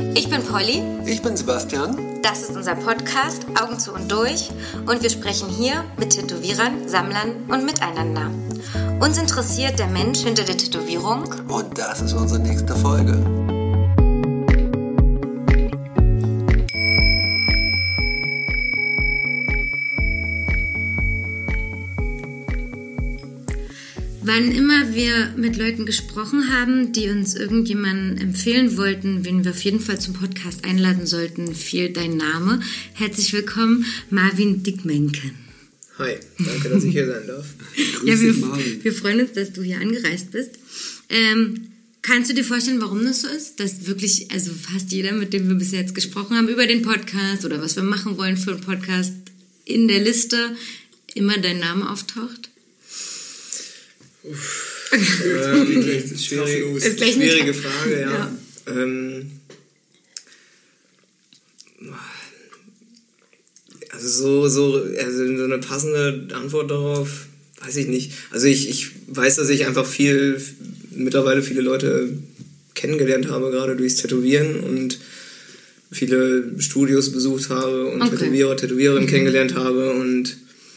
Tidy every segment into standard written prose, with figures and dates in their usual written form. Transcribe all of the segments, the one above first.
Ich bin Polly. Ich bin Sebastian. Das ist unser Podcast Augen zu und durch und wir sprechen hier mit Tätowierern, Sammlern und miteinander. Uns interessiert der Mensch hinter der Tätowierung. Und das ist unsere nächste Folge. Wann immer wir mit Leuten gesprochen haben, die uns irgendjemanden empfehlen wollten, wen wir auf jeden Fall zum Podcast einladen sollten, fiel dein Name. Herzlich willkommen, Marvin Dickmenken. Hi, danke, dass ich hier sein darf. Ja, wir freuen uns, dass du hier angereist bist. Kannst du dir vorstellen, warum das so ist? Dass wirklich, also fast jeder, mit dem wir bis jetzt gesprochen haben, über den Podcast oder was wir machen wollen für einen Podcast, in der Liste immer dein Name auftaucht? Schwierige Frage, ja. Also so eine passende Antwort darauf, weiß ich nicht. Also ich weiß, dass ich einfach mittlerweile viele Leute kennengelernt habe, gerade durchs Tätowieren und viele Studios besucht habe und Tätowiererinnen kennengelernt habe und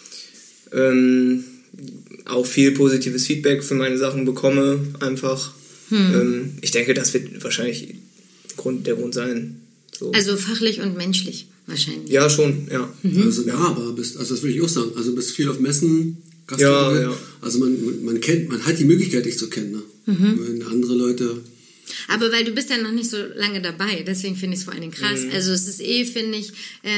auch viel positives Feedback für meine Sachen bekomme, einfach. Ich denke, das wird wahrscheinlich der Grund sein. So. Also fachlich und menschlich wahrscheinlich. Ja, schon, ja. Also nahbar bist, also das würde ich auch sagen. Also bist viel auf Messen, Gastronomie. Ja. Also man hat die Möglichkeit, dich zu kennen. Ne? Wenn andere Leute... Aber weil du bist ja noch nicht so lange dabei, deswegen finde ich es vor allen Dingen krass. Also es ist finde ich...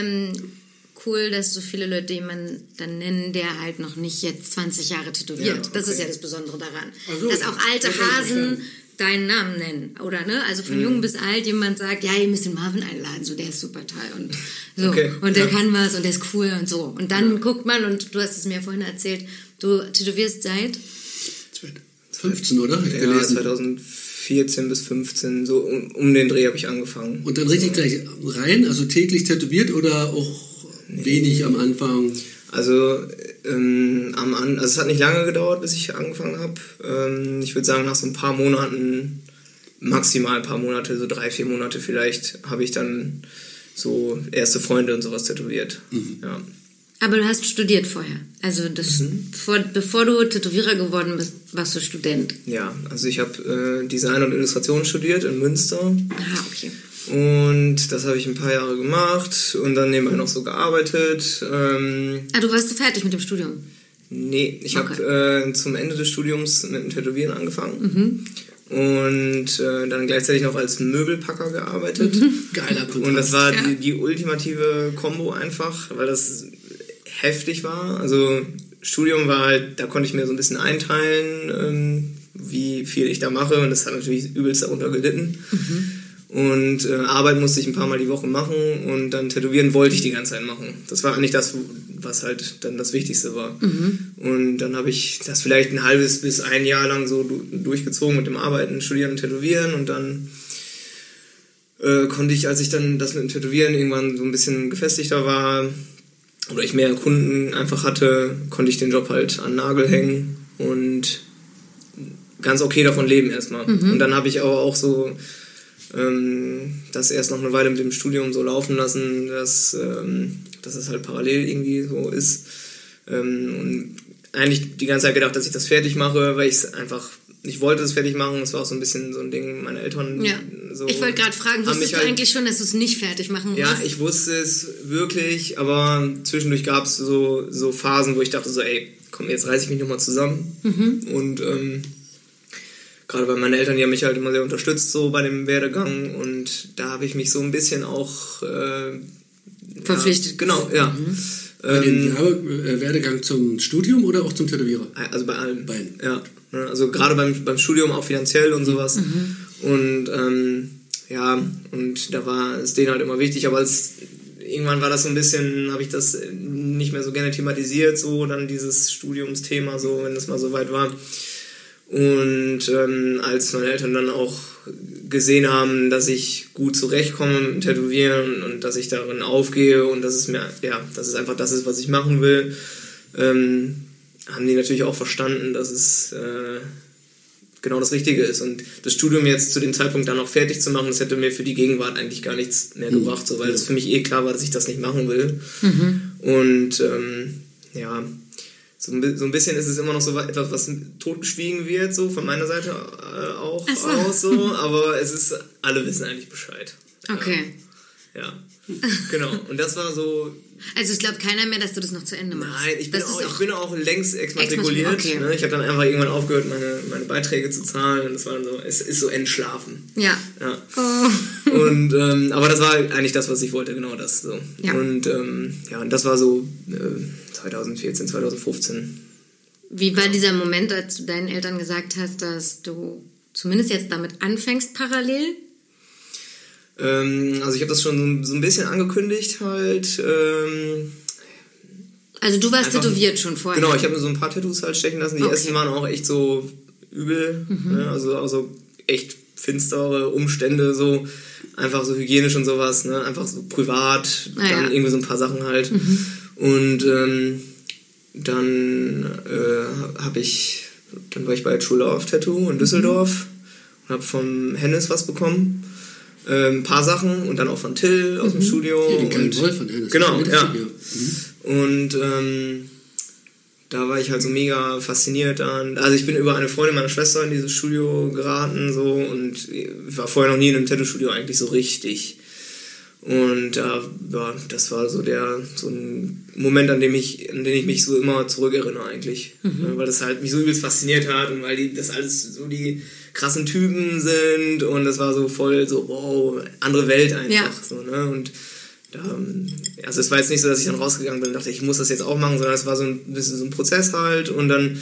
cool, dass so viele Leute jemanden dann nennen, der halt noch nicht jetzt 20 Jahre tätowiert. Ja, okay. Das ist ja das Besondere daran. So, dass auch alte Hasen deinen Namen nennen, oder ne? Also von jung bis alt jemand sagt, ja, ihr müsst den Marvin einladen, so, der ist super toll und so. Okay. Und der kann was und der ist cool und so. Und dann guckt man, und du hast es mir vorhin erzählt, du tätowierst seit 15, oder? Ja, 2014 bis 15, so um den Dreh habe ich angefangen. Und dann richtig gleich rein, also täglich tätowiert oder auch wenig am Anfang? Also, es hat nicht lange gedauert, bis ich angefangen habe. Ich würde sagen, nach so ein paar Monaten, maximal ein paar Monate, so 3-4 Monate vielleicht, habe ich dann so erste Freunde und sowas tätowiert. Ja. Aber du hast studiert vorher. Also bevor du Tätowierer geworden bist, warst du Student. Ja, also ich habe Design und Illustration studiert in Münster. Aha, okay. Und das habe ich ein paar Jahre gemacht und dann nebenbei noch so gearbeitet. Du warst fertig mit dem Studium? Nee, ich habe zum Ende des Studiums mit dem Tätowieren angefangen. Und dann gleichzeitig noch als Möbelpacker gearbeitet. Geiler Kontrast. Und das war die ultimative Kombo einfach, weil das heftig war. Also Studium war halt, da konnte ich mir so ein bisschen einteilen, wie viel ich da mache, und das hat natürlich übelst darunter gelitten. Und Arbeit musste ich ein paar Mal die Woche machen und dann Tätowieren wollte ich die ganze Zeit machen. Das war eigentlich das, was halt dann das Wichtigste war. Und dann habe ich das vielleicht ein halbes bis ein Jahr lang so durchgezogen mit dem Arbeiten, Studieren und Tätowieren, und dann konnte ich, als ich dann das mit dem Tätowieren irgendwann so ein bisschen gefestigter war oder ich mehr Kunden einfach hatte, konnte ich den Job halt an den Nagel hängen und ganz okay davon leben erstmal. Und dann habe ich aber auch so das erst noch eine Weile mit dem Studium so laufen lassen, dass es halt parallel irgendwie so ist. Und eigentlich die ganze Zeit gedacht, dass ich das fertig mache, weil ich wollte es fertig machen. Das war auch so ein bisschen so ein Ding, meine Eltern... Ja. So, ich wollte gerade fragen, wusstest du eigentlich schon, dass du es nicht fertig machen musst? Ja, ich wusste es wirklich, aber zwischendurch gab es so Phasen, wo ich dachte so, ey, komm, jetzt reiße ich mich nochmal zusammen. Und gerade weil meine Eltern, die haben mich halt immer sehr unterstützt so bei dem Werdegang, und da habe ich mich so ein bisschen auch verpflichtet. Ja, genau, ja. Bei dem Werdegang zum Studium oder auch zum Tätowierer? Also bei allen. Beiden. Ja. Also gerade beim Studium auch finanziell und sowas. Und und da war es denen halt immer wichtig, aber irgendwann war das so ein bisschen, habe ich das nicht mehr so gerne thematisiert, so dann dieses Studiumsthema, so wenn es mal so weit war. Und als meine Eltern dann auch gesehen haben, dass ich gut zurechtkomme mit dem Tätowieren und dass ich darin aufgehe und dass es einfach das ist, was ich machen will, haben die natürlich auch verstanden, dass es genau das Richtige ist. Und das Studium jetzt zu dem Zeitpunkt dann noch fertig zu machen, das hätte mir für die Gegenwart eigentlich gar nichts mehr gebracht, so, weil es für mich klar war, dass ich das nicht machen will. Und so ein bisschen ist es immer noch so etwas, was totgeschwiegen wird, so von meiner Seite auch aus, so, aber alle wissen eigentlich Bescheid. Okay. Ja, genau. Und das war so... Also es glaubt keiner mehr, dass du das noch zu Ende machst. Nein, ich bin auch längst exmatrikuliert. Okay. Ne? Ich habe dann einfach irgendwann aufgehört, meine Beiträge zu zahlen. Und es war dann so, es ist so entschlafen. Ja. Oh. Und, aber das war eigentlich das, was ich wollte, genau das. So. Ja. Und und das war so 2014, 2015. Wie war dieser Moment, als du deinen Eltern gesagt hast, dass du zumindest jetzt damit anfängst parallel? Also ich habe das schon so ein bisschen angekündigt halt. Also du warst tätowiert schon vorher? Genau, ich habe mir so ein paar Tattoos halt stechen lassen. Die ersten waren auch echt so übel, ne? Also echt finstere Umstände, so einfach so hygienisch und sowas, ne? Einfach so privat, dann irgendwie so ein paar Sachen halt. Und dann war ich bei True Love Tattoo in Düsseldorf und habe vom Hennes was bekommen. Ein paar Sachen und dann auch von Till aus dem Studio. Ja, den kleinen Wolf von Hennes. Genau, ja. Und da war ich halt so mega fasziniert an. Also ich bin über eine Freundin meiner Schwester in dieses Studio geraten so und ich war vorher noch nie in einem Tattoo-Studio eigentlich so richtig. Und das war so ein Moment, an den ich mich so immer zurückerinnere eigentlich. Weil das halt mich so übelst fasziniert hat und weil das alles so die krassen Typen sind und das war so voll so, wow, andere Welt einfach. Ja. So, ne? Und also es war jetzt nicht so, dass ich dann rausgegangen bin und dachte, ich muss das jetzt auch machen, sondern es war so ein bisschen so ein Prozess halt und dann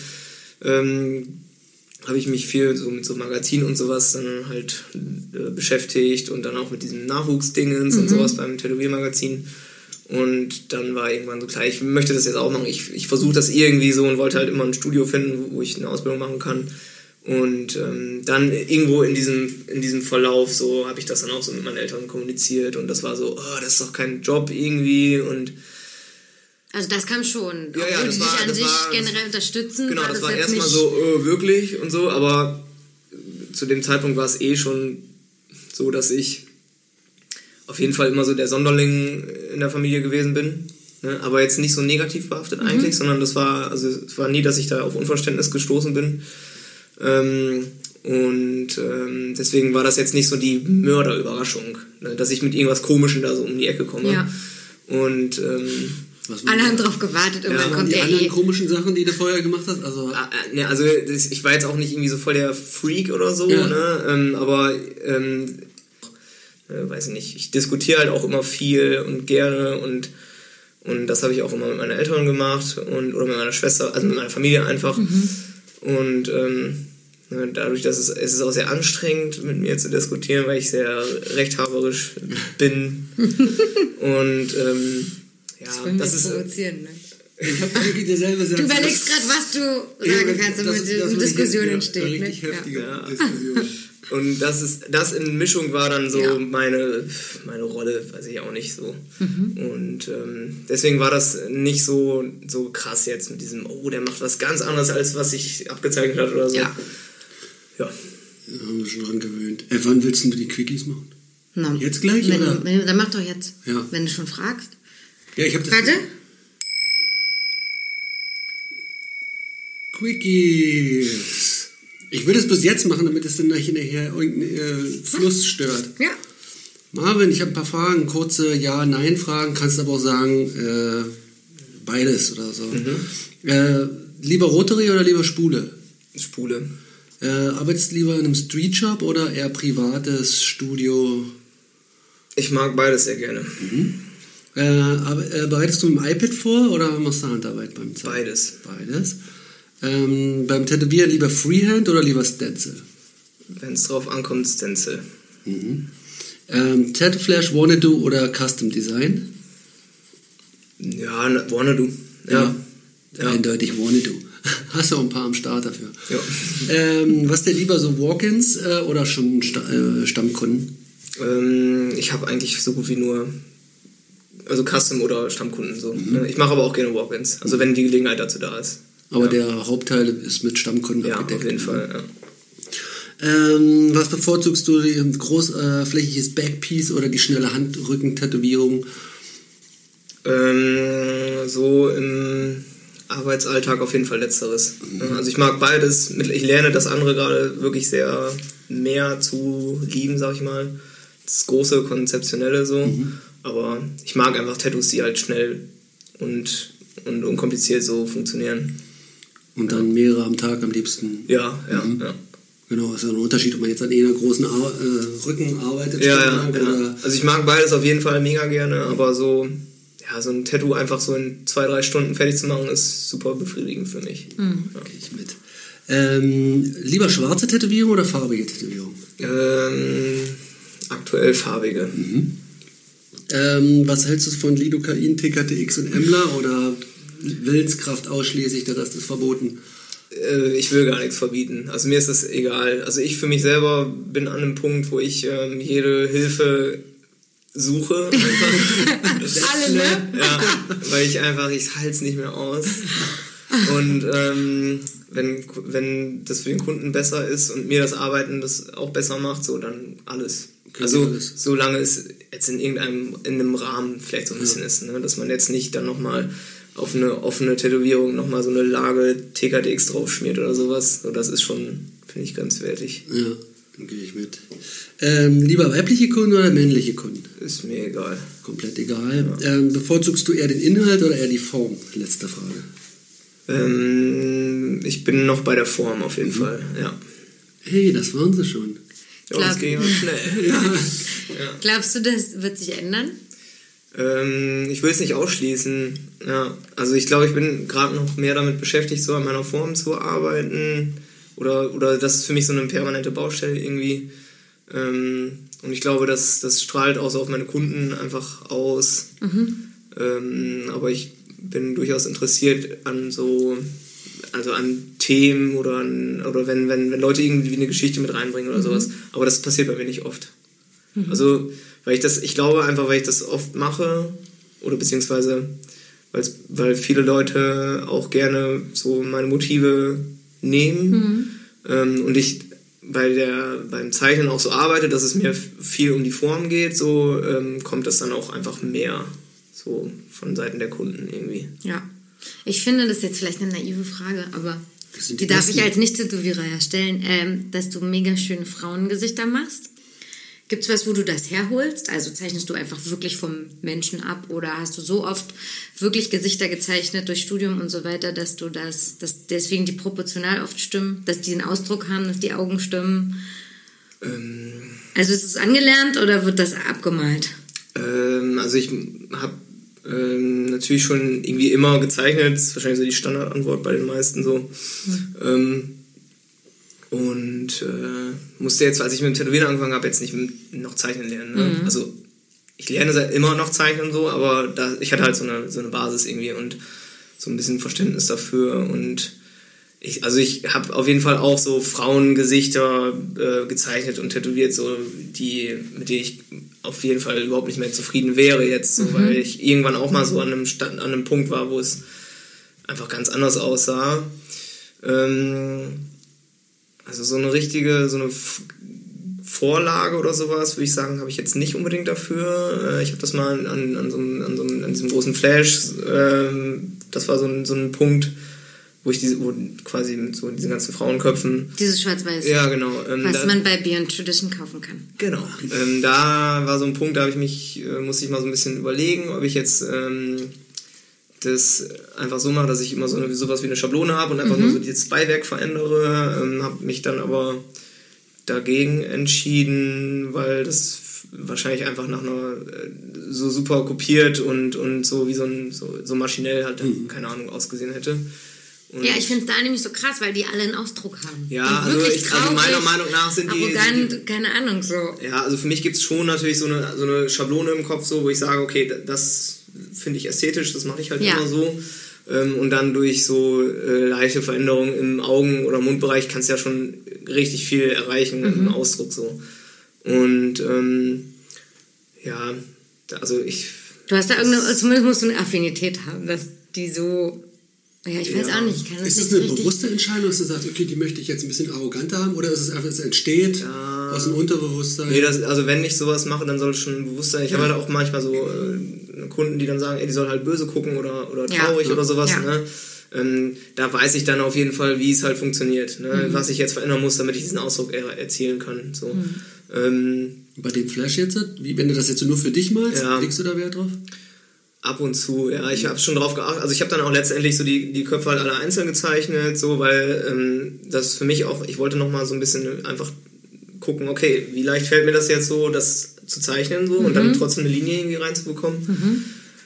habe ich mich viel so mit so Magazinen und sowas dann halt beschäftigt und dann auch mit diesen Nachwuchsdingens und sowas beim Tätowiermagazin. Und dann war irgendwann so klar, ich möchte das jetzt auch machen. Ich versuche das irgendwie so und wollte halt immer ein Studio finden, wo ich eine Ausbildung machen kann. Und dann irgendwo in diesem Verlauf so habe ich das dann auch so mit meinen Eltern kommuniziert und das war so, das ist doch kein Job irgendwie und also das kam schon, obwohl ja, die dich an sich generell unterstützen. Genau, das war erstmal so, wirklich und so, aber zu dem Zeitpunkt war es schon so, dass ich auf jeden Fall immer so der Sonderling in der Familie gewesen bin, ne? Aber jetzt nicht so negativ behaftet eigentlich, sondern es war nie, dass ich da auf Unverständnis gestoßen bin. Deswegen war das jetzt nicht so die Mörderüberraschung, ne? Dass ich mit irgendwas Komischem da so um die Ecke komme. Ja. Und alle haben drauf gewartet, irgendwann kommt die anderen komischen Sachen, die du vorher gemacht hast? Ich war jetzt auch nicht irgendwie so voll der Freak oder so, ne? Aber weiß ich nicht, ich diskutiere halt auch immer viel und gerne und das habe ich auch immer mit meinen Eltern gemacht oder mit meiner Schwester, also mit meiner Familie einfach. Und dadurch, dass es ist auch sehr anstrengend, mit mir zu diskutieren, weil ich sehr rechthaberisch bin. Und das ist provozieren, ne? Ich habe eigentlich derselbe Satz. Du überlegst gerade, was du sagen kannst, damit eine Diskussion entsteht. Richtig heftige Diskussion. Und das in Mischung war dann so meine Rolle, weiß ich auch nicht so. Und deswegen war das nicht so krass jetzt mit diesem, der macht was ganz anderes, als was ich abgezeichnet hat oder so. Ja. Da haben wir schon dran gewöhnt. Wann willst du die Quickies machen? No. Jetzt gleich, oder? Dann mach doch jetzt, ja. Wenn du schon fragst. Ja, ich habe das... Warte. Quickies. Ich würde es bis jetzt machen, damit es dann nachher irgendeinen Fluss stört. Ja. Marvin, ich habe ein paar Fragen, kurze Ja-Nein-Fragen. Kannst aber auch sagen, beides oder so. Lieber Rotary oder lieber Spule? Spule. Arbeitest du lieber in einem Streetshop oder eher privates Studio? Ich mag beides sehr gerne. Bereitest du mit dem iPad vor oder machst du Handarbeit beim Zeichnen? Beides. Beim Tätowieren lieber Freehand oder lieber Stencil? Wenn es drauf ankommt, Stencil. Tattoo Flash, Wanna-Do oder Custom Design? Ja, Wanna-Do. Ja. Eindeutig Wanna-Do. Hast du auch ein paar am Start dafür. Ja. Was denn lieber, so Walk-ins oder schon Stammkunden? Ich habe eigentlich so gut wie nur Custom oder Stammkunden so. Ich mache aber auch gerne Walk-ins, wenn die Gelegenheit dazu da ist. Aber der Hauptteil ist mit Stammkunden abgedeckt. Ja, auf jeden Fall, ja. Was bevorzugst du, ein großflächiges Backpiece oder die schnelle Handrücken-Tätowierung? So im Arbeitsalltag auf jeden Fall Letzteres. Also ich mag beides. Ich lerne das andere gerade wirklich sehr mehr zu lieben, sag ich mal. Das große, konzeptionelle so. Aber ich mag einfach Tattoos, die halt schnell und unkompliziert so funktionieren. Und dann mehrere am Tag am liebsten? Ja. Genau, ist ja ein Unterschied, ob man jetzt an einer großen Rücken arbeitet. Ja. Also ich mag beides auf jeden Fall mega gerne, aber so ein Tattoo einfach so in 2-3 Stunden fertig zu machen, ist super befriedigend für mich. Okay, ich mit. Lieber schwarze Tätowierung oder farbige Tätowierung? Aktuell farbige. Was hältst du von Lidocain, TKTX und Emmler oder Willenskraft ausschließlich, der Rest ist verboten? Ich will gar nichts verbieten. Also mir ist das egal. Also ich für mich selber bin an einem Punkt, wo ich jede Hilfe suche. Alle, ne? Ja, weil ich halte es nicht mehr aus. Und wenn das für den Kunden besser ist und mir das Arbeiten das auch besser macht, so dann alles. Also solange es jetzt in einem Rahmen vielleicht so ein bisschen ist, ne? Dass man jetzt nicht dann nochmal auf eine offene Tätowierung nochmal so eine Lage TKTX draufschmiert oder sowas. So, das ist schon, finde ich, ganz wertig. Ja, dann gehe ich mit. Lieber weibliche Kunden oder männliche Kunden? Ist mir egal. Komplett egal. Ja. Bevorzugst du eher den Inhalt oder eher die Form? Letzte Frage. Ich bin noch bei der Form auf jeden Fall, ja. Hey, das waren sie schon. Ja, das ging auch schnell. Ja. Glaubst du, das wird sich ändern? Ich will es nicht ausschließen. Ja. Also ich glaube, ich bin gerade noch mehr damit beschäftigt, so an meiner Form zu arbeiten. Oder das ist für mich so eine permanente Baustelle irgendwie. Und ich glaube, das strahlt auch so auf meine Kunden einfach aus. Aber ich bin durchaus interessiert an an Themen oder wenn Leute irgendwie eine Geschichte mit reinbringen oder sowas. Aber das passiert bei mir nicht oft. Also, ich glaube einfach, weil ich das oft mache, oder beziehungsweise, weil viele Leute auch gerne so meine Motive nehmen, und ich beim Zeichnen auch so arbeite, dass es mir viel um die Form geht, so kommt das dann auch einfach mehr so von Seiten der Kunden irgendwie. Ja, ich finde, das ist jetzt vielleicht eine naive Frage, aber die darf ich als Nicht-Tätowierer stellen, dass du mega schöne Frauengesichter machst. Gibt es was, wo du das herholst? Also zeichnest du einfach wirklich vom Menschen ab oder hast du so oft wirklich Gesichter gezeichnet durch Studium und so weiter, dass deswegen die proportional oft stimmen, dass die einen Ausdruck haben, dass die Augen stimmen? Also ist es angelernt oder wird das abgemalt? Also ich habe natürlich schon irgendwie immer gezeichnet, das ist wahrscheinlich so die Standardantwort bei den meisten so. Und musste jetzt, als ich mit dem Tätowieren angefangen habe, jetzt nicht noch zeichnen lernen. Ne? Also ich lerne immer noch zeichnen so, aber ich hatte halt so eine Basis irgendwie und so ein bisschen Verständnis dafür. Und ich habe auf jeden Fall auch so Frauengesichter gezeichnet und tätowiert, so mit denen ich auf jeden Fall überhaupt nicht mehr zufrieden wäre jetzt, so, weil ich irgendwann auch mal so an einem Punkt war, wo es einfach ganz anders aussah. Also so eine Vorlage oder sowas, würde ich sagen, habe ich jetzt nicht unbedingt dafür. Ich habe das mal an diesem großen Flash, das war so ein Punkt, wo quasi mit so diesen ganzen Frauenköpfen... Dieses Schwarz-Weiß. Ja, genau. Was man bei Beyond Tradition kaufen kann. Genau. Da war so ein Punkt, da musste ich mal so ein bisschen überlegen, ob ich jetzt... das einfach so mache, dass ich immer sowas wie eine Schablone habe und einfach nur so dieses Beiwerk verändere. Habe mich dann aber dagegen entschieden, weil das wahrscheinlich einfach nach einer so super kopiert und so wie so maschinell halt, keine Ahnung, ausgesehen hätte. Und ja, ich finde es da nämlich so krass, weil die alle einen Ausdruck haben. Ja, also meiner Meinung nach sind die... Arrogant, keine Ahnung, so. Ja, also für mich gibt es schon natürlich so eine Schablone im Kopf, so, wo ich sage, okay, das finde ich ästhetisch, das mache ich halt immer so. Und dann durch so leichte Veränderungen im Augen- oder Mundbereich kannst du ja schon richtig viel erreichen im Ausdruck so. Und ja, also ich... Du hast da zumindest musst du eine Affinität haben, dass die so Ja, ich weiß auch nicht. Ist das eine bewusste Entscheidung, dass du sagst, okay, die möchte ich jetzt ein bisschen arroganter haben? Oder ist es einfach, es entsteht aus dem Unterbewusstsein? Nee, also wenn ich sowas mache, dann soll es schon bewusst sein. Ich habe halt auch manchmal so Kunden, die dann sagen, ey, die soll halt böse gucken oder traurig oder sowas. Ja. Ne? Da weiß ich dann auf jeden Fall, wie es halt funktioniert. Ne? Was ich jetzt verändern muss, damit ich diesen Ausdruck erzielen kann. So. Bei dem Flash jetzt, wenn du das jetzt nur für dich malst, legst du da Wert drauf? Ab und zu, ja. Ich habe schon drauf geachtet. Also ich habe dann auch letztendlich so die Köpfe halt alle einzeln gezeichnet, so, weil das für mich auch, ich wollte nochmal so ein bisschen einfach gucken, okay, wie leicht fällt mir das jetzt so, das zu zeichnen so und dann trotzdem eine Linie irgendwie reinzubekommen.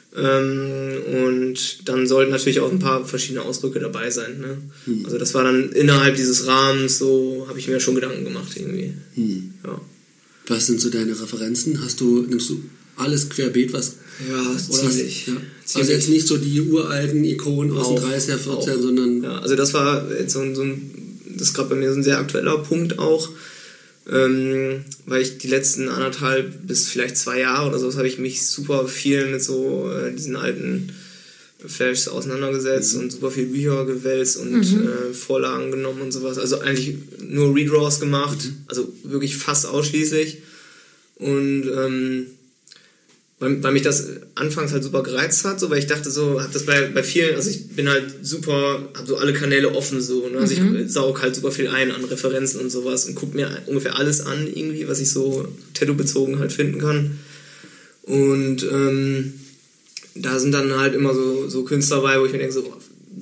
Und dann sollten natürlich auch ein paar verschiedene Ausdrücke dabei sein. Ne? Also das war dann innerhalb dieses Rahmens, so habe ich mir schon Gedanken gemacht irgendwie. Ja. Was sind so deine Referenzen? Nimmst du alles querbeet, was... Ja, ziemlich. Also jetzt nicht so die uralten Ikonen aus den 30er, 40er, sondern... Ja, also das war jetzt das ist gerade bei mir so ein sehr aktueller Punkt auch, weil ich die letzten 1,5 bis vielleicht 2 Jahre oder so, habe ich mich super viel mit so diesen alten Flashs auseinandergesetzt und super viele Bücher gewälzt und Vorlagen genommen und sowas. Also eigentlich nur Redraws gemacht, also wirklich fast ausschließlich. Und weil mich das anfangs halt super gereizt hat, so, weil ich dachte so, hab das bei vielen, also ich bin halt super, hab so alle Kanäle offen so, ne? Also ich saug halt super viel ein an Referenzen und sowas und guck mir ungefähr alles an irgendwie, was ich so Tattoo-bezogen halt finden kann. Und da sind dann halt immer so Künstler bei, wo ich mir denke so,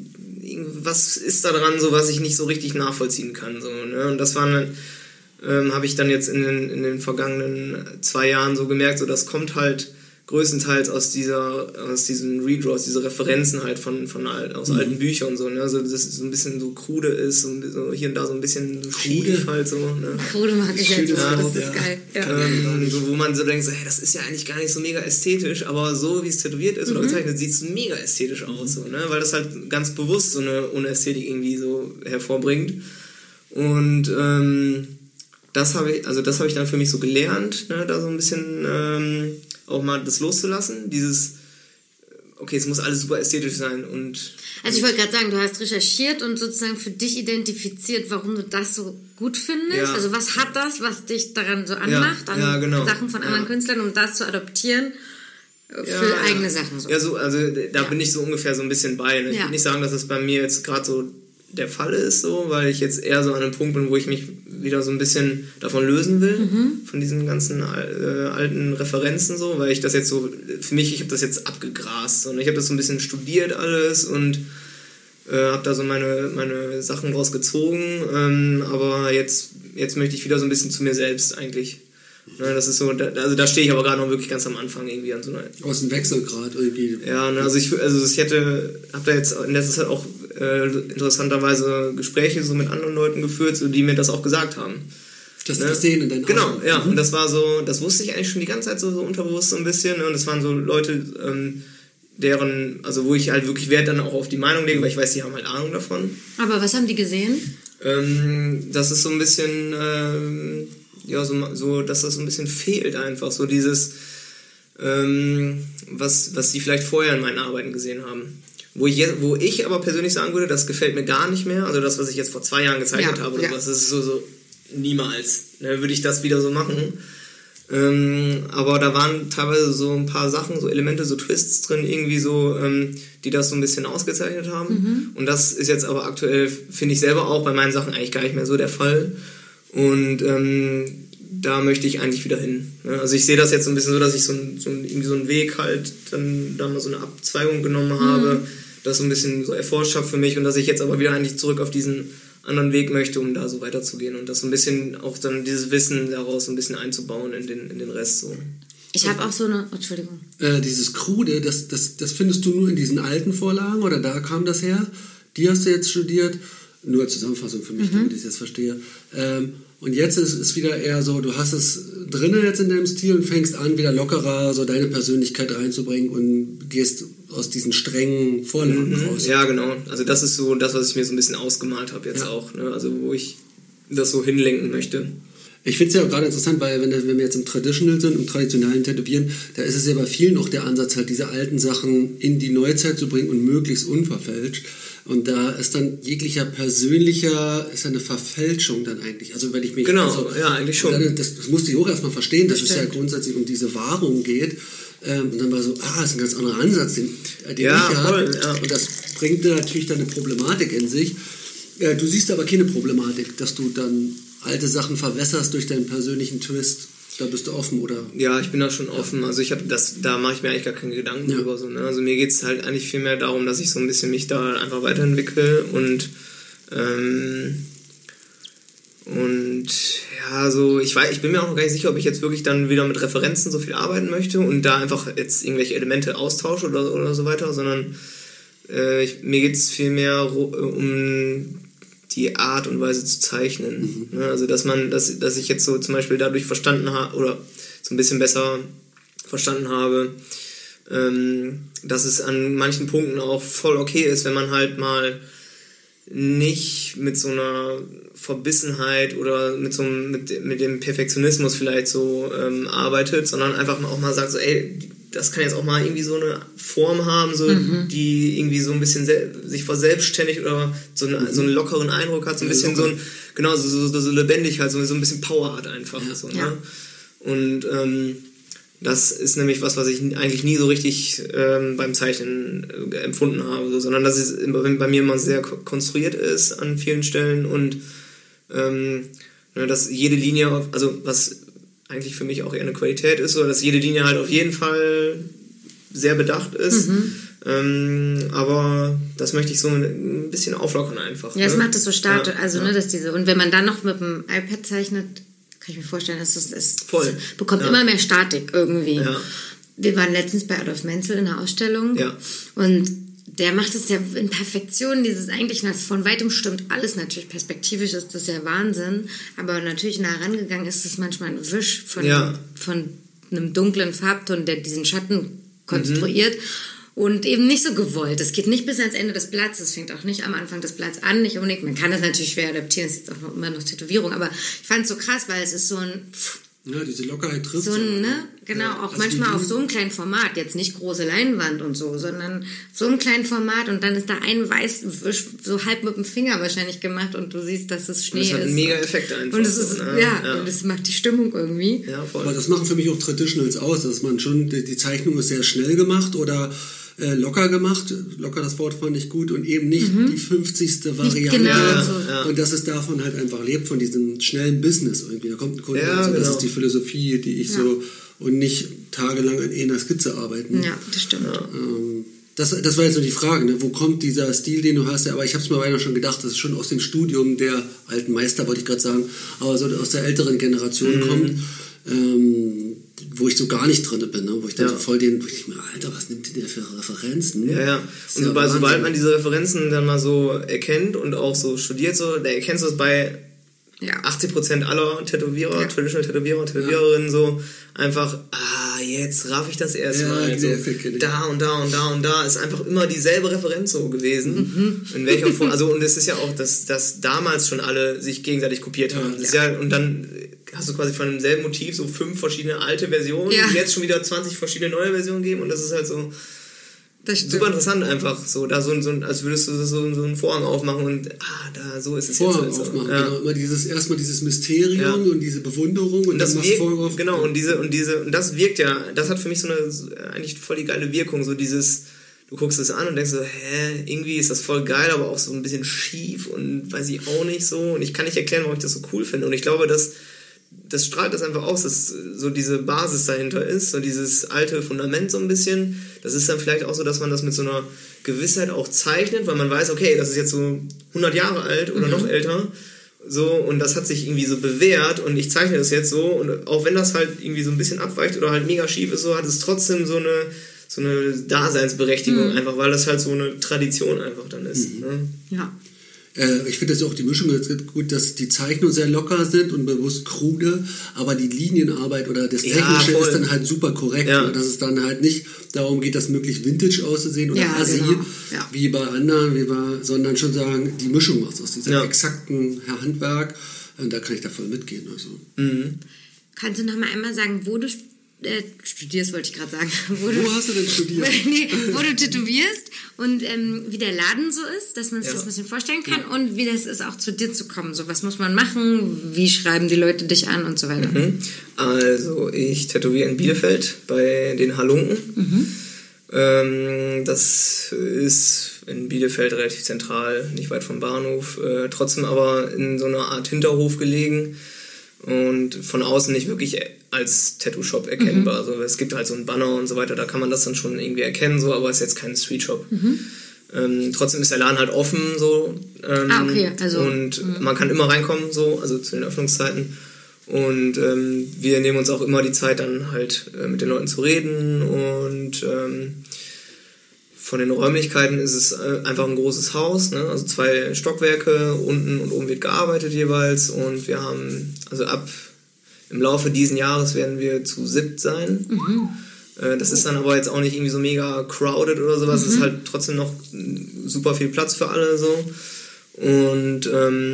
was ist da dran, so was ich nicht so richtig nachvollziehen kann, so, ne? Und das waren dann, habe ich dann jetzt in den vergangenen 2 Jahren so gemerkt, so das kommt halt größtenteils aus diesen Redraws, diese Referenzen halt aus alten Büchern so, ne? Also dass es so ein bisschen so krude ist und so hier und da so ein bisschen schief halt so, ne? Krude mag ich jetzt auch, das ist geil. Ja. So, wo man so denkt, so, hey, das ist ja eigentlich gar nicht so mega ästhetisch, aber so wie es tätowiert ist oder gezeichnet, sieht es mega ästhetisch aus, so, ne? Weil das halt ganz bewusst so eine Unästhetik irgendwie so hervorbringt. Und das habe ich dann für mich so gelernt, ne, da so ein bisschen auch mal das loszulassen, dieses, okay, es muss alles super ästhetisch sein und... Also ich wollte gerade sagen, du hast recherchiert und sozusagen für dich identifiziert, warum du das so gut findest, also was hat das, was dich daran so anmacht, an Sachen von anderen Künstlern, um das zu adoptieren für eigene Sachen. So. Ja, so, also da bin ich so ungefähr so ein bisschen bei, ne? Ich will nicht sagen, dass das bei mir jetzt gerade so der Fall ist, so, weil ich jetzt eher so an einem Punkt bin, wo ich mich wieder so ein bisschen davon lösen will, von diesen ganzen alten Referenzen, so, weil ich das jetzt so, für mich, ich habe das jetzt abgegrast, und ich habe das so ein bisschen studiert alles und habe da so meine Sachen draus gezogen, aber jetzt möchte ich wieder so ein bisschen zu mir selbst eigentlich. Ne, das ist so, also da stehe ich aber gerade noch wirklich ganz am Anfang irgendwie an so einer... Aus dem Wechselgrad irgendwie. Ja, ne, also ich habe da jetzt in letzter Zeit auch interessanterweise Gespräche so mit anderen Leuten geführt, so, die mir das auch gesagt haben. Das sehen in deinen Augen. Genau, ja, und das war so, das wusste ich eigentlich schon die ganze Zeit so unterbewusst so ein bisschen, ne, und das waren so Leute, wo ich halt wirklich Wert dann auch auf die Meinung lege, weil ich weiß, die haben halt Ahnung davon. Aber was haben die gesehen? Das ist so ein bisschen, so, dass das so ein bisschen fehlt einfach, so dieses, was die vielleicht vorher in meinen Arbeiten gesehen haben. Wo ich aber persönlich sagen würde, das gefällt mir gar nicht mehr, also das, was ich jetzt vor 2 Jahren gezeichnet habe, oder was, das ist so niemals, ne, würde ich das wieder so machen. Aber da waren teilweise so ein paar Sachen, so Elemente, so Twists drin, irgendwie so, die das so ein bisschen ausgezeichnet haben. Und das ist jetzt aber aktuell, finde ich selber auch bei meinen Sachen eigentlich gar nicht mehr so der Fall. Und da möchte ich eigentlich wieder hin. Ne? Also ich sehe das jetzt so ein bisschen so, dass ich irgendwie so einen Weg halt dann mal so eine Abzweigung genommen habe, das so ein bisschen so erforscht habe für mich und dass ich jetzt aber wieder eigentlich zurück auf diesen anderen Weg möchte, um da so weiterzugehen und das so ein bisschen auch dann dieses Wissen daraus ein bisschen einzubauen in den Rest so. Ich habe auch so eine... Oh, Entschuldigung. Dieses Krude, das findest du nur in diesen alten Vorlagen oder da kam das her? Die hast du jetzt studiert? Nur als Zusammenfassung für mich, damit ich es jetzt verstehe. Und jetzt ist es wieder eher so, du hast es drinnen jetzt in deinem Stil und fängst an, wieder lockerer so deine Persönlichkeit reinzubringen und gehst aus diesen strengen Vorlagen raus. Ja, genau. Also das ist so das, was ich mir so ein bisschen ausgemalt habe jetzt auch. Ne? Also wo ich das so hinlenken möchte. Ich finde es ja auch gerade interessant, weil wenn wir jetzt im Traditional sind, im traditionellen Tätowieren, da ist es ja bei vielen auch der Ansatz, halt diese alten Sachen in die Neuzeit zu bringen und möglichst unverfälscht. Und da ist dann jeglicher persönlicher, ist eine Verfälschung dann eigentlich. Also wenn ich mich... Genau, also, ja, eigentlich schon. Dann, das musste ich auch erstmal verstehen, dass es ja grundsätzlich um diese Wahrung geht. Und dann war so, das ist ein ganz anderer Ansatz, den ich habe. Ja. Und das bringt natürlich dann eine Problematik in sich. Du siehst aber keine Problematik, dass du dann alte Sachen verwässerst durch deinen persönlichen Twist. Da bist du offen, oder? Ja, ich bin da schon offen. Also da mache ich mir eigentlich gar keine Gedanken drüber. So, ne? Also mir geht es halt eigentlich viel mehr darum, dass ich so ein bisschen mich da einfach weiterentwickle und ja, so ich bin mir auch noch gar nicht sicher, ob ich jetzt wirklich dann wieder mit Referenzen so viel arbeiten möchte und da einfach jetzt irgendwelche Elemente austausche oder so weiter, sondern mir geht es viel mehr um die Art und Weise zu zeichnen. Ne? Also dass ich jetzt so zum Beispiel dadurch verstanden habe oder so ein bisschen besser verstanden habe, dass es an manchen Punkten auch voll okay ist, wenn man halt mal nicht mit so einer Verbissenheit oder mit dem Perfektionismus vielleicht so arbeitet, sondern einfach auch mal sagt so, ey, das kann jetzt auch mal irgendwie so eine Form haben, so, die irgendwie so ein bisschen sich verselbstständigt oder so einen lockeren Eindruck hat, so ein bisschen so ein, genau, so lebendig halt, so ein bisschen Power hat einfach. Ja. So, ne? Und das ist nämlich was ich eigentlich nie so richtig beim Zeichnen empfunden habe, sondern dass es bei mir immer sehr konstruiert ist an vielen Stellen und dass jede Linie, also was eigentlich für mich auch eher eine Qualität ist, so dass jede Linie halt auf jeden Fall sehr bedacht ist. Aber das möchte ich so ein bisschen auflockern einfach. Ja, es macht es so stark, dass und wenn man dann noch mit dem iPad zeichnet, kann ich mir vorstellen, dass es bekommt immer mehr Statik irgendwie. Ja. Wir waren letztens bei Adolf Menzel in einer Ausstellung und der macht es ja in Perfektion, dieses eigentlich von weitem stimmt alles natürlich, perspektivisch ist das ja Wahnsinn, aber natürlich nah rangegangen ist es manchmal ein Wisch von einem dunklen Farbton, der diesen Schatten konstruiert und eben nicht so gewollt. Es geht nicht bis ans Ende des Blatts, es fängt auch nicht am Anfang des Blatts an, nicht unbedingt, man kann das natürlich schwer adaptieren, es ist jetzt auch immer noch Tätowierung, aber ich fand es so krass, weil es ist so ein... Ja, diese Lockerheit trifft. So ein, ne? Genau, auch also manchmal auf so einem kleinen Format, jetzt nicht große Leinwand und so, sondern so einem kleinen Format und dann ist da ein weiß, so halb mit dem Finger wahrscheinlich gemacht und du siehst, dass es Schnee ist. Das hat einen mega Effekt einfach. Und es ist, und das macht die Stimmung irgendwie. Ja, voll. Aber das machen für mich auch Traditionals aus, dass man schon, die Zeichnung ist sehr schnell gemacht oder locker gemacht, locker das Wort fand ich gut und eben nicht die 50. Variante. Genau. Und dass es davon halt einfach lebt, von diesem schnellen Business irgendwie. Da kommt ein Kunde, das ist die Philosophie, die ich so, und nicht tagelang in einer Skizze arbeiten. Ja, das stimmt. Das war jetzt so die Frage, ne? Wo kommt dieser Stil, den du hast? Ja, aber ich habe es mir weiter schon gedacht, das ist schon aus dem Studium der alten Meister, wollte ich gerade sagen, aber so aus der älteren Generation kommt. Wo ich so gar nicht drin bin, ne? Wo ich dann so voll Alter, was nimmt der für Referenzen? Ja. Und sobald man diese Referenzen dann mal so erkennt und auch so studiert, so, da erkennst du es bei 80% aller Tätowierer, Traditional Tätowierer, Tätowiererinnen so einfach, jetzt raff ich das erstmal. So, da und da und da und da ist einfach immer dieselbe Referenz so gewesen. In welcher Form, also und es ist ja auch, dass damals schon alle sich gegenseitig kopiert haben. Das ist und dann hast du quasi von demselben Motiv so 5 verschiedene alte Versionen und jetzt schon wieder 20 verschiedene neue Versionen geben und das ist halt so super interessant einfach, so da so als würdest du so einen Vorhang aufmachen und so ist es Vorhang jetzt. Aufmachen, genau. Immer erstmal dieses Mysterium und diese Bewunderung und das dann wirkt, Vorhang auf. Genau, und das wirkt ja, das hat für mich so eine eigentlich voll die geile Wirkung, so dieses, du guckst es an und denkst so, irgendwie ist das voll geil, aber auch so ein bisschen schief und weiß ich auch nicht so und ich kann nicht erklären, warum ich das so cool finde und ich glaube, das strahlt das einfach aus, dass so diese Basis dahinter ist, so dieses alte Fundament so ein bisschen. Das ist dann vielleicht auch so, dass man das mit so einer Gewissheit auch zeichnet, weil man weiß, okay, das ist jetzt so 100 Jahre alt oder noch älter. So, und das hat sich irgendwie so bewährt und ich zeichne das jetzt so und auch wenn das halt irgendwie so ein bisschen abweicht oder halt mega schief ist, so hat es trotzdem so eine Daseinsberechtigung einfach, weil das halt so eine Tradition einfach dann ist. Ne? Ja. Ich finde das auch die Mischung jetzt gut, dass die Zeichnungen sehr locker sind und bewusst krude, aber die Linienarbeit oder das Technische ist dann halt super korrekt. Ja. Dass es dann halt nicht darum geht, das möglichst vintage auszusehen oder assi, wie bei anderen, sondern schon sagen, die Mischung macht aus diesem exakten Handwerk. Und da kann ich da voll mitgehen. Also. Kannst du noch mal einmal sagen, wo du studierst, wollte ich gerade sagen. Wo hast du denn studiert? Wo du tätowierst und wie der Laden so ist, dass man sich das ein bisschen vorstellen kann und wie das ist, auch zu dir zu kommen. So, was muss man machen? Wie schreiben die Leute dich an und so weiter? Also, ich tätowiere in Bielefeld bei den Halunken. Das ist in Bielefeld relativ zentral, nicht weit vom Bahnhof, trotzdem aber in so einer Art Hinterhof gelegen und von außen nicht wirklich als Tattoo-Shop erkennbar. Also es gibt halt so einen Banner und so weiter, da kann man das dann schon irgendwie erkennen, so, aber es ist jetzt kein Street-Shop. Trotzdem ist der Laden halt offen so okay. Also, und man kann immer reinkommen, so, also zu den Öffnungszeiten. Und wir nehmen uns auch immer die Zeit, dann halt mit den Leuten zu reden und von den Räumlichkeiten ist es einfach ein großes Haus, ne? Also 2 Stockwerke, unten und oben wird gearbeitet jeweils und wir haben, also im Laufe dieses Jahres werden wir zu 7 sein. Das ist dann aber jetzt auch nicht irgendwie so mega crowded oder sowas, es ist halt trotzdem noch super viel Platz für alle so und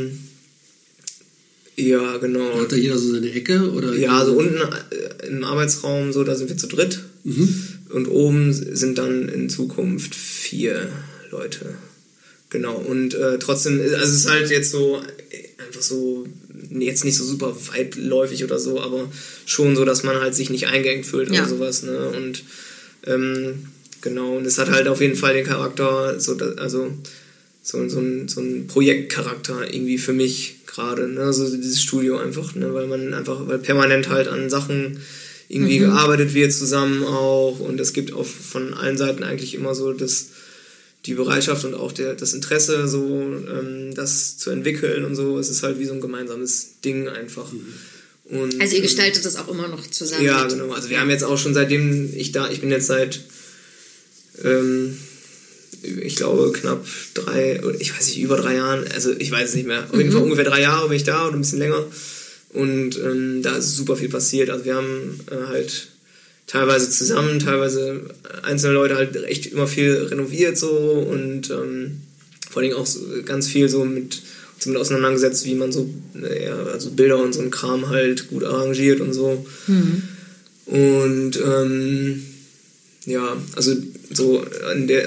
ja, genau. Hat da jeder so seine Ecke? Oder ja, also unten im Arbeitsraum, so, da sind wir zu dritt. Und oben sind dann in Zukunft 4 Leute. Genau. Und trotzdem, also es ist halt jetzt so, einfach so, jetzt nicht so super weitläufig oder so, aber schon so, dass man halt sich nicht eingeengt fühlt oder sowas, ne? Und genau, und es hat halt auf jeden Fall den Charakter, so ein Projektcharakter irgendwie für mich gerade, ne? Also dieses Studio einfach, ne? Weil permanent halt an Sachen irgendwie gearbeitet wird zusammen auch und es gibt auch von allen Seiten eigentlich immer so die Bereitschaft und auch das Interesse, so das zu entwickeln und so. Es ist halt wie so ein gemeinsames Ding einfach. Und, also ihr gestaltet das auch immer noch zusammen? Ja, genau. Also wir haben jetzt auch schon seitdem ich bin jetzt seit ich glaube knapp 3, ich weiß nicht, über 3 Jahren, also ich weiß es nicht mehr. Auf jeden Fall ungefähr 3 Jahre bin ich da oder ein bisschen länger. Und da ist super viel passiert. Also wir haben halt teilweise zusammen, teilweise einzelne Leute halt echt immer viel renoviert so und vor allem auch so ganz viel so mit auseinandergesetzt, wie man so also Bilder und so ein Kram halt gut arrangiert und so. Und ja, also so an der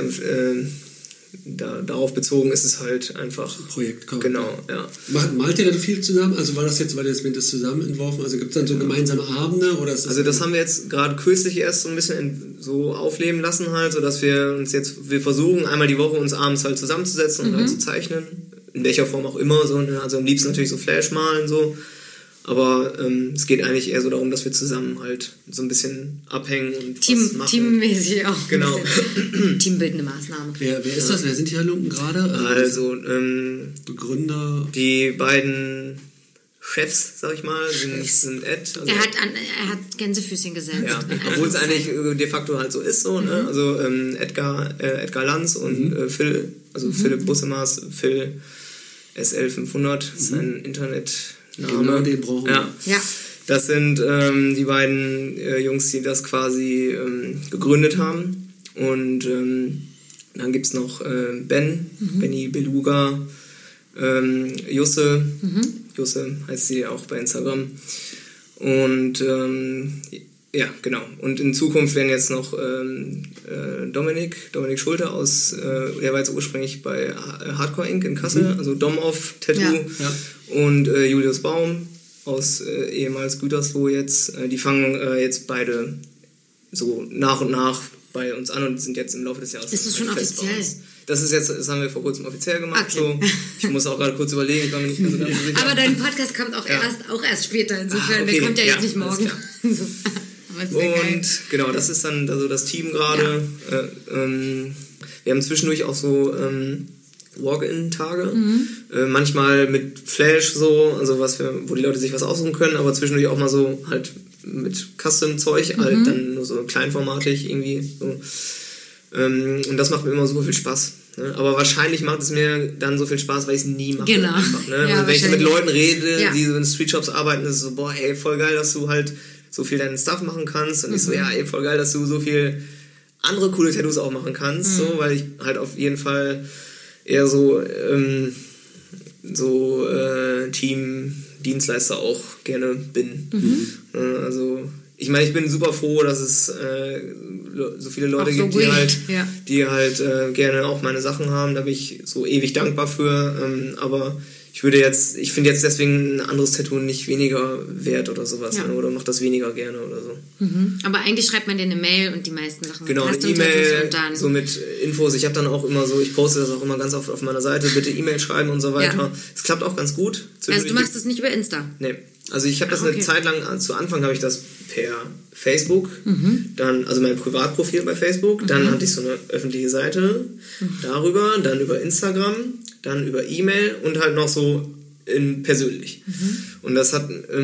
darauf bezogen ist es halt einfach Projekt. Genau, ja. Malt ihr da viel zusammen? Also weil ihr das zusammen entworfen? Also gibt es dann so gemeinsame Abende? Oder ist also das haben wir jetzt gerade kürzlich erst so ein bisschen so aufleben lassen halt, sodass wir versuchen einmal die Woche uns abends halt zusammenzusetzen und halt zu zeichnen. In welcher Form auch immer, so, ne? Also am liebsten natürlich so Flash malen, so. Aber es geht eigentlich eher so darum, dass wir zusammen halt so ein bisschen abhängen und was machen. Teammäßig auch. Genau. Teambildende Maßnahmen. Wer ist das? Wer sind die Halunken gerade? Also Begründer. Die beiden Chefs, sag ich mal, sind Ed. Also er hat Gänsefüßchen gesetzt. Ja, obwohl es eigentlich de facto halt so ist, so, ne? Also Edgar Lanz und Phil, also Philipp Bussemaß, Phil SL500, ist sein Internetname. Genau, den brauchen wir. Ja. Das sind die beiden Jungs, die das quasi gegründet haben. Und dann gibt es noch Benny Beluga, Jusse. Jusse heißt sie auch bei Instagram. Und ja, genau. Und in Zukunft werden jetzt noch Dominik Schulte der war jetzt ursprünglich bei Hardcore Inc. in Kassel, also Dom-Off Tattoo. Ja. Und Julius Baum aus ehemals Gütersloh jetzt. Die fangen jetzt beide so nach und nach bei uns an und sind jetzt im Laufe des Jahres. Ist das schon offiziell? Das haben wir vor kurzem offiziell gemacht. Okay. So. Ich muss auch gerade kurz überlegen, ich war mir nicht mehr so ganz sicher. Aber dein Podcast kommt auch erst später, insofern, okay. Der kommt ja jetzt nicht morgen. Und genau, das ist dann also das Team gerade. Ja. Wir haben zwischendurch auch so Walk-in-Tage. Manchmal mit Flash so, also wo die Leute sich was aussuchen können, aber zwischendurch auch mal so halt mit Custom-Zeug, halt dann nur so kleinformatig irgendwie so. Und das macht mir immer super viel Spaß. Ne? Aber wahrscheinlich macht es mir dann so viel Spaß, weil ich es nie mache. Genau. Einfach, ne? Ja, wenn ich mit Leuten rede, die so in Streetshops arbeiten, ist es so, boah, ey, voll geil, dass du halt so viel deinen Stuff machen kannst. Und ich so, ja, ey, voll geil, dass du so viel andere coole Tattoos auch machen kannst. So, weil ich halt auf jeden Fall eher so Team-Dienstleister auch gerne bin. Also ich meine, ich bin super froh, dass es so viele Leute so gibt, die halt gerne auch meine Sachen haben. Da bin ich so ewig dankbar für. Aber ich finde jetzt deswegen ein anderes Tattoo nicht weniger wert oder sowas. Ja. Ne? Oder mache das weniger gerne oder so. Aber eigentlich schreibt man dir eine Mail und die meisten Sachen Genau, eine E-Mail, so mit Infos. Ich habe dann auch immer so, ich poste das auch immer ganz oft auf meiner Seite, bitte E-Mail schreiben und so weiter. Es klappt auch ganz gut. Also du machst das nicht über Insta? Nee. Also ich habe das eine Zeit lang, zu Anfang habe ich das per Facebook, dann, also mein Privatprofil bei Facebook, dann hatte ich so eine öffentliche Seite darüber, dann über Instagram, dann über E-Mail und halt noch so persönlich. Und das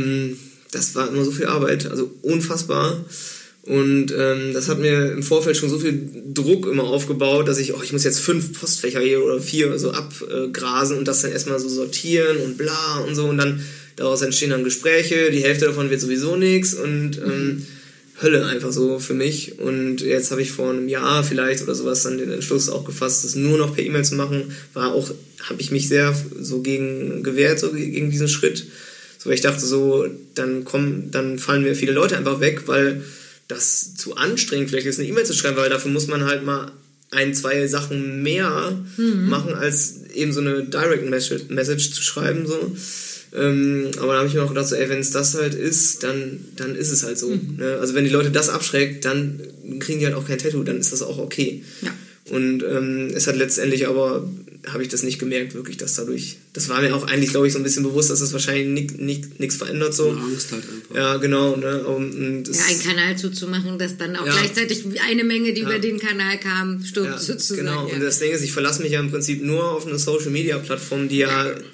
war immer so viel Arbeit, also unfassbar. Und das hat mir im Vorfeld schon so viel Druck immer aufgebaut, dass ich muss jetzt 5 Postfächer hier oder 4 so abgrasen und das dann erstmal so sortieren und bla und so und dann daraus entstehen dann Gespräche, die Hälfte davon wird sowieso nichts und Hölle einfach so für mich. Und jetzt habe ich vor einem Jahr vielleicht oder sowas dann den Entschluss auch gefasst, das nur noch per E-Mail zu machen. Habe ich mich sehr so gegen gewehrt, so gegen diesen Schritt. So, weil ich dachte so, dann fallen mir viele Leute einfach weg, weil das zu anstrengend vielleicht ist, eine E-Mail zu schreiben, weil dafür muss man halt mal 1-2 Sachen mehr machen, als eben so eine Direct Message zu schreiben, so. Aber dann habe ich mir auch gedacht, so, wenn es das halt ist, dann ist es halt so. Ne? Also wenn die Leute das abschreckt, dann kriegen die halt auch kein Tattoo, dann ist das auch okay. Ja. Und es hat letztendlich aber, habe ich das nicht gemerkt, wirklich, dass dadurch, das war mir auch eigentlich, glaube ich, so ein bisschen bewusst, dass das wahrscheinlich nichts verändert. So. Eine Angst halt einfach. Ja, genau. Ne? Einen Kanal zuzumachen, dass dann auch gleichzeitig eine Menge, die über den Kanal kam, stirbt sozusagen. Genau, und das Ding ist, ich verlasse mich ja im Prinzip nur auf eine Social-Media-Plattform, die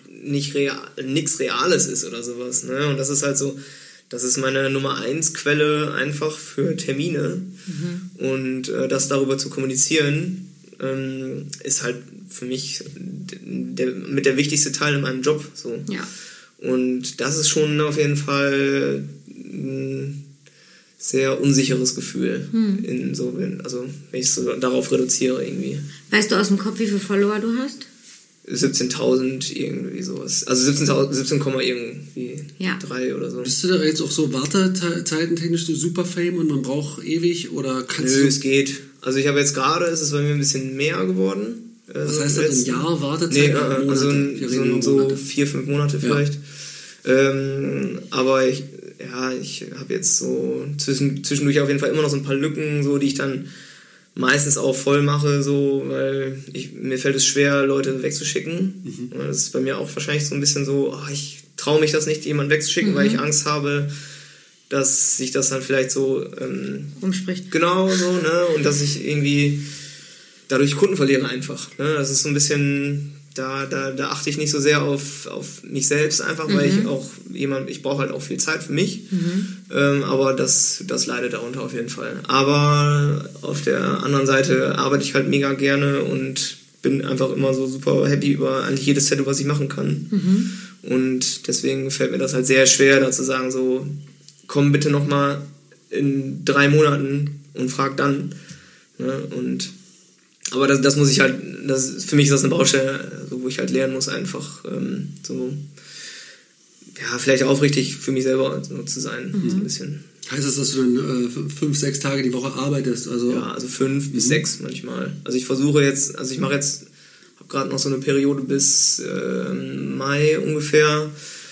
nichts Reales ist oder sowas. Ne? Und das ist halt so, das ist meine Nummer 1 Quelle einfach für Termine. Und das darüber zu kommunizieren, ist halt für mich mit der wichtigste Teil in meinem Job. So. Ja. Und das ist schon auf jeden Fall ein sehr unsicheres Gefühl, wenn ich es so darauf reduziere irgendwie. Weißt du aus dem Kopf, wie viele Follower du hast? 17.000 irgendwie sowas. Also 17, irgendwie 3 oder so. Bist du da jetzt auch so wartezeitentechnisch so super Fame und man braucht ewig oder kannst Nö, es geht. Also ich habe jetzt gerade, ist es bei mir ein bisschen mehr geworden. Was heißt das, ein Jahr Wartezeit? Nee, also so 4-5 Monate vielleicht. Aber ich habe jetzt so zwischendurch auf jeden Fall immer noch so ein paar Lücken, so die ich dann meistens auch voll mache, so, weil mir fällt es schwer, Leute wegzuschicken. Das ist bei mir auch wahrscheinlich so ein bisschen so, ich traue mich das nicht, jemanden wegzuschicken, weil ich Angst habe, dass sich das dann vielleicht so umspricht. Genau so, ne? Und dass ich irgendwie dadurch Kunden verliere einfach. Ne? Das ist so ein bisschen, da achte ich nicht so sehr auf mich selbst einfach, weil ich brauche halt auch viel Zeit für mich. Aber das leidet darunter auf jeden Fall. Aber auf der anderen Seite arbeite ich halt mega gerne und bin einfach immer so super happy über eigentlich jedes Tattoo, was ich machen kann. Und deswegen fällt mir das halt sehr schwer, da zu sagen, so, komm bitte nochmal in 3 Monaten und frag dann. Ne? Aber das muss ich halt, für mich ist das eine Baustelle, so, wo ich halt lernen muss, einfach vielleicht aufrichtig für mich selber so zu sein. So ein bisschen. Heißt das, dass du dann 5-6 Tage die Woche arbeitest? Also? Ja, also 5 bis 6 manchmal. Also ich versuche jetzt, habe gerade noch so eine Periode bis Mai ungefähr,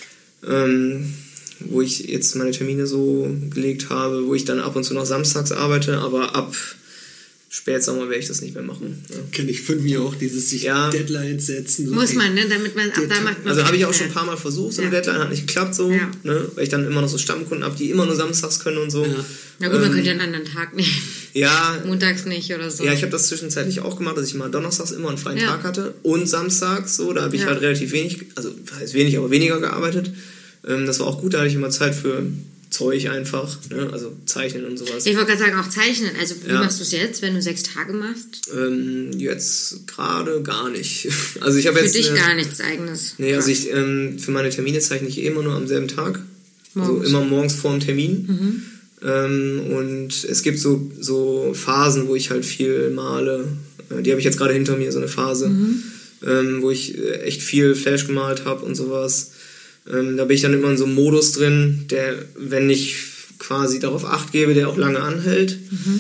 wo ich jetzt meine Termine so gelegt habe, wo ich dann ab und zu noch samstags arbeite, aber ab Spätsommer werde ich das nicht mehr machen. Ja. Kenne ich von mir auch, dieses sich Deadlines setzen. So muss man, ne? Damit man ab da macht man. Also habe ich auch schon ein paar Mal versucht, so eine Deadline hat nicht geklappt, so, ne? Weil ich dann immer noch so Stammkunden habe, die immer nur samstags können und so. Ja. Na gut, man könnte ja einen anderen Tag nehmen. Ja. Montags nicht oder so. Ja, ich habe das zwischenzeitlich auch gemacht, dass ich mal donnerstags immer einen freien Tag hatte und samstags so, da habe ich halt relativ wenig, also was heißt wenig, aber weniger gearbeitet. Das war auch gut, da hatte ich immer Zeit für Zeug einfach, ne? Also Zeichnen und sowas. Ich wollte gerade sagen, auch Zeichnen. Also wie machst du es jetzt, wenn du 6 Tage machst? Jetzt gerade gar nicht. Also ich habe für dich gar nichts Eigenes. Nee, also ich für meine Termine zeichne ich immer nur am selben Tag. Morgens. Also immer morgens vor dem Termin. Und es gibt so Phasen, wo ich halt viel male. Die habe ich jetzt gerade hinter mir, so eine Phase, wo ich echt viel Flash gemalt habe und sowas. Da bin ich dann immer in so einem Modus drin, der, wenn ich quasi darauf Acht gebe, der auch lange anhält.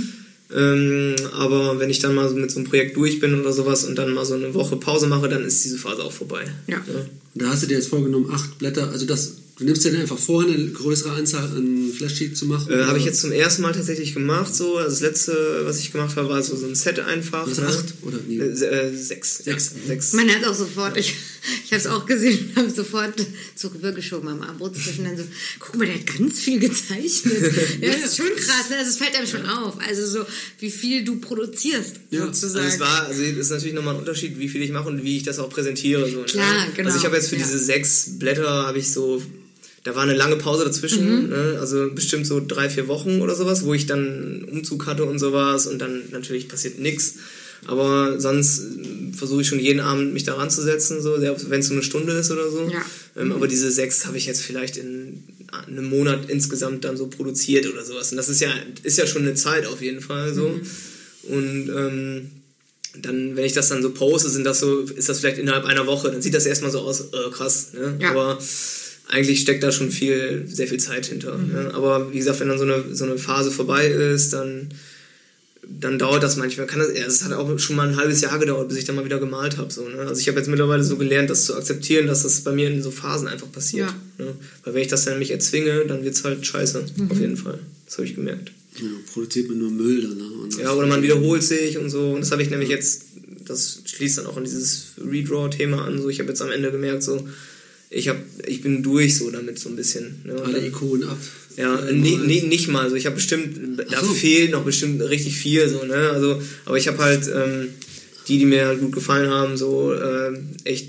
Aber wenn ich dann mal so mit so einem Projekt durch bin oder sowas und dann mal so eine Woche Pause mache, dann ist diese Phase auch vorbei. Ja. Da hast du dir jetzt vorgenommen, 8 Blätter, also du nimmst dir dann einfach vor, eine größere Anzahl an Flashsheets zu machen? Habe ich jetzt zum ersten Mal tatsächlich gemacht. So. Also das letzte, was ich gemacht habe, war so ein Set einfach. Was, 8 oder nie? 6. 6. Man hat auch sofort, ich habe es auch gesehen, habe sofort so rübergeschoben am Armbrutstisch und dann so, guck mal, der hat ganz viel gezeichnet. Ja, das ist schon krass, ne? Also es fällt einem schon auf. Also so, wie viel du produzierst, sozusagen. Also es ist natürlich nochmal ein Unterschied, wie viel ich mache und wie ich das auch präsentiere. So, Klar, ne? genau. Also ich habe jetzt für diese 6 Blätter, habe ich so, da war eine lange Pause dazwischen, ne? Also bestimmt so 3-4 Wochen oder sowas, wo ich dann einen Umzug hatte und sowas und dann natürlich passiert nichts. Aber sonst versuche ich schon jeden Abend mich da ranzusetzen, so, wenn es so eine Stunde ist oder so. Ja. Aber diese 6 habe ich jetzt vielleicht in einem Monat insgesamt dann so produziert oder sowas. Und das ist ja schon eine Zeit auf jeden Fall so. Und dann, wenn ich das dann so poste, ist das vielleicht innerhalb einer Woche. Dann sieht das erstmal so aus, krass. Ne? Ja. Aber eigentlich steckt da schon sehr viel Zeit hinter. Ne? Aber wie gesagt, wenn dann so eine Phase vorbei ist, dann dauert das manchmal. Es hat auch schon mal ein halbes Jahr gedauert, bis ich dann mal wieder gemalt habe. So, ne? Also ich habe jetzt mittlerweile so gelernt, das zu akzeptieren, dass das bei mir in so Phasen einfach passiert. Ja. Ne? Weil wenn ich das dann mich erzwinge, dann wird es halt scheiße. Auf jeden Fall. Das habe ich gemerkt. Ja, produziert man nur Müll dann. Ne? Ja, oder man wiederholt sich und so. Und das habe ich nämlich jetzt, das schließt dann auch an dieses Redraw-Thema an. So, ich habe jetzt am Ende gemerkt, so, ich bin durch so damit so ein bisschen. Ne? Alle Ikonen ab. Ja, nicht mal so. Ich habe bestimmt, da fehlt noch bestimmt richtig viel so, ne? Also, aber ich habe halt die mir halt gut gefallen haben, so echt,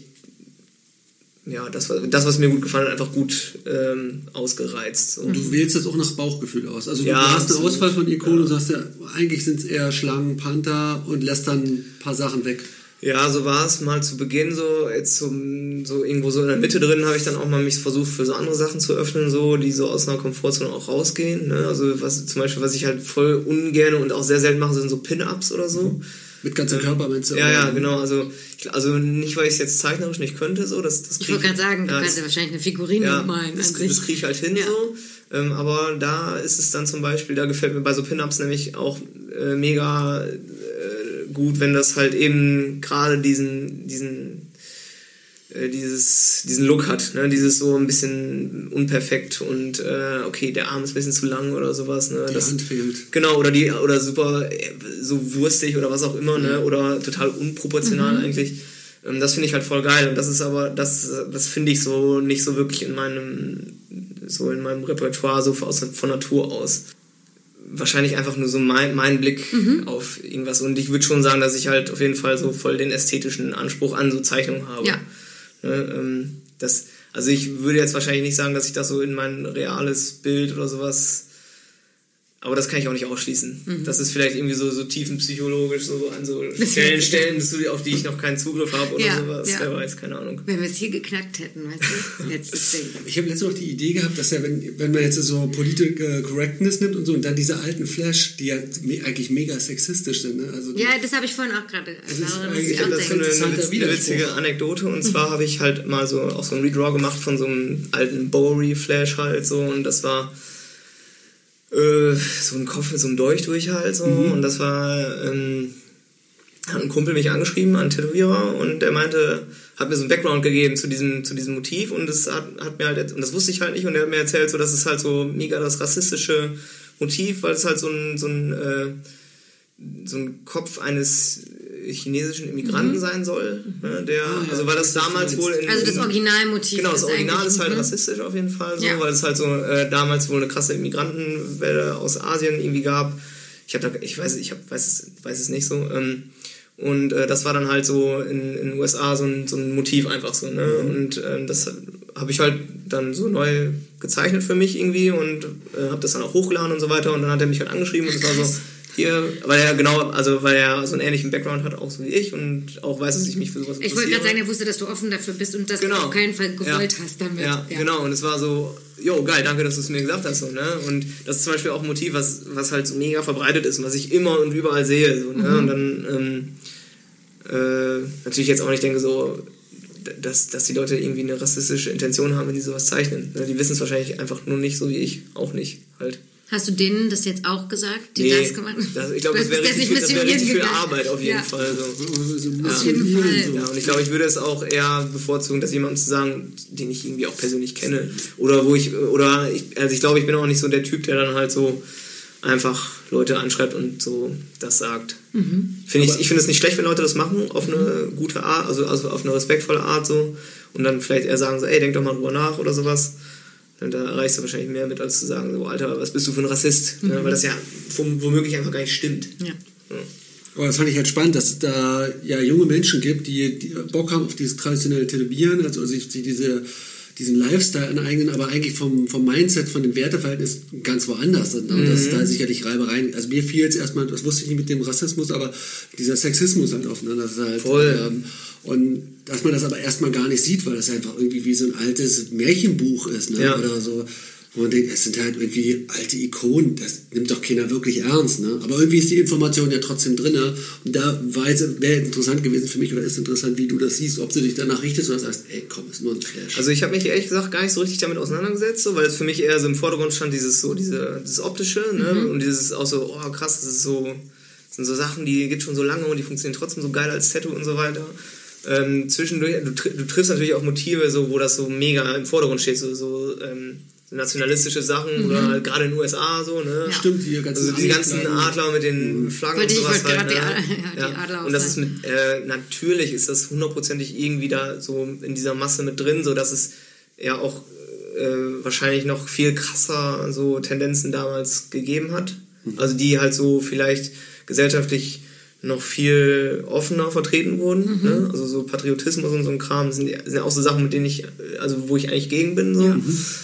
ja, das was mir gut gefallen hat, einfach gut ausgereizt. So. Du wählst das auch nach Bauchgefühl aus. Also ja, du hast eine Auswahl von Ikonen und sagst ja, eigentlich sind es eher Schlangen, Panther und lässt dann ein paar Sachen weg. Ja, so war es mal zu Beginn so, jetzt so irgendwo so in der Mitte drin habe ich dann auch mal mich versucht für so andere Sachen zu öffnen, so, die so aus einer Komfortzone auch rausgehen, ne? Also zum Beispiel, was ich halt voll ungern und auch sehr selten mache, sind so Pin-Ups oder so. Mit ganzem Körper, meinst du? Ja, genau, also nicht, weil ich es jetzt zeichnerisch nicht könnte, so, ich wollte gerade sagen, du kannst ja wahrscheinlich eine Figurine malen. Das kriege ich halt hin, so. Aber da ist es dann zum Beispiel, da gefällt mir bei so Pin-Ups nämlich auch mega gut, wenn das halt eben gerade diesen Look hat, ne? Dieses so ein bisschen unperfekt und okay, der Arm ist ein bisschen zu lang oder sowas, ne? Die Hand fehlt. Genau, oder super so wurstig oder was auch immer, ne? Oder total unproportional eigentlich. Das finde ich halt voll geil und das ist aber, das finde ich so nicht so wirklich in meinem Repertoire so von Natur aus. Wahrscheinlich einfach nur so mein Blick auf irgendwas. Und ich würde schon sagen, dass ich halt auf jeden Fall so voll den ästhetischen Anspruch an so Zeichnungen habe. Ja. Also ich würde jetzt wahrscheinlich nicht sagen, dass ich das so in mein reales Bild oder sowas... Aber das kann ich auch nicht ausschließen. Das ist vielleicht irgendwie so tiefenpsychologisch, so an so Stellen, auf die ich noch keinen Zugriff habe oder sowas. Ja. Wer weiß, keine Ahnung. Wenn wir es hier geknackt hätten, weißt du? Letztes Ding. Ich habe letztens noch die Idee gehabt, dass ja, wenn man jetzt so Political Correctness nimmt und so, und dann diese alten Flash, die ja eigentlich mega sexistisch sind. Ne? Also ja, das habe ich vorhin auch gerade. Ich habe dazu eine witzige Anekdote. Und zwar habe ich halt mal so auch so ein Redraw gemacht von so einem alten Bowery-Flash halt so. Und das war... so ein Kopf mit so einem Dolch durch halt so und das war hat ein Kumpel mich angeschrieben, ein Tätowierer, und der hat mir so einen Background gegeben zu diesem Motiv, und das hat mir halt, und das wusste ich halt nicht, und er hat mir erzählt, so, das ist halt so mega das rassistische Motiv, weil es halt so ein Kopf eines chinesischen Immigranten sein soll, ne, also weil das damals wohl also das Originalmotiv. Genau, das Original ist halt rassistisch auf jeden Fall, so, weil es halt so damals wohl eine krasse Immigrantenwelle aus Asien irgendwie gab. Ich weiß es nicht so. Und das war dann halt so in den USA so ein Motiv einfach so, ne? Und das habe ich halt dann so neu gezeichnet für mich irgendwie und habe das dann auch hochgeladen und so weiter, und dann hat er mich halt angeschrieben und es war so hier, weil er so einen ähnlichen Background hat, auch so wie ich, und auch weiß, dass ich mich für sowas interessiere. Ich wollte gerade sagen, er wusste, dass du offen dafür bist und dass du auf keinen Fall gewollt hast damit. Ja, genau, und es war so, geil, danke, dass du es mir gesagt hast, so, ne? Und das ist zum Beispiel auch ein Motiv, was halt so mega verbreitet ist und was ich immer und überall sehe, so, ne? Und dann natürlich jetzt auch nicht denke so, dass die Leute irgendwie eine rassistische Intention haben, wenn die sowas zeichnen. Die wissen es wahrscheinlich einfach nur nicht, so wie ich auch nicht halt. Hast du denen das jetzt auch gesagt, die das gemacht haben? Ich glaube, das wäre richtig viel Arbeit auf jeden Fall. So. Auf jeden Fall. Ja, und ich glaube, ich würde es auch eher bevorzugen, das jemandem zu sagen, den ich irgendwie auch persönlich kenne. Ich glaube, ich bin auch nicht so der Typ, der dann halt so einfach Leute anschreibt und so das sagt. Ich finde es nicht schlecht, wenn Leute das machen, auf eine gute Art, also auf eine respektvolle Art so. Und dann vielleicht eher sagen so, ey, denk doch mal drüber nach oder sowas. Und da erreichst du wahrscheinlich mehr mit, als zu sagen, so, Alter, was bist du für ein Rassist? Ne? Weil das ja womöglich einfach gar nicht stimmt. Ja. Aber das fand ich halt spannend, dass es da ja junge Menschen gibt, die Bock haben auf dieses traditionelle Tätowieren, also sich diesen Lifestyle aneignen, aber eigentlich vom Mindset, von dem Werteverhältnis ganz woanders sind. Und dass da sicherlich Reibereien, also mir fiel jetzt erstmal, das wusste ich nicht mit dem Rassismus, aber dieser Sexismus halt aufeinander. Das ist halt, voll. Und dass man das aber erstmal gar nicht sieht, weil das einfach irgendwie wie so ein altes Märchenbuch ist, ne? Ja. Oder so. Und man denkt, es sind halt irgendwie alte Ikonen, das nimmt doch keiner wirklich ernst, ne? Aber irgendwie ist die Information ja trotzdem drin, ne? Und da wäre interessant gewesen für mich, oder ist interessant, wie du das siehst, ob du dich danach richtest oder sagst, ey, komm, ist nur ein Flash. Also ich habe mich ehrlich gesagt gar nicht so richtig damit auseinandergesetzt, so, weil es für mich eher so im Vordergrund stand, dieses Optische, ne? Und dieses auch so, oh krass, das ist so, das sind so Sachen, die gibt es schon so lange und die funktionieren trotzdem so geil als Tattoo und so weiter. Zwischendurch, du triffst natürlich auch Motive, so, wo das so mega im Vordergrund steht, so nationalistische Sachen oder halt gerade in den USA so, ne? Ja. Stimmt, die ganzen Adler mit den Flaggen und sowas halt, ne? Die Adler und das ist natürlich ist das hundertprozentig irgendwie da so in dieser Masse mit drin, so dass es ja auch wahrscheinlich noch viel krasser so Tendenzen damals gegeben hat. Also die halt so vielleicht gesellschaftlich noch viel offener vertreten wurden, ne? Also so Patriotismus und so ein Kram sind ja auch so Sachen, mit denen wo ich eigentlich gegen bin, so.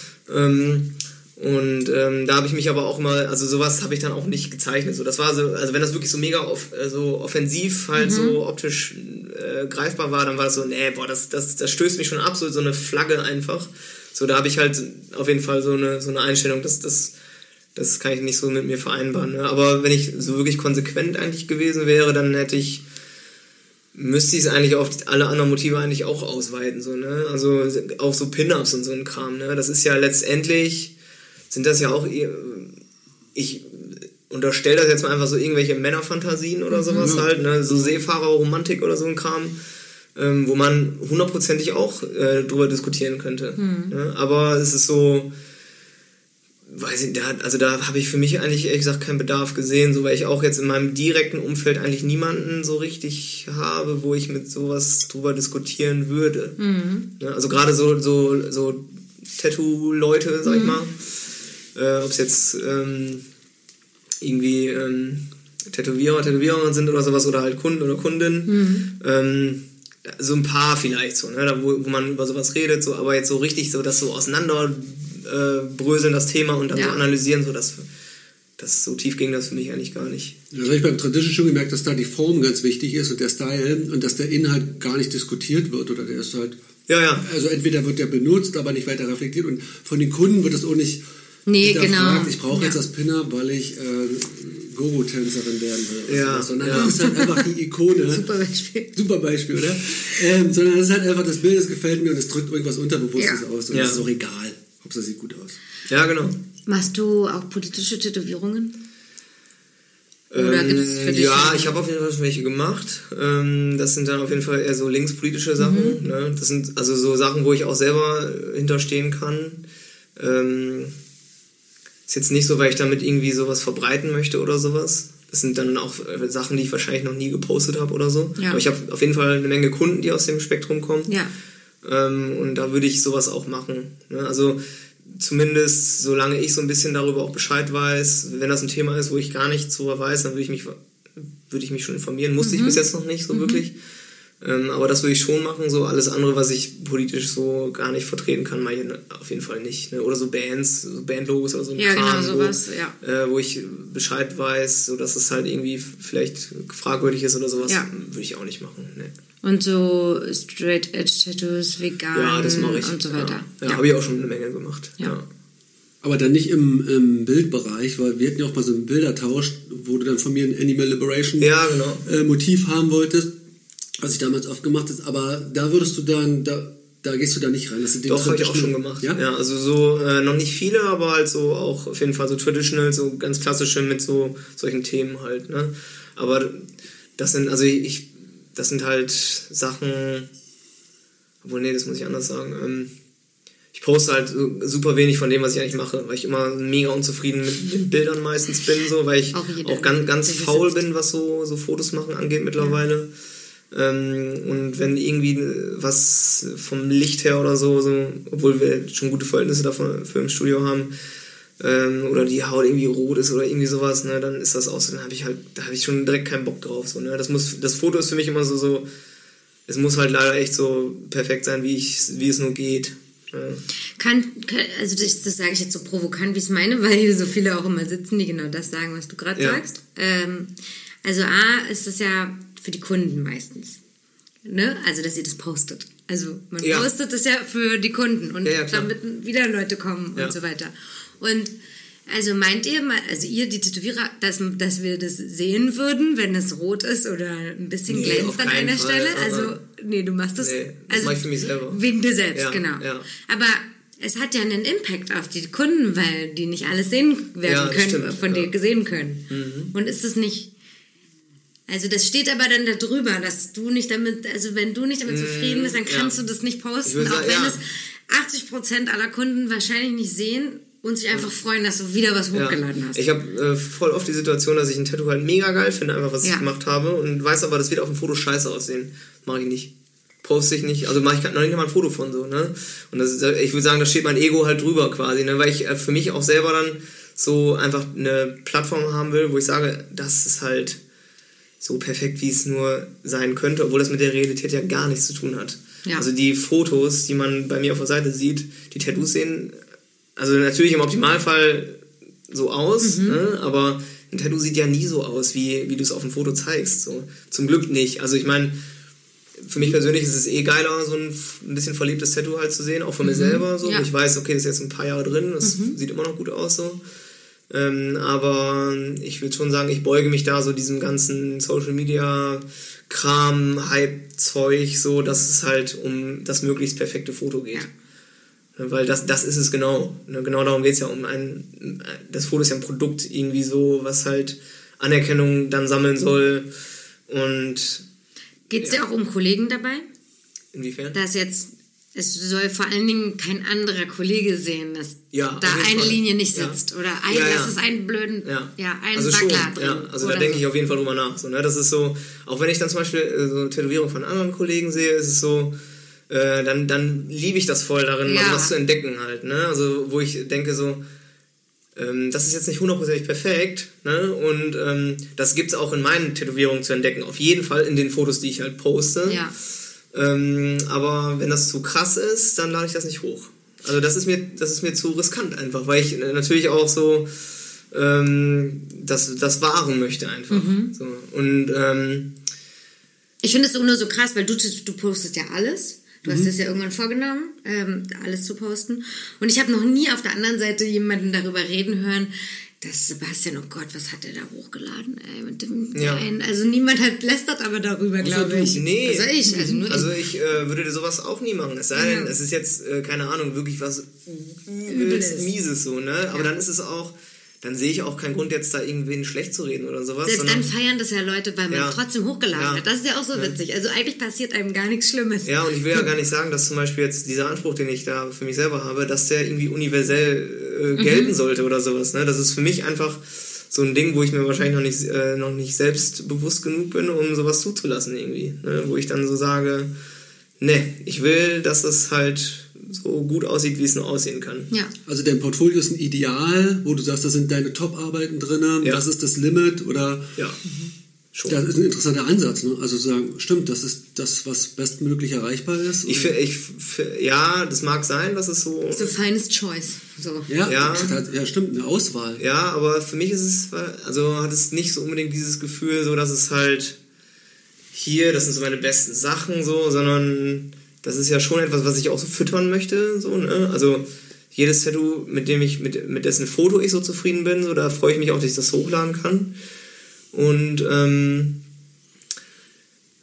Da habe ich mich aber auch immer, also sowas habe ich dann auch nicht gezeichnet, so. Das war so, also wenn das wirklich so mega so offensiv halt so optisch greifbar war, dann war das so, nee, boah, das stößt mich schon ab, so eine Flagge einfach. So, da habe ich halt auf jeden Fall so eine Einstellung, das kann ich nicht so mit mir vereinbaren. Ne? Aber wenn ich so wirklich konsequent eigentlich gewesen wäre, dann müsste ich es eigentlich auf alle anderen Motive eigentlich auch ausweiten. So, ne? Also auch so Pin-Ups und so ein Kram. Ne? Das ist ja letztendlich, sind das ja auch, ich unterstelle das jetzt mal einfach so irgendwelche Männerfantasien oder sowas halt, ne? So Seefahrerromantik oder so ein Kram, wo man hundertprozentig auch drüber diskutieren könnte. Ne? Aber es ist so, weiß ich, da habe ich für mich eigentlich ehrlich gesagt keinen Bedarf gesehen, so, weil ich auch jetzt in meinem direkten Umfeld eigentlich niemanden so richtig habe, wo ich mit sowas drüber diskutieren würde. Ja, also gerade so Tattoo-Leute, sag ich mal, ob es jetzt irgendwie Tätowierer sind oder sowas oder halt Kunden oder Kundinnen, so ein paar vielleicht so, ne, wo man über sowas redet, so, aber jetzt so richtig so das so auseinander bröseln das Thema und dann so analysieren, so das so tief ging das für mich eigentlich gar nicht. Das habe ich beim Tradition schon gemerkt, dass da die Form ganz wichtig ist und der Style und dass der Inhalt gar nicht diskutiert wird oder der ist halt, also entweder wird der benutzt, aber nicht weiter reflektiert und von den Kunden wird es auch nicht hinterfragt, ich brauche jetzt das Pin-Up, weil ich Guru-Tänzerin werden will. Sondern das ist halt einfach die Ikone. Super Beispiel, oder? Sondern das ist halt einfach das Bild, das gefällt mir und es drückt irgendwas Unterbewusstes aus und das ist auch egal. Hauptsache sieht gut aus. Ja, genau. Machst du auch politische Tätowierungen? Oder gibt es für dich? Ja, ich habe auf jeden Fall schon welche gemacht. Das sind dann auf jeden Fall eher so linkspolitische Sachen. Ne? Das sind also so Sachen, wo ich auch selber hinterstehen kann. Ist jetzt nicht so, weil ich damit irgendwie sowas verbreiten möchte oder sowas. Das sind dann auch Sachen, die ich wahrscheinlich noch nie gepostet habe oder so. Ja. Aber ich habe auf jeden Fall eine Menge Kunden, die aus dem Spektrum kommen. Ja. Und da würde ich sowas auch machen. Ne? Also zumindest, solange ich so ein bisschen darüber auch Bescheid weiß, wenn das ein Thema ist, wo ich gar nichts darüber weiß, dann würde ich mich schon informieren. Musste ich bis jetzt noch nicht so wirklich. Aber das würde ich schon machen. So alles andere, was ich politisch so gar nicht vertreten kann, mache ich auf jeden Fall nicht. Ne? Oder so Bands, so Bandlogos oder so ein Kram, genau, sowas, wo ich Bescheid weiß, so dass es halt irgendwie vielleicht fragwürdig ist oder sowas, würde ich auch nicht machen. Ne? Und so Straight-Edge-Tattoos, vegan das mache ich. Und so weiter. Ja, habe ich auch schon eine Menge gemacht. Ja. Aber dann nicht im Bildbereich, weil wir hatten ja auch mal so einen Bildertausch, wo du dann von mir ein Animal Liberation Motiv haben wolltest, was ich damals oft gemacht habe. Aber da würdest du dann, da gehst du da nicht rein. Doch, habe ich auch schon gemacht. Ja, also so noch nicht viele, aber halt so auch auf jeden Fall so traditional, so ganz klassische mit so solchen Themen halt. Ne? Aber das sind, also das sind halt Sachen, obwohl, nee, das muss ich anders sagen. Ich poste halt super wenig von dem, was ich eigentlich mache, weil ich immer mega unzufrieden mit den Bildern meistens bin, so, weil ich auch ganz faul bin, was so Fotos machen angeht mittlerweile. Ja. Und wenn irgendwie was vom Licht her oder so, obwohl wir schon gute Verhältnisse davon für im Studio haben, oder die Haut irgendwie rot ist oder irgendwie sowas, ne, dann ist das auch so, da habe ich schon direkt keinen Bock drauf. So, ne? Das Foto ist für mich immer so, es muss halt leider echt so perfekt sein, wie es nur geht. Ja. Also das sage ich jetzt so provokant, wie ich es meine, weil hier so viele auch immer sitzen, die genau das sagen, was du gerade sagst. Also ist das ja für die Kunden meistens, ne? Also dass ihr das postet. Also man postet das ja für die Kunden und damit wieder Leute kommen und so weiter. Und also meint ihr, also ihr, die Tätowierer, dass wir das sehen würden, wenn es rot ist oder ein bisschen glänzt an einer Stelle? Also, nee, du machst das. Nee, das mache ich für mich selber. Wegen dir selbst, genau. Ja. Aber es hat ja einen Impact auf die Kunden, weil die nicht alles sehen werden können, von dir gesehen können. Mhm. Und ist es nicht... Also das steht aber dann da drüber, dass du nicht damit, also wenn du nicht damit zufrieden bist, dann kannst du das nicht posten, auch wenn es 80% aller Kunden wahrscheinlich nicht sehen und sich einfach freuen, dass du wieder was hochgeladen hast. Ich habe voll oft die Situation, dass ich ein Tattoo halt mega geil finde, einfach was ich gemacht habe und weiß aber, das wird auf dem Foto scheiße aussehen. Mache ich nicht. Poste ich nicht. Also mache ich noch nicht mal ein Foto von so, ne? Und ich würde sagen, da steht mein Ego halt drüber quasi, ne? Weil ich für mich auch selber dann so einfach eine Plattform haben will, wo ich sage, das ist halt so perfekt, wie es nur sein könnte, obwohl das mit der Realität ja gar nichts zu tun hat. Ja. Also die Fotos, die man bei mir auf der Seite sieht, die Tattoos sehen, also natürlich im Optimalfall so aus, ne? Aber ein Tattoo sieht ja nie so aus, wie du es auf dem Foto zeigst. So. Zum Glück nicht. Also ich meine, für mich persönlich ist es geiler, so ein bisschen verliebtes Tattoo halt zu sehen, auch von mir selber. So. Ja. Ich weiß, okay, das ist jetzt ein paar Jahre drin, das sieht immer noch gut aus so. Aber ich würde schon sagen, ich beuge mich da so diesem ganzen Social Media Kram, Hype-Zeug, so, dass es halt um das möglichst perfekte Foto geht. Ja. Weil das ist es genau. Genau darum geht es ja das Foto ist ja ein Produkt irgendwie so, was halt Anerkennung dann sammeln soll. Und geht es dir auch um Kollegen dabei? Inwiefern? Es soll vor allen Dingen kein anderer Kollege sehen, dass da eine Linie nicht sitzt. Oder dass es einen blöden, einen also Wackler hat drin. Ja, also da denke ich auf jeden Fall drüber nach. So, ne? Das ist so, auch wenn ich dann zum Beispiel so Tätowierung von anderen Kollegen sehe, ist es so, dann liebe ich das voll darin, mal was zu entdecken halt. Ne? Also wo ich denke so, das ist jetzt nicht 100% perfekt, ne? Und das gibt es auch in meinen Tätowierungen zu entdecken. Auf jeden Fall in den Fotos, die ich halt poste. Ja. Aber wenn das zu krass ist, dann lade ich das nicht hoch. Also das ist mir zu riskant einfach, weil ich natürlich auch so das wahren möchte einfach. So. Und ich finde es nur so krass, weil du postest ja alles. Du hast das ja irgendwann vorgenommen, alles zu posten. Und ich habe noch nie auf der anderen Seite jemanden darüber reden hören, dass Sebastian, oh Gott, was hat der da hochgeladen, ey, mit dem einen. Also niemand hat lästert aber darüber, glaube ich. Nee. Also ich würde dir sowas auch nie machen. Es sei denn, es ist jetzt, keine Ahnung, wirklich was übelst Mieses so, ne? Aber dann ist es auch, dann sehe ich auch keinen Grund, jetzt da irgendwen schlecht zu reden oder sowas. Selbst dann feiern das ja Leute, weil man trotzdem hochgeladen hat. Das ist ja auch so witzig. Also eigentlich passiert einem gar nichts Schlimmes. Ja, und ich will ja gar nicht sagen, dass zum Beispiel jetzt dieser Anspruch, den ich da für mich selber habe, dass der irgendwie universell gelten sollte oder sowas. Ne? Das ist für mich einfach so ein Ding, wo ich mir wahrscheinlich noch nicht selbstbewusst genug bin, um sowas zuzulassen irgendwie. Ne? Wo ich dann so sage, ne, ich will, dass das halt so gut aussieht, wie es nur aussehen kann. Ja. Also dein Portfolio ist ein Ideal, wo du sagst, da sind deine Top-Arbeiten drin, das ist das Limit oder... Ja, schon. Das ist ein interessanter Ansatz, ne? Also zu sagen, stimmt, das ist das, was bestmöglich erreichbar ist. Ja, das mag sein, dass es so... The finest choice. So. Ja, stimmt, eine Auswahl. Ja, aber für mich ist es, also hat es nicht so unbedingt dieses Gefühl, so dass es halt hier, das sind so meine besten Sachen, so, sondern das ist ja schon etwas, was ich auch so füttern möchte, so, ne? Also jedes Tattoo, mit dessen Foto ich so zufrieden bin, so, da freue ich mich auch, dass ich das hochladen kann. Und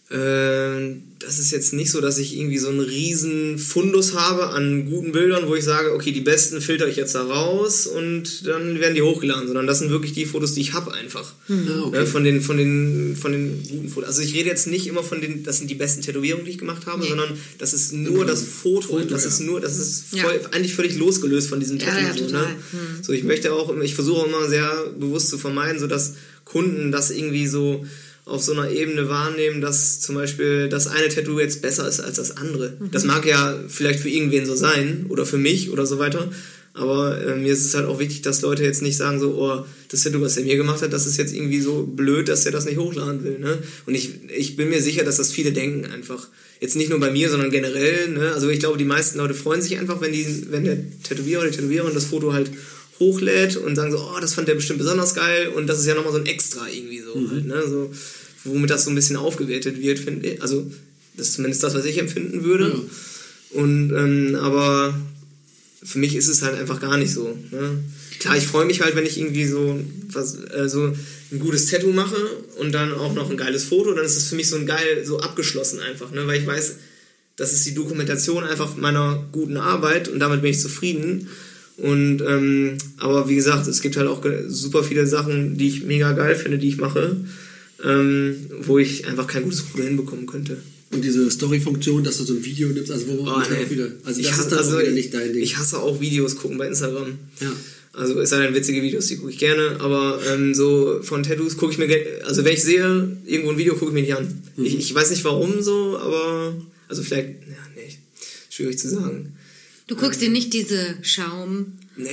Das ist jetzt nicht so, dass ich irgendwie so einen riesen Fundus habe an guten Bildern, wo ich sage, okay, die besten filter ich jetzt da raus und dann werden die hochgeladen, sondern das sind wirklich die Fotos, die ich habe einfach. Okay. Von den guten Fotos. Also ich rede jetzt nicht immer von den, das sind die besten Tätowierungen, die ich gemacht habe, sondern das ist nur das Foto. Das ist eigentlich völlig losgelöst von diesem Tattoo. Ja, total. So, ich versuche auch immer sehr bewusst zu vermeiden, so dass Kunden das irgendwie so auf so einer Ebene wahrnehmen, dass zum Beispiel das eine Tattoo jetzt besser ist als das andere. Das mag ja vielleicht für irgendwen so sein oder für mich oder so weiter, aber mir ist es halt auch wichtig, dass Leute jetzt nicht sagen so, oh, das Tattoo, was er mir gemacht hat, das ist jetzt irgendwie so blöd, dass er das nicht hochladen will. Ne? Und ich bin mir sicher, dass das viele denken einfach. Jetzt nicht nur bei mir, sondern generell. Ne? Also ich glaube, die meisten Leute freuen sich einfach, wenn der Tätowierer oder die Tätowiererin das Foto halt hochlädt und sagen so, oh, das fand der bestimmt besonders geil und das ist ja nochmal so ein Extra irgendwie so halt, ne, so, womit das so ein bisschen aufgewertet wird, finde ich, also das ist zumindest das, was ich empfinden würde und aber für mich ist es halt einfach gar nicht so, ne? Klar, ich freue mich halt, wenn ich irgendwie so ein gutes Tattoo mache und dann auch noch ein geiles Foto, dann ist es für mich so so abgeschlossen einfach, ne, weil ich weiß, das ist die Dokumentation einfach meiner guten Arbeit und damit bin ich zufrieden. Und aber wie gesagt, es gibt halt auch super viele Sachen, die ich mega geil finde, die ich mache, wo ich einfach kein gutes Foto hinbekommen könnte. Und diese Story-Funktion, dass du so ein Video nimmst, also wo man wieder, also das ist dann auch wieder nicht dein Ding. Ich hasse auch Videos gucken bei Instagram. Ja. Also es sei denn witzige Videos, die gucke ich gerne, aber so von Tattoos gucke ich mir, also wenn ich sehe, irgendwo ein Video, gucke ich mir nicht an. Ich weiß nicht warum so, aber, also vielleicht, schwierig zu sagen. Du guckst dir nicht diese Schaum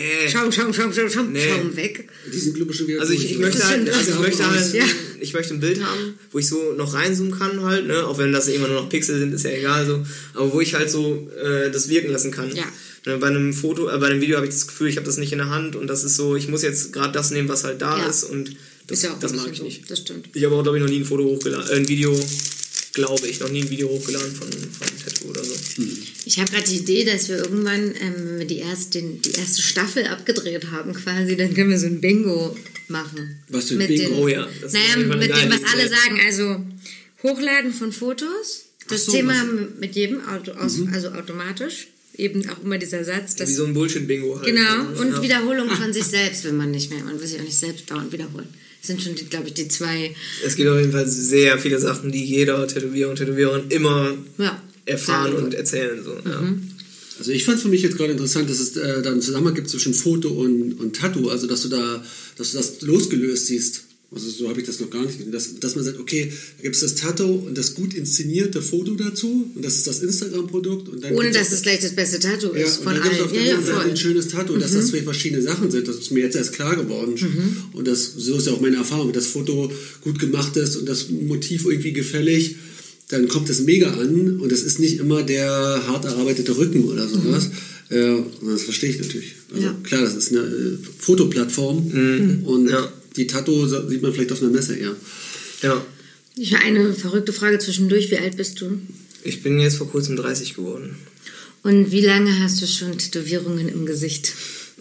weg. Die sind, glaube ich, schon wieder. Also ich möchte ein Bild haben, wo ich so noch reinzoomen kann halt, ne, auch wenn das immer nur noch Pixel sind, ist ja egal so, aber wo ich halt so das wirken lassen kann. Ja. Ne, bei einem Video habe ich das Gefühl, ich habe das nicht in der Hand und das ist so, ich muss jetzt gerade das nehmen, was halt da ist und das mag ich nicht. Das stimmt. Ich habe auch, glaube ich, noch nie ein Foto hochgeladen, noch nie ein Video hochgeladen von Tattoo oder so. Ich habe gerade die Idee, dass wir irgendwann, wenn wir die erste Staffel abgedreht haben quasi, dann können wir so ein Bingo machen. Was für ein Bingo? Oh ja. Mit dem, was alle sagen. Also Hochladen von Fotos, das Thema mit jedem, also automatisch. Eben auch immer dieser Satz. Wie so ein Bullshit-Bingo halt. Genau, und Wiederholung von sich selbst, wenn man will sich auch nicht selbst dauernd wiederholen. Das sind schon, glaube ich, die zwei. Es gibt auf jeden Fall sehr viele Sachen, die jeder Tätowierer und Tätowiererin immer erfahren und erzählen. So. Ja. Also ich fand es für mich jetzt gerade interessant, dass es da einen Zusammenhang gibt zwischen Foto und Tattoo, also dass du das losgelöst siehst. Also so habe ich das noch gar nicht gesehen. Dass man sagt, okay, da gibt es das Tattoo und das gut inszenierte Foto dazu und das ist das Instagram-Produkt. Und dann ohne dass es gleich das beste Tattoo ist von allen. Voll. Ein schönes Tattoo, dass das zwei verschiedene Sachen sind. Das ist mir jetzt erst klar geworden. Und so ist ja auch meine Erfahrung. Wenn das Foto gut gemacht ist und das Motiv irgendwie gefällig, dann kommt das mega an und das ist nicht immer der hart erarbeitete Rücken oder sowas. Das verstehe ich natürlich. Also klar, das ist eine Fotoplattform und die Tattoo sieht man vielleicht auf einer Messe eher. Ja. Ich habe eine verrückte Frage zwischendurch. Wie alt bist du? Ich bin jetzt vor kurzem 30 geworden. Und wie lange hast du schon Tätowierungen im Gesicht?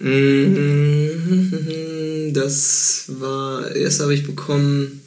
Das erst habe ich bekommen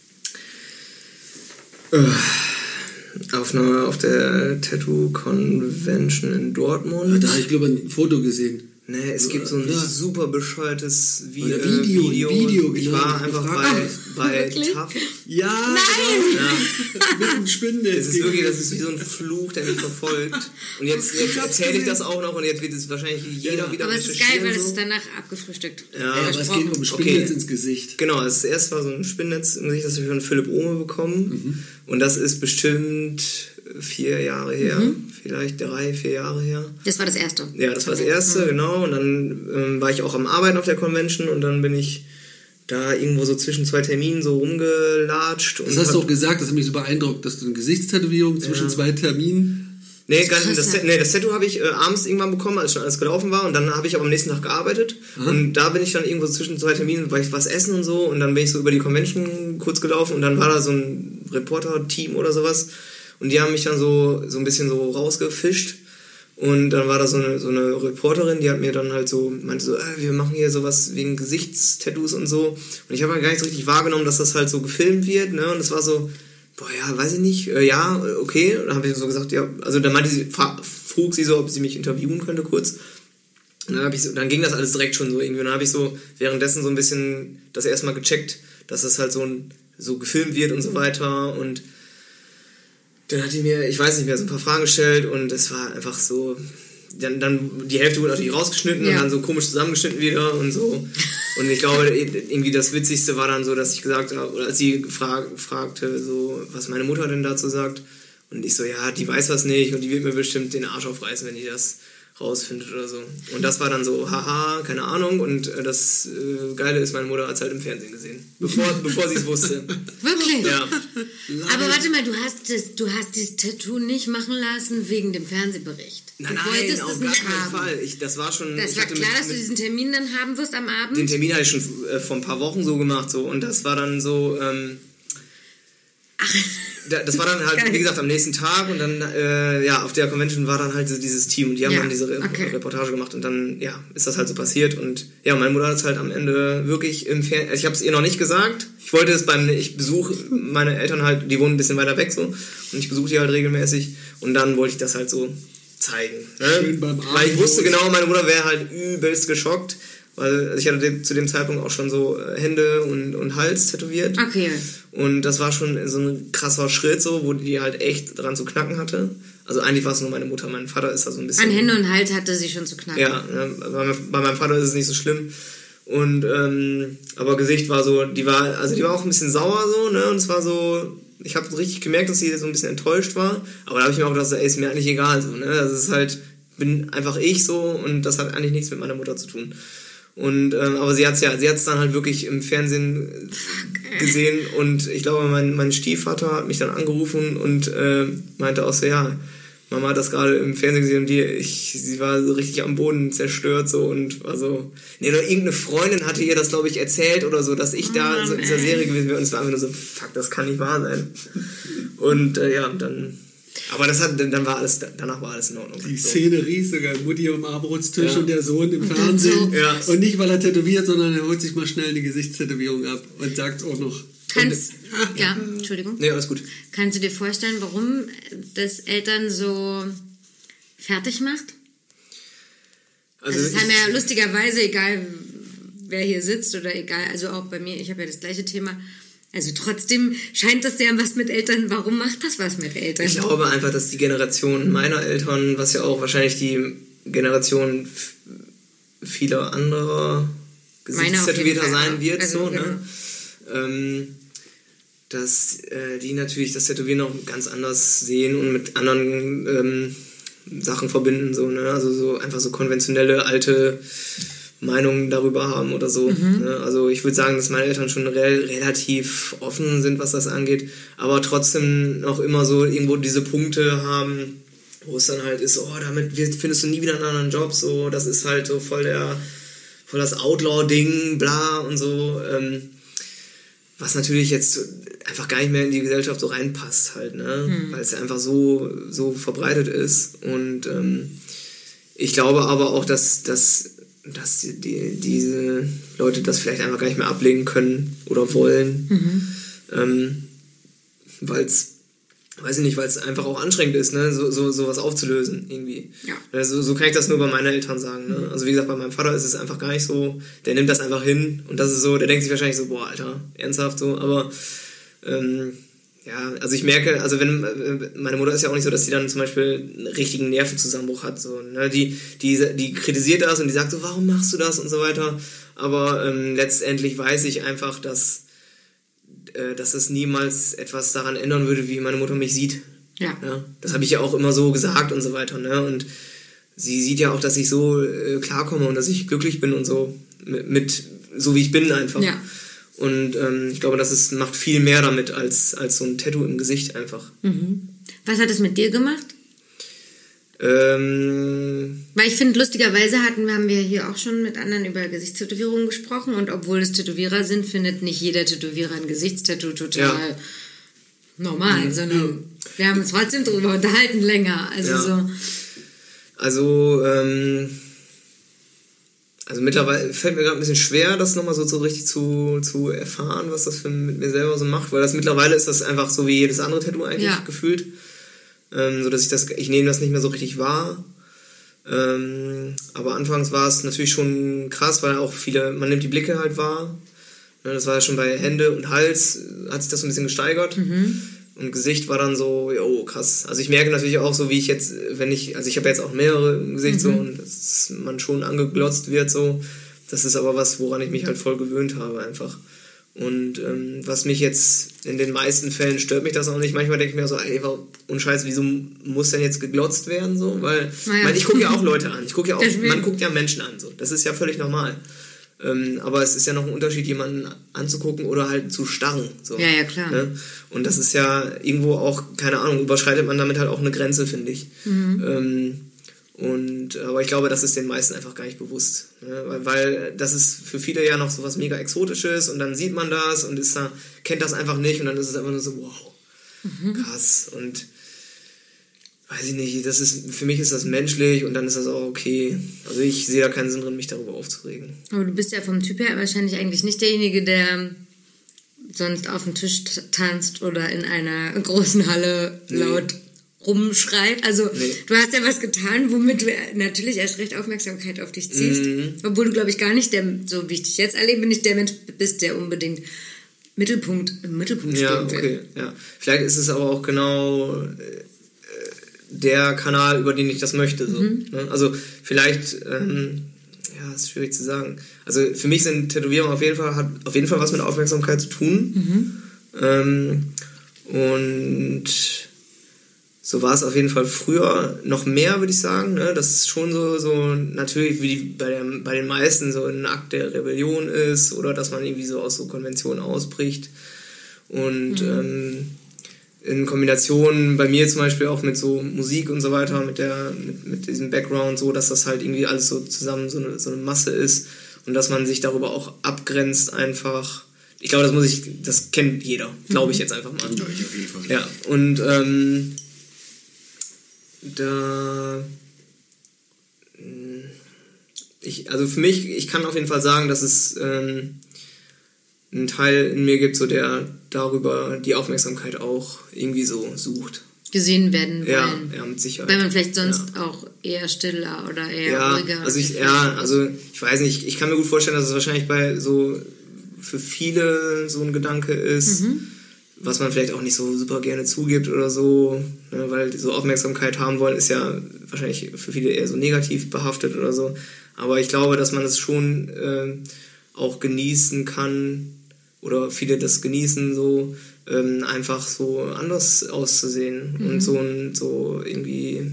auf der Tattoo Convention in Dortmund. Da habe ich, glaube ich, ein Foto gesehen. Nee, es gibt so ein super bescheuertes Video. Video, ich war einfach bei TAF. Ja! Nein! Ja. Mit dem Spinnennetz. Das ist wie so ein Fluch, der mich verfolgt. Und jetzt erzähle ich das auch noch und jetzt wird es wahrscheinlich jeder wieder aber es ist geil, weil es ist danach abgefrühstückt. Ja, aber es geht um Spinnnetz ins Gesicht. Genau, das erste war so ein Spinnnetz im Gesicht, das habe ich von Philipp Ohme bekommen. Und das ist bestimmt 4 Jahre her, vielleicht 3-4 Jahre her. Das war das erste? Ja, das war das erste, genau. Und dann war ich auch am Arbeiten auf der Convention und dann bin ich da irgendwo so zwischen 2 Terminen so rumgelatscht. Das hast du auch gesagt, das hat mich so beeindruckt, dass du eine Gesichtstätowierung zwischen 2 Terminen... Nee, das Tattoo habe ich abends irgendwann bekommen, als schon alles gelaufen war und dann habe ich aber am nächsten Tag gearbeitet und da bin ich dann irgendwo zwischen 2 Terminen, weil ich was essen und so und dann bin ich so über die Convention kurz gelaufen und dann war da so ein Reporter-Team oder sowas und die haben mich dann so ein bisschen so rausgefischt und dann war da so eine Reporterin, die hat mir dann halt so, meinte so, wir machen hier sowas wegen Gesichtstattoos und so und ich habe halt gar nicht so richtig wahrgenommen, dass das halt so gefilmt wird, ne, und es war so boah, ja, weiß ich nicht, ja, okay. Und dann habe ich so gesagt, ja, also dann frug sie so, ob sie mich interviewen könnte kurz. Und dann ging das alles direkt schon so irgendwie. Und dann habe ich so währenddessen so ein bisschen das erstmal gecheckt, dass es halt so gefilmt wird und so weiter. Und dann hat die mir, ich weiß nicht mehr, so ein paar Fragen gestellt und es war einfach so, dann die Hälfte wurde natürlich rausgeschnitten und dann so komisch zusammengeschnitten wieder und so. Und ich glaube, irgendwie das Witzigste war dann so, dass ich gesagt habe, oder als sie fragte, so, was meine Mutter denn dazu sagt. Und ich so, ja, die weiß was nicht und die wird mir bestimmt den Arsch aufreißen, wenn die das rausfindet oder so. Und das war dann so, haha, keine Ahnung. Und das Geile ist, meine Mutter hat es halt im Fernsehen gesehen, bevor sie es wusste. Wirklich? Ja. Aber warte mal, du hast dieses Tattoo nicht machen lassen wegen dem Fernsehbericht. Nein, auf gar keinen Fall. Das war schon... Das war klar, dass du diesen Termin dann haben wirst am Abend? Den Termin hatte ich schon vor ein paar Wochen so gemacht. So. Und das war dann so... das war dann halt, wie gesagt, am nächsten Tag und dann, auf der Convention war dann halt so dieses Team und die haben dann diese Reportage gemacht und dann, ist das halt so passiert und meine Mutter hat es halt am Ende wirklich im Fernsehen, ich habe es ihr noch nicht gesagt, ich besuche meine Eltern halt, die wohnen ein bisschen weiter weg so und ich besuche die halt regelmäßig und dann wollte ich das halt so zeigen. Ne? Schön beim Abend. Weil ich wusste genau, meine Mutter wäre halt übelst geschockt, weil ich hatte zu dem Zeitpunkt auch schon so Hände und Hals tätowiert. Okay. Und das war schon so ein krasser Schritt, so, wo die halt echt dran zu knacken hatte. Also eigentlich war es nur meine Mutter, mein Vater ist da so ein bisschen... An Hände und Hals hatte sie schon zu knacken. Ja, bei meinem Vater ist es nicht so schlimm. Und aber Gesicht war so, die war auch ein bisschen sauer so, ne? Und es war so, ich habe richtig gemerkt, dass sie so ein bisschen enttäuscht war. Aber da habe ich mir auch gedacht, ey, ist mir eigentlich egal so, ne? Das ist halt, bin einfach ich so und das hat eigentlich nichts mit meiner Mutter zu tun. Und aber sie hat's dann halt wirklich im Fernsehen gesehen und ich glaube, mein Stiefvater hat mich dann angerufen und meinte auch so, ja, Mama hat das gerade im Fernsehen gesehen und sie war so richtig am Boden zerstört so und war so, oder irgendeine Freundin hatte ihr das, glaube ich, erzählt oder so, dass ich da so in dieser Serie gewesen wäre und es war einfach nur so, fuck, das kann nicht wahr sein. Und dann... Aber danach war alles in Ordnung. Die Szenerie sogar, Mutti am Abendbrotstisch und der Sohn im Fernsehen. Ja. Und nicht, weil er tätowiert, sondern er holt sich mal schnell eine Gesichtstätowierung ab und sagt auch noch. Entschuldigung. Nee, alles gut. Kannst du dir vorstellen, warum das Eltern so fertig macht? Also es haben ja lustigerweise, egal wer hier sitzt oder egal, also auch bei mir, ich habe ja das gleiche Thema. Also trotzdem scheint das ja was mit Eltern, warum macht das was mit Eltern? Ich glaube einfach, dass die Generation meiner Eltern, was ja auch wahrscheinlich die Generation vieler anderer Gesichtstätowierter sein wird, also, so, genau. Ne? Dass die natürlich das Tätowieren auch ganz anders sehen und mit anderen Sachen verbinden, so, ne? Also so einfach so konventionelle alte Meinungen darüber haben oder so. Ne? Also ich würde sagen, dass meine Eltern schon relativ offen sind, was das angeht, aber trotzdem noch immer so irgendwo diese Punkte haben, wo es dann halt ist, damit findest du nie wieder einen anderen Job, so, das ist halt so voll das Outlaw-Ding, bla und so, was natürlich jetzt einfach gar nicht mehr in die Gesellschaft so reinpasst halt, ne? Weil es ja einfach so verbreitet ist und ich glaube aber auch, dass diese Leute das vielleicht einfach gar nicht mehr ablegen können oder wollen, weil es einfach auch anstrengend ist, ne, so was aufzulösen irgendwie. Ja. Also, so kann ich das nur bei meinen Eltern sagen. Ne? Also wie gesagt, bei meinem Vater ist es einfach gar nicht so, der nimmt das einfach hin und das ist so, der denkt sich wahrscheinlich so, boah, Alter, ernsthaft so, aber also ich merke, also wenn meine Mutter ist ja auch nicht so, dass sie dann zum Beispiel einen richtigen Nervenzusammenbruch hat, so, ne? Die kritisiert das und die sagt so, warum machst du das und so weiter, aber letztendlich weiß ich einfach, dass es niemals etwas daran ändern würde, wie meine Mutter mich sieht. Ja. Das habe ich ja auch immer so gesagt und so weiter, ne? Und sie sieht ja auch, dass ich so klarkomme und dass ich glücklich bin und so mit so wie ich bin einfach. Ja. Und ich glaube, macht viel mehr damit als so ein Tattoo im Gesicht einfach. Was hat es mit dir gemacht? Weil ich finde, lustigerweise haben wir hier auch schon mit anderen über Gesichtstätowierungen gesprochen und obwohl es Tätowierer sind, findet nicht jeder Tätowierer ein Gesichtstattoo total normal, sondern wir haben uns trotzdem darüber unterhalten länger. Also mittlerweile fällt mir gerade ein bisschen schwer, das nochmal so richtig zu erfahren, was das mit mir selber so macht, weil das mittlerweile ist das einfach so wie jedes andere Tattoo eigentlich gefühlt. So dass ich nehme das nicht mehr so richtig wahr. Aber anfangs war es natürlich schon krass, weil auch man nimmt die Blicke halt wahr. Das war ja schon bei Hände und Hals, hat sich das so ein bisschen gesteigert. Und Gesicht war dann so, oh krass. Also ich merke natürlich auch so, wie ich jetzt, also ich habe jetzt auch mehrere im Gesicht so und dass man schon angeglotzt wird so. Das ist aber was, woran ich mich halt voll gewöhnt habe einfach. Und was mich jetzt in den meisten Fällen stört mich das auch nicht. Manchmal denke ich mir so, ey, unscheiß, wieso muss denn jetzt geglotzt werden so? Weil ich gucke ja auch Leute an. Man guckt ja Menschen an so. Das ist ja völlig normal. Aber es ist ja noch ein Unterschied, jemanden anzugucken oder halt zu starren. So, ja, klar. Ne? Und das ist ja irgendwo auch, keine Ahnung, überschreitet man damit halt auch eine Grenze, finde ich. Aber ich glaube, das ist den meisten einfach gar nicht bewusst. Ne? Weil das ist für viele ja noch so was mega Exotisches und dann sieht man das und kennt das einfach nicht und dann ist es einfach nur so, wow, krass. Und weiß ich nicht, für mich ist das menschlich und dann ist das auch okay. Also ich sehe da keinen Sinn drin, mich darüber aufzuregen. Aber du bist ja vom Typ her wahrscheinlich eigentlich nicht derjenige, der sonst auf dem Tisch tanzt oder in einer großen Halle laut rumschreit. Also du hast ja was getan, womit du natürlich erst recht Aufmerksamkeit auf dich ziehst. Obwohl du, glaube ich, gar nicht so wie ich dich jetzt erlebe, nicht der Mensch bist, der unbedingt im Mittelpunkt stehen will. Ja, okay. Ja. Vielleicht ist es aber auch genau der Kanal, über den ich das möchte. So, ne? Also vielleicht, ist schwierig zu sagen. Also für mich sind Tätowierungen hat auf jeden Fall was mit Aufmerksamkeit zu tun. Und so war es auf jeden Fall früher noch mehr, würde ich sagen. Ne? Das ist schon so natürlich wie bei den meisten so ein Akt der Rebellion ist oder dass man irgendwie so aus so Konventionen ausbricht. Und in Kombination bei mir zum Beispiel auch mit so Musik und so weiter, mit diesem Background, so dass das halt irgendwie alles so zusammen so eine Masse ist und dass man sich darüber auch abgrenzt einfach. Ich glaube, das kennt jeder, glaube ich jetzt einfach mal. Ja, ich auf jeden Fall. Ja, und also für mich, ich kann auf jeden Fall sagen, dass es einen Teil in mir gibt, so der darüber die Aufmerksamkeit auch irgendwie so sucht. Gesehen werden wollen. Ja, mit Sicherheit. Weil man vielleicht sonst auch eher stiller oder eher ruhiger. Also ich weiß nicht, ich kann mir gut vorstellen, dass es wahrscheinlich für viele so ein Gedanke ist, was man vielleicht auch nicht so super gerne zugibt oder so, ne, weil so Aufmerksamkeit haben wollen ist ja wahrscheinlich für viele eher so negativ behaftet oder so. Aber ich glaube, dass man es schon auch genießen kann oder viele das genießen, so einfach so anders auszusehen und so irgendwie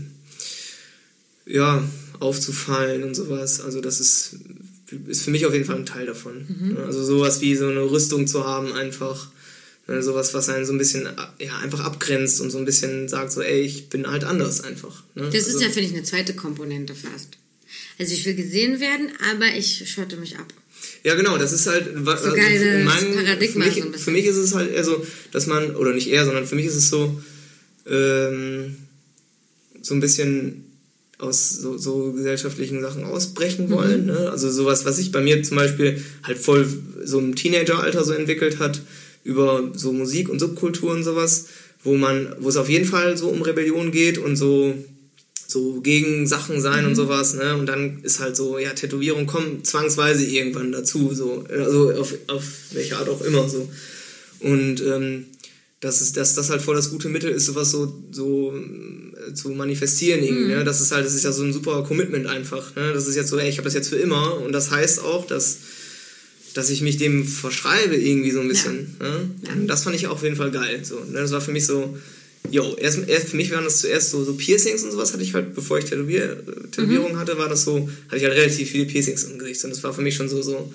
aufzufallen und sowas. Also das ist für mich auf jeden Fall ein Teil davon. Also sowas wie so eine Rüstung zu haben einfach. Sowas, was einen so ein bisschen einfach abgrenzt und so ein bisschen sagt so, ey, ich bin halt anders einfach. Ne? Das ist ja, finde ich, eine zweite Komponente fast. Also ich will gesehen werden, aber ich schotte mich ab. Ja, genau, das ist halt so geiles Paradigma. Für mich ist es halt eher so, dass man, oder nicht eher, sondern für mich ist es so, so ein bisschen aus so gesellschaftlichen Sachen ausbrechen wollen. Ne? Also sowas, was sich bei mir zum Beispiel halt voll so im Teenageralter so entwickelt hat, über so Musik und Subkultur und sowas, wo es auf jeden Fall so um Rebellion geht und so gegen Sachen sein und sowas, ne? Und dann ist halt so, ja, Tätowierung kommt zwangsweise irgendwann dazu, so, also auf welche Art auch immer, so. Und dass das halt voll das gute Mittel ist, sowas so zu manifestieren irgendwie, ne? Das ist ja so ein super Commitment einfach, ne? Das ist jetzt so, ey, ich habe das jetzt für immer und das heißt auch, dass ich mich dem verschreibe irgendwie so ein bisschen. Ja. Ne? Ja. Und das fand ich auf jeden Fall geil. So, ne? Das war für mich so, erst für mich waren das zuerst so Piercings und sowas hatte ich halt, bevor ich Tätowierung hatte, hatte ich halt relativ viele Piercings im Gesicht. Und das war für mich schon so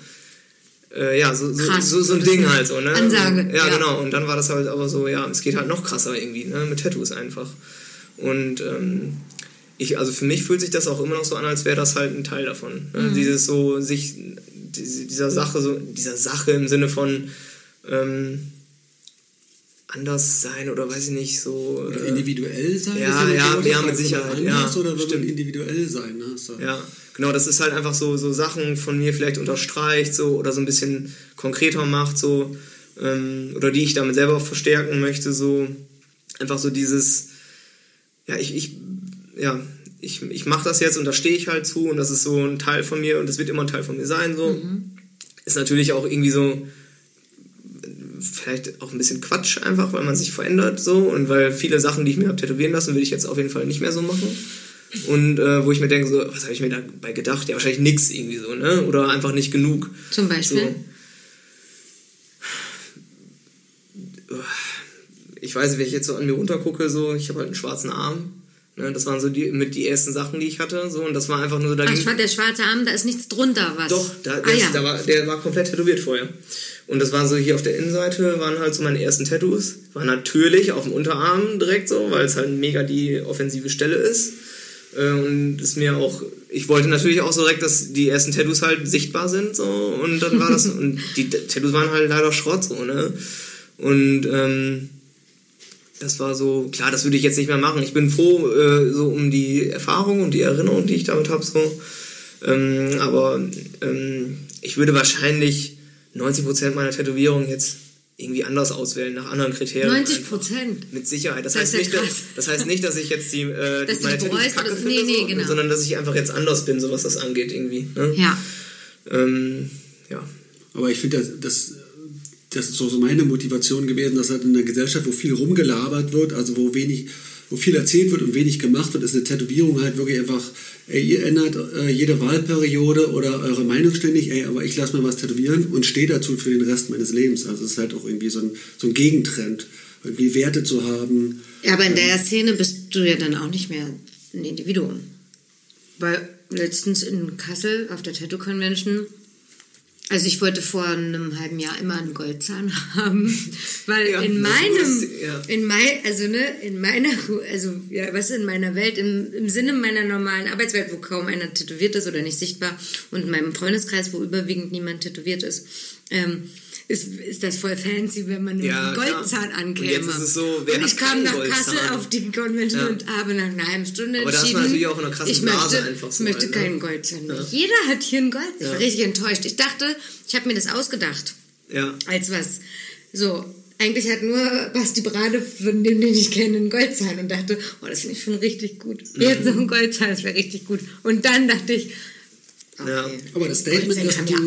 ein Ding halt so, ne? Ansage. Ja, genau. Und dann war das halt aber so, ja, es geht halt noch krasser irgendwie, ne? Mit Tattoos einfach. Und also für mich fühlt sich das auch immer noch so an, als wäre das halt ein Teil davon. Ne? Dieses so, dieser Sache im Sinne von anders sein oder weiß ich nicht, so... Oder individuell sein? Ja, mit Sicherheit. Anders, oder stimmt. individuell sein? Ne? So. Ja, genau, das ist halt einfach so Sachen von mir vielleicht unterstreicht so oder so ein bisschen konkreter macht so oder die ich damit selber verstärken möchte, so einfach so dieses, ja, ich mache das jetzt und da stehe ich halt zu und das ist so ein Teil von mir und das wird immer ein Teil von mir sein, so. Ist natürlich auch irgendwie so vielleicht auch ein bisschen Quatsch einfach, weil man sich verändert so und weil viele Sachen, die ich mir habe tätowieren lassen, will ich jetzt auf jeden Fall nicht mehr so machen. Und wo ich mir denke, so, was habe ich mir dabei gedacht? Ja, wahrscheinlich nix irgendwie so, ne? Oder einfach nicht genug. Zum Beispiel? So. Ich weiß nicht, wenn ich jetzt so an mir runtergucke, so, ich habe halt einen schwarzen Arm. Ne? Das waren so die ersten Sachen, die ich hatte. So, und das war einfach nur... Ach, der schwarze Arm, da ist nichts drunter, was? Doch, der war komplett tätowiert vorher. Und das war so, hier auf der Innenseite waren halt so meine ersten Tattoos. War natürlich auf dem Unterarm direkt so, weil es halt mega die offensive Stelle ist. Und es mir auch, ich wollte natürlich auch so direkt, dass die ersten Tattoos halt sichtbar sind, so, und dann war das, und die Tattoos waren halt leider Schrott, so, ne, und, das war so, klar, das würde ich jetzt nicht mehr machen. Ich bin froh, so um die Erfahrung und die Erinnerung, die ich damit habe, so, aber, ich würde wahrscheinlich 90% meiner Tätowierungen jetzt irgendwie anders auswählen, nach anderen Kriterien. 90%? Mit Sicherheit. Das heißt nicht, dass ich jetzt meine Tattoos kacke finde, genau. sondern dass ich einfach jetzt anders bin, so was das angeht irgendwie. Ne? Ja. Ja. Aber ich finde, das ist so meine Motivation gewesen, dass halt in einer Gesellschaft, wo viel rumgelabert wird, also wo viel erzählt wird und wenig gemacht wird, ist eine Tätowierung halt wirklich einfach, ihr ändert jede Wahlperiode oder eure Meinung ständig, aber ich lasse mir was tätowieren und stehe dazu für den Rest meines Lebens. Also es ist halt auch irgendwie so ein Gegentrend, irgendwie Werte zu haben. Ja, aber in der Szene bist du ja dann auch nicht mehr ein Individuum. Weil letztens in Kassel auf der Tattoo Convention, also ich wollte vor einem halben Jahr immer einen Goldzahn haben, weil ja, in meiner Welt, im Sinne meiner normalen Arbeitswelt, wo kaum einer tätowiert ist oder nicht sichtbar und in meinem Freundeskreis, wo überwiegend niemand tätowiert ist, ist das voll fancy, wenn man nur einen Goldzahn ankäme. Und, jetzt ist es so, und ich kam nach Kassel auf die Convention und habe nach einer halben Stunde aber entschieden, da ist man natürlich auch in einer krassen Blase einfach so. Ich möchte keinen Goldzahn mehr. Ja. Jeder hat hier einen Goldzahn. Ich war richtig enttäuscht. Ich dachte, ich habe mir das ausgedacht. Ja. Als was. So, eigentlich hat nur Basti Brade, von dem den ich kenne, einen Goldzahn und dachte, oh, das finde ich schon richtig gut. Jetzt so ein Goldzahn, das wäre richtig gut. Und dann dachte ich, okay. Ja, aber das Statement,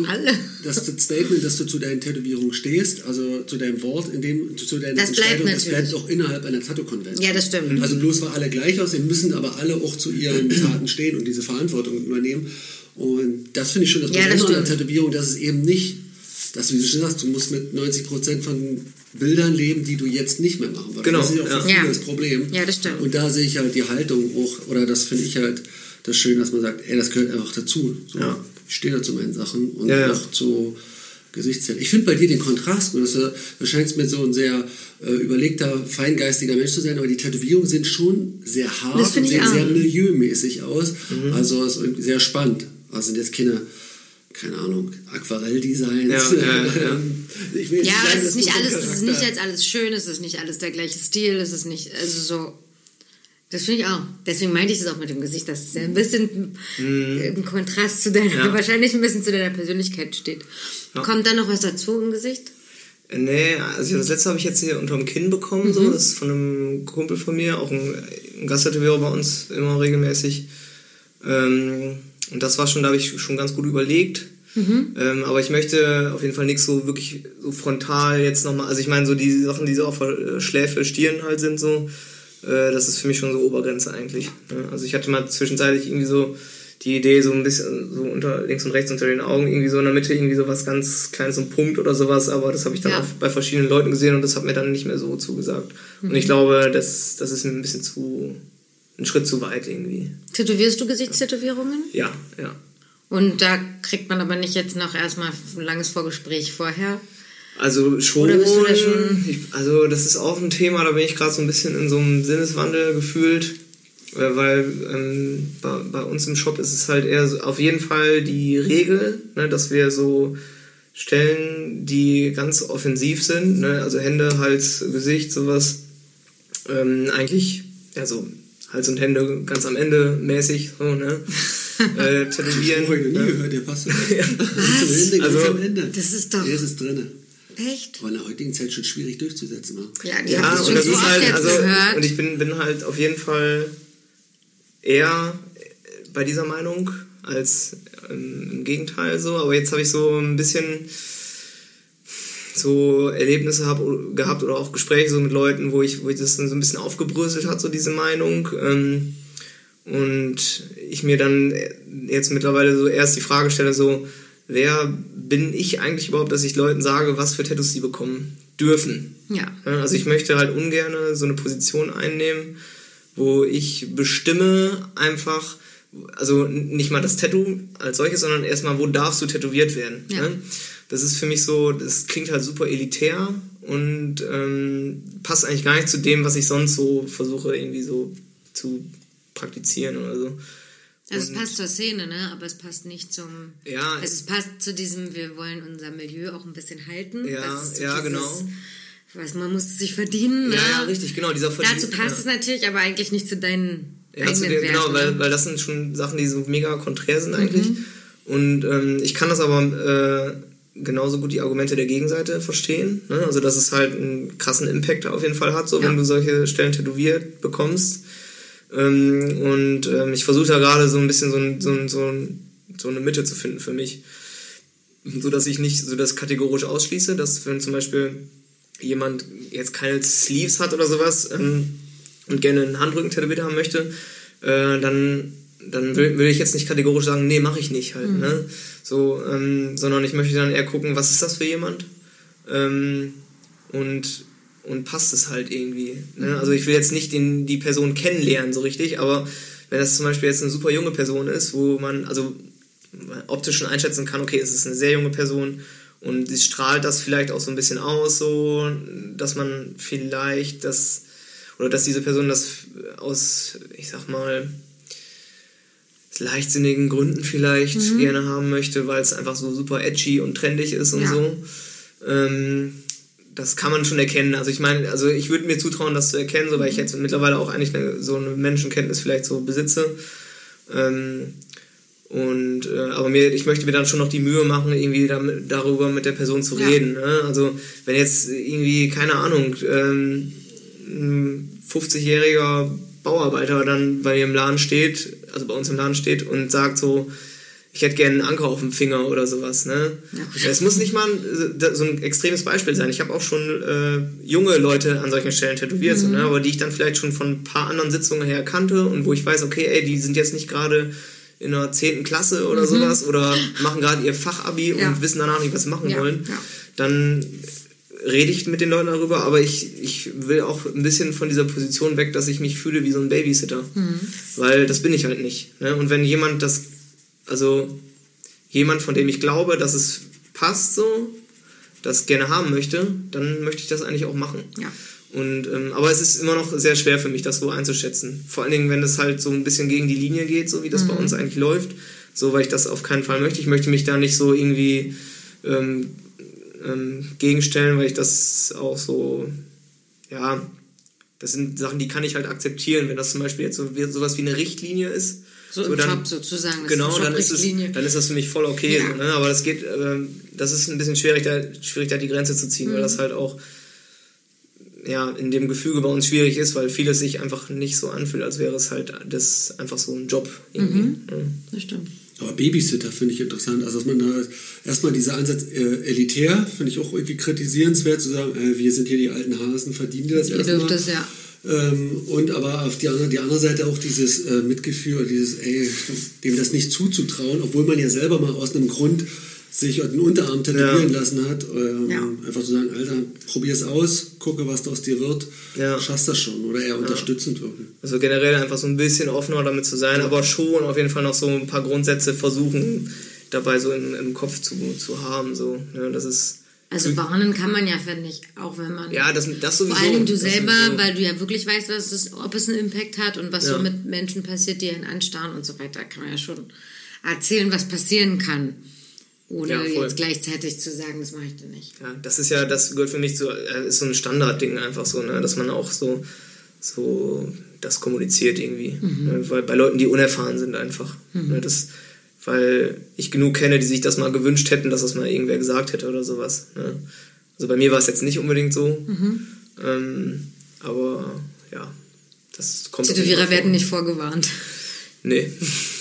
dass du zu deinen Tätowierungen stehst, also zu deinem Wort, zu deiner Entscheidung, das bleibt auch innerhalb einer Tattoo-Convention. Ja, das stimmt. Also bloß weil alle gleich aussehen, müssen aber alle auch zu ihren Taten stehen und diese Verantwortung übernehmen. Und das finde ich schon das Besondere an der Tätowierung, dass es eben nicht, dass du, wie du schon sagst, du musst mit 90% von Bildern leben, die du jetzt nicht mehr machen willst. Genau. Das ist ja auch für viele das Problem. Ja, das stimmt. Und da sehe ich halt die Haltung auch, oder das finde ich halt das Schöne, dass man sagt, das gehört einfach dazu. So, ich stehe da zu meinen Sachen und auch zu Gesichtszellen. Ich finde bei dir den Kontrast, du scheinst mir so ein sehr überlegter, feingeistiger Mensch zu sein, aber die Tätowierungen sind schon sehr hart und sehen sehr milieumäßig aus. Mhm. Also es ist irgendwie sehr spannend. Also sind jetzt keine Ahnung, Aquarelldesigns. Ich will sagen, es ist nicht jetzt alles schön, es ist nicht alles der gleiche Stil, es ist nicht, also so. Das finde ich auch. Deswegen meinte ich es auch mit dem Gesicht, dass es ja ein bisschen im Kontrast zu deiner, wahrscheinlich ein bisschen zu deiner Persönlichkeit steht. Ja. Kommt da noch was dazu im Gesicht? Nee, also das letzte habe ich jetzt hier unterm Kinn bekommen, so. Das ist von einem Kumpel von mir, auch ein Gasttätowierer bei uns, immer regelmäßig. Und das war schon, da habe ich schon ganz gut überlegt. Aber ich möchte auf jeden Fall nichts so wirklich so frontal jetzt nochmal, also ich meine so die Sachen, die so auf der Schläfe, Stirn halt sind so, das ist für mich schon so Obergrenze eigentlich. Also ich hatte mal zwischenzeitlich irgendwie so die Idee, so ein bisschen so links und rechts unter den Augen, irgendwie so in der Mitte irgendwie so was ganz Kleines, so ein Punkt oder sowas, aber das habe ich dann auch bei verschiedenen Leuten gesehen und das hat mir dann nicht mehr so zugesagt. Und ich glaube, das ist mir ein bisschen ein Schritt zu weit irgendwie. Tätowierst du Gesichtstätowierungen? Ja. Und da kriegt man aber nicht jetzt noch erstmal ein langes Vorgespräch vorher? Also schon. Oder bist du da schon? Also das ist auch ein Thema, da bin ich gerade so ein bisschen in so einem Sinneswandel gefühlt, weil bei uns im Shop ist es halt eher so, auf jeden Fall die Regel, ne, dass wir so Stellen, die ganz offensiv sind, ne? Also Hände, Hals, Gesicht, sowas. Eigentlich, ja, so Hals und Hände ganz am Ende mäßig, so, ne? Tätowieren. Ich habe noch nie gehört, der passt. Was? Hände ganz am Ende. Das ist doch... Der ist drin. Echt? Aber in der heutigen Zeit schon schwierig durchzusetzen. Ne? Ja, und das ist halt, also, und ich bin halt auf jeden Fall eher bei dieser Meinung als im Gegenteil so, aber jetzt habe ich so ein bisschen so Erlebnisse gehabt oder auch Gespräche so mit Leuten, wo ich das dann so ein bisschen aufgebröselt hat, so diese Meinung, und ich mir dann jetzt mittlerweile so erst die Frage stelle, so, wer bin ich eigentlich überhaupt, dass ich Leuten sage, was für Tattoos sie bekommen dürfen? Ja. Also ich möchte halt ungern so eine Position einnehmen, wo ich bestimme einfach, also nicht mal das Tattoo als solches, sondern erstmal, wo darfst du tätowiert werden? Ja. Ne? Das ist für mich so, das klingt halt super elitär und passt eigentlich gar nicht zu dem, was ich sonst so versuche irgendwie so zu praktizieren oder so. Also es passt zur Szene, ne? Aber es passt nicht zum... Ja. Also es passt zu diesem, wir wollen unser Milieu auch ein bisschen halten. Ja, so ja, genau. Man muss es sich verdienen, ne? Ja, richtig, genau. Dazu passt es natürlich, aber eigentlich nicht zu deinen eigenen Werten. Genau, weil das sind schon Sachen, die so mega konträr sind eigentlich. Und ich kann das aber genauso gut die Argumente der Gegenseite verstehen. Ne? Also dass es halt einen krassen Impact auf jeden Fall hat, so wenn du solche Stellen tätowiert bekommst. Und ich versuche da gerade so ein bisschen so eine Mitte zu finden für mich. So dass ich nicht so das kategorisch ausschließe, dass wenn zum Beispiel jemand jetzt keine Sleeves hat oder sowas und gerne einen Handrücken tätowiert haben möchte, dann will ich jetzt nicht kategorisch sagen, nee, mache ich nicht halt, ne? So, sondern ich möchte dann eher gucken, was ist das für jemand? Und passt es halt irgendwie. Ne? Also ich will jetzt nicht die Person kennenlernen so richtig, aber wenn das zum Beispiel jetzt eine super junge Person ist, wo man also optisch schon einschätzen kann, okay, es ist eine sehr junge Person und sie strahlt das vielleicht auch so ein bisschen aus, so, dass man vielleicht dass diese Person das aus, ich sag mal, leichtsinnigen Gründen vielleicht gerne haben möchte, weil es einfach so super edgy und trendig ist und so. Das kann man schon erkennen. Also ich meine, ich würde mir zutrauen, das zu erkennen, so, weil ich jetzt mittlerweile auch eigentlich so eine Menschenkenntnis vielleicht so besitze. Aber ich möchte mir dann schon noch die Mühe machen, irgendwie darüber mit der Person zu reden. Ne? Also wenn jetzt irgendwie, keine Ahnung, ein 50-jähriger Bauarbeiter dann bei mir im Laden steht, also bei uns im Laden steht und sagt so, ich hätte gerne einen Anker auf dem Finger oder sowas, ne? Ja. Es muss nicht mal so ein extremes Beispiel sein. Ich habe auch schon junge Leute an solchen Stellen tätowiert, so, ne? Aber die ich dann vielleicht schon von ein paar anderen Sitzungen her kannte und wo ich weiß, okay, ey, die sind jetzt nicht gerade in der 10. Klasse oder sowas oder machen gerade ihr Fachabi und wissen danach nicht, was sie machen wollen. Ja. Dann rede ich mit den Leuten darüber, aber ich will auch ein bisschen von dieser Position weg, dass ich mich fühle wie so ein Babysitter. Weil das bin ich halt nicht. Ne? Und wenn jemand von dem ich glaube, dass es passt so, das gerne haben möchte, dann möchte ich das eigentlich auch machen. Ja. Und, aber es ist immer noch sehr schwer für mich, das so einzuschätzen. Vor allen Dingen, wenn es halt so ein bisschen gegen die Linie geht, so wie das bei uns eigentlich läuft, so, weil ich das auf keinen Fall möchte. Ich möchte mich da nicht so irgendwie gegenstellen, weil ich das auch so, ja, das sind Sachen, die kann ich halt akzeptieren. Wenn das zum Beispiel jetzt sowas wie eine Richtlinie ist, so im Job sozusagen. Genau, dann ist das für mich voll okay. Ja. So, ne? Aber das ist ein bisschen schwierig, da die Grenze zu ziehen, weil das halt auch in dem Gefüge bei uns schwierig ist, weil vieles sich einfach nicht so anfühlt, als wäre es halt das einfach so ein Job irgendwie. Das stimmt. Aber Babysitter finde ich interessant. Also dass man da erstmal dieser Ansatz elitär, finde ich auch irgendwie kritisierenswert, zu sagen, wir sind hier die alten Hasen, verdienen die das erstmal. Ihr dürft es, ja. Und aber auf die andere Seite auch dieses Mitgefühl oder dieses, dem das nicht zuzutrauen, obwohl man ja selber mal aus einem Grund sich den Unterarm tätowieren lassen hat. Einfach zu sagen, Alter, probier's aus, gucke, was aus dir wird, schaffst das schon. Oder eher unterstützend wirken. Also generell einfach so ein bisschen offener damit zu sein, aber schon auf jeden Fall noch so ein paar Grundsätze versuchen, dabei so im Kopf zu haben. So. Ja, das ist... Also warnen kann man ja, finde ich, auch wenn man... Ja, das sowieso. Vor allem du selber, weil du ja wirklich weißt, ob es einen Impact hat und was so mit Menschen passiert, die einen anstarren und so weiter, kann man ja schon erzählen, was passieren kann. Ohne jetzt gleichzeitig zu sagen, das mache ich dann nicht. Ja, das gehört für mich zu, ist so ein Standardding einfach so, ne, dass man auch so das kommuniziert irgendwie. Ne, weil bei Leuten, die unerfahren sind einfach. Ne, weil ich genug kenne, die sich das mal gewünscht hätten, dass das mal irgendwer gesagt hätte oder sowas. Ne. Also bei mir war es jetzt nicht unbedingt so. Aber ja, das kommt. Tätowierer werden nicht vorgewarnt. Nee.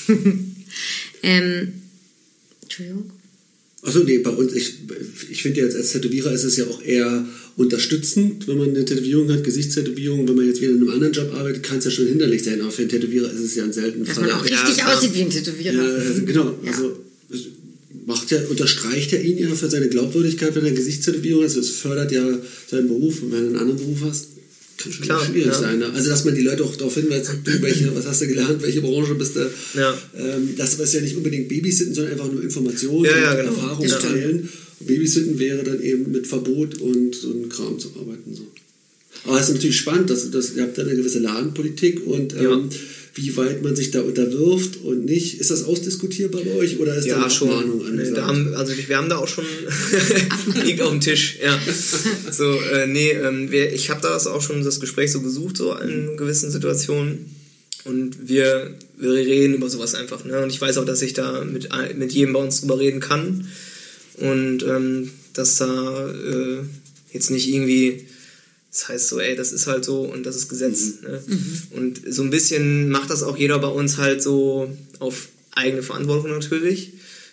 Entschuldigung. Achso, nee, bei uns, ich finde jetzt als Tätowierer ist es ja auch eher unterstützend, wenn man eine Tätowierung hat, Gesichtstätowierung. Wenn man jetzt wieder in einem anderen Job arbeitet, kann es ja schon hinderlich sein, aber für einen Tätowierer ist es ja ein seltener Fall. Dass man auch richtig aussieht wie ein Tätowierer. Ja, genau, also unterstreicht ja ihn ja für seine Glaubwürdigkeit, wenn er Gesichtstätowierung hat. Also es fördert ja seinen Beruf, und wenn du einen anderen Beruf hast, kann schon schwierig sein. Ne? Also dass man die Leute auch darauf hinweist, was hast du gelernt, welche Branche bist du. Ja. Das ist ja nicht unbedingt Babysitten, sondern einfach nur Informationen und Erfahrungen teilen. Und Babysitten wäre dann eben mit Verbot und so einem Kram zu arbeiten. So. Aber es ist natürlich spannend, ihr habt da eine gewisse Ladenpolitik und wie weit man sich da unterwirft und nicht. Ist das ausdiskutierbar bei euch oder ist da eine Abmahnung angesagt? Wir haben da auch schon liegt auf dem Tisch. Ja. So, ich habe da auch schon das Gespräch so gesucht, so in gewissen Situationen. Und wir reden über sowas einfach. Ne? Und ich weiß auch, dass ich da mit jedem bei uns drüber reden kann. Und dass da jetzt nicht irgendwie... Das heißt so, das ist halt so und das ist Gesetz. Ne? Und so ein bisschen macht das auch jeder bei uns halt so auf eigene Verantwortung natürlich.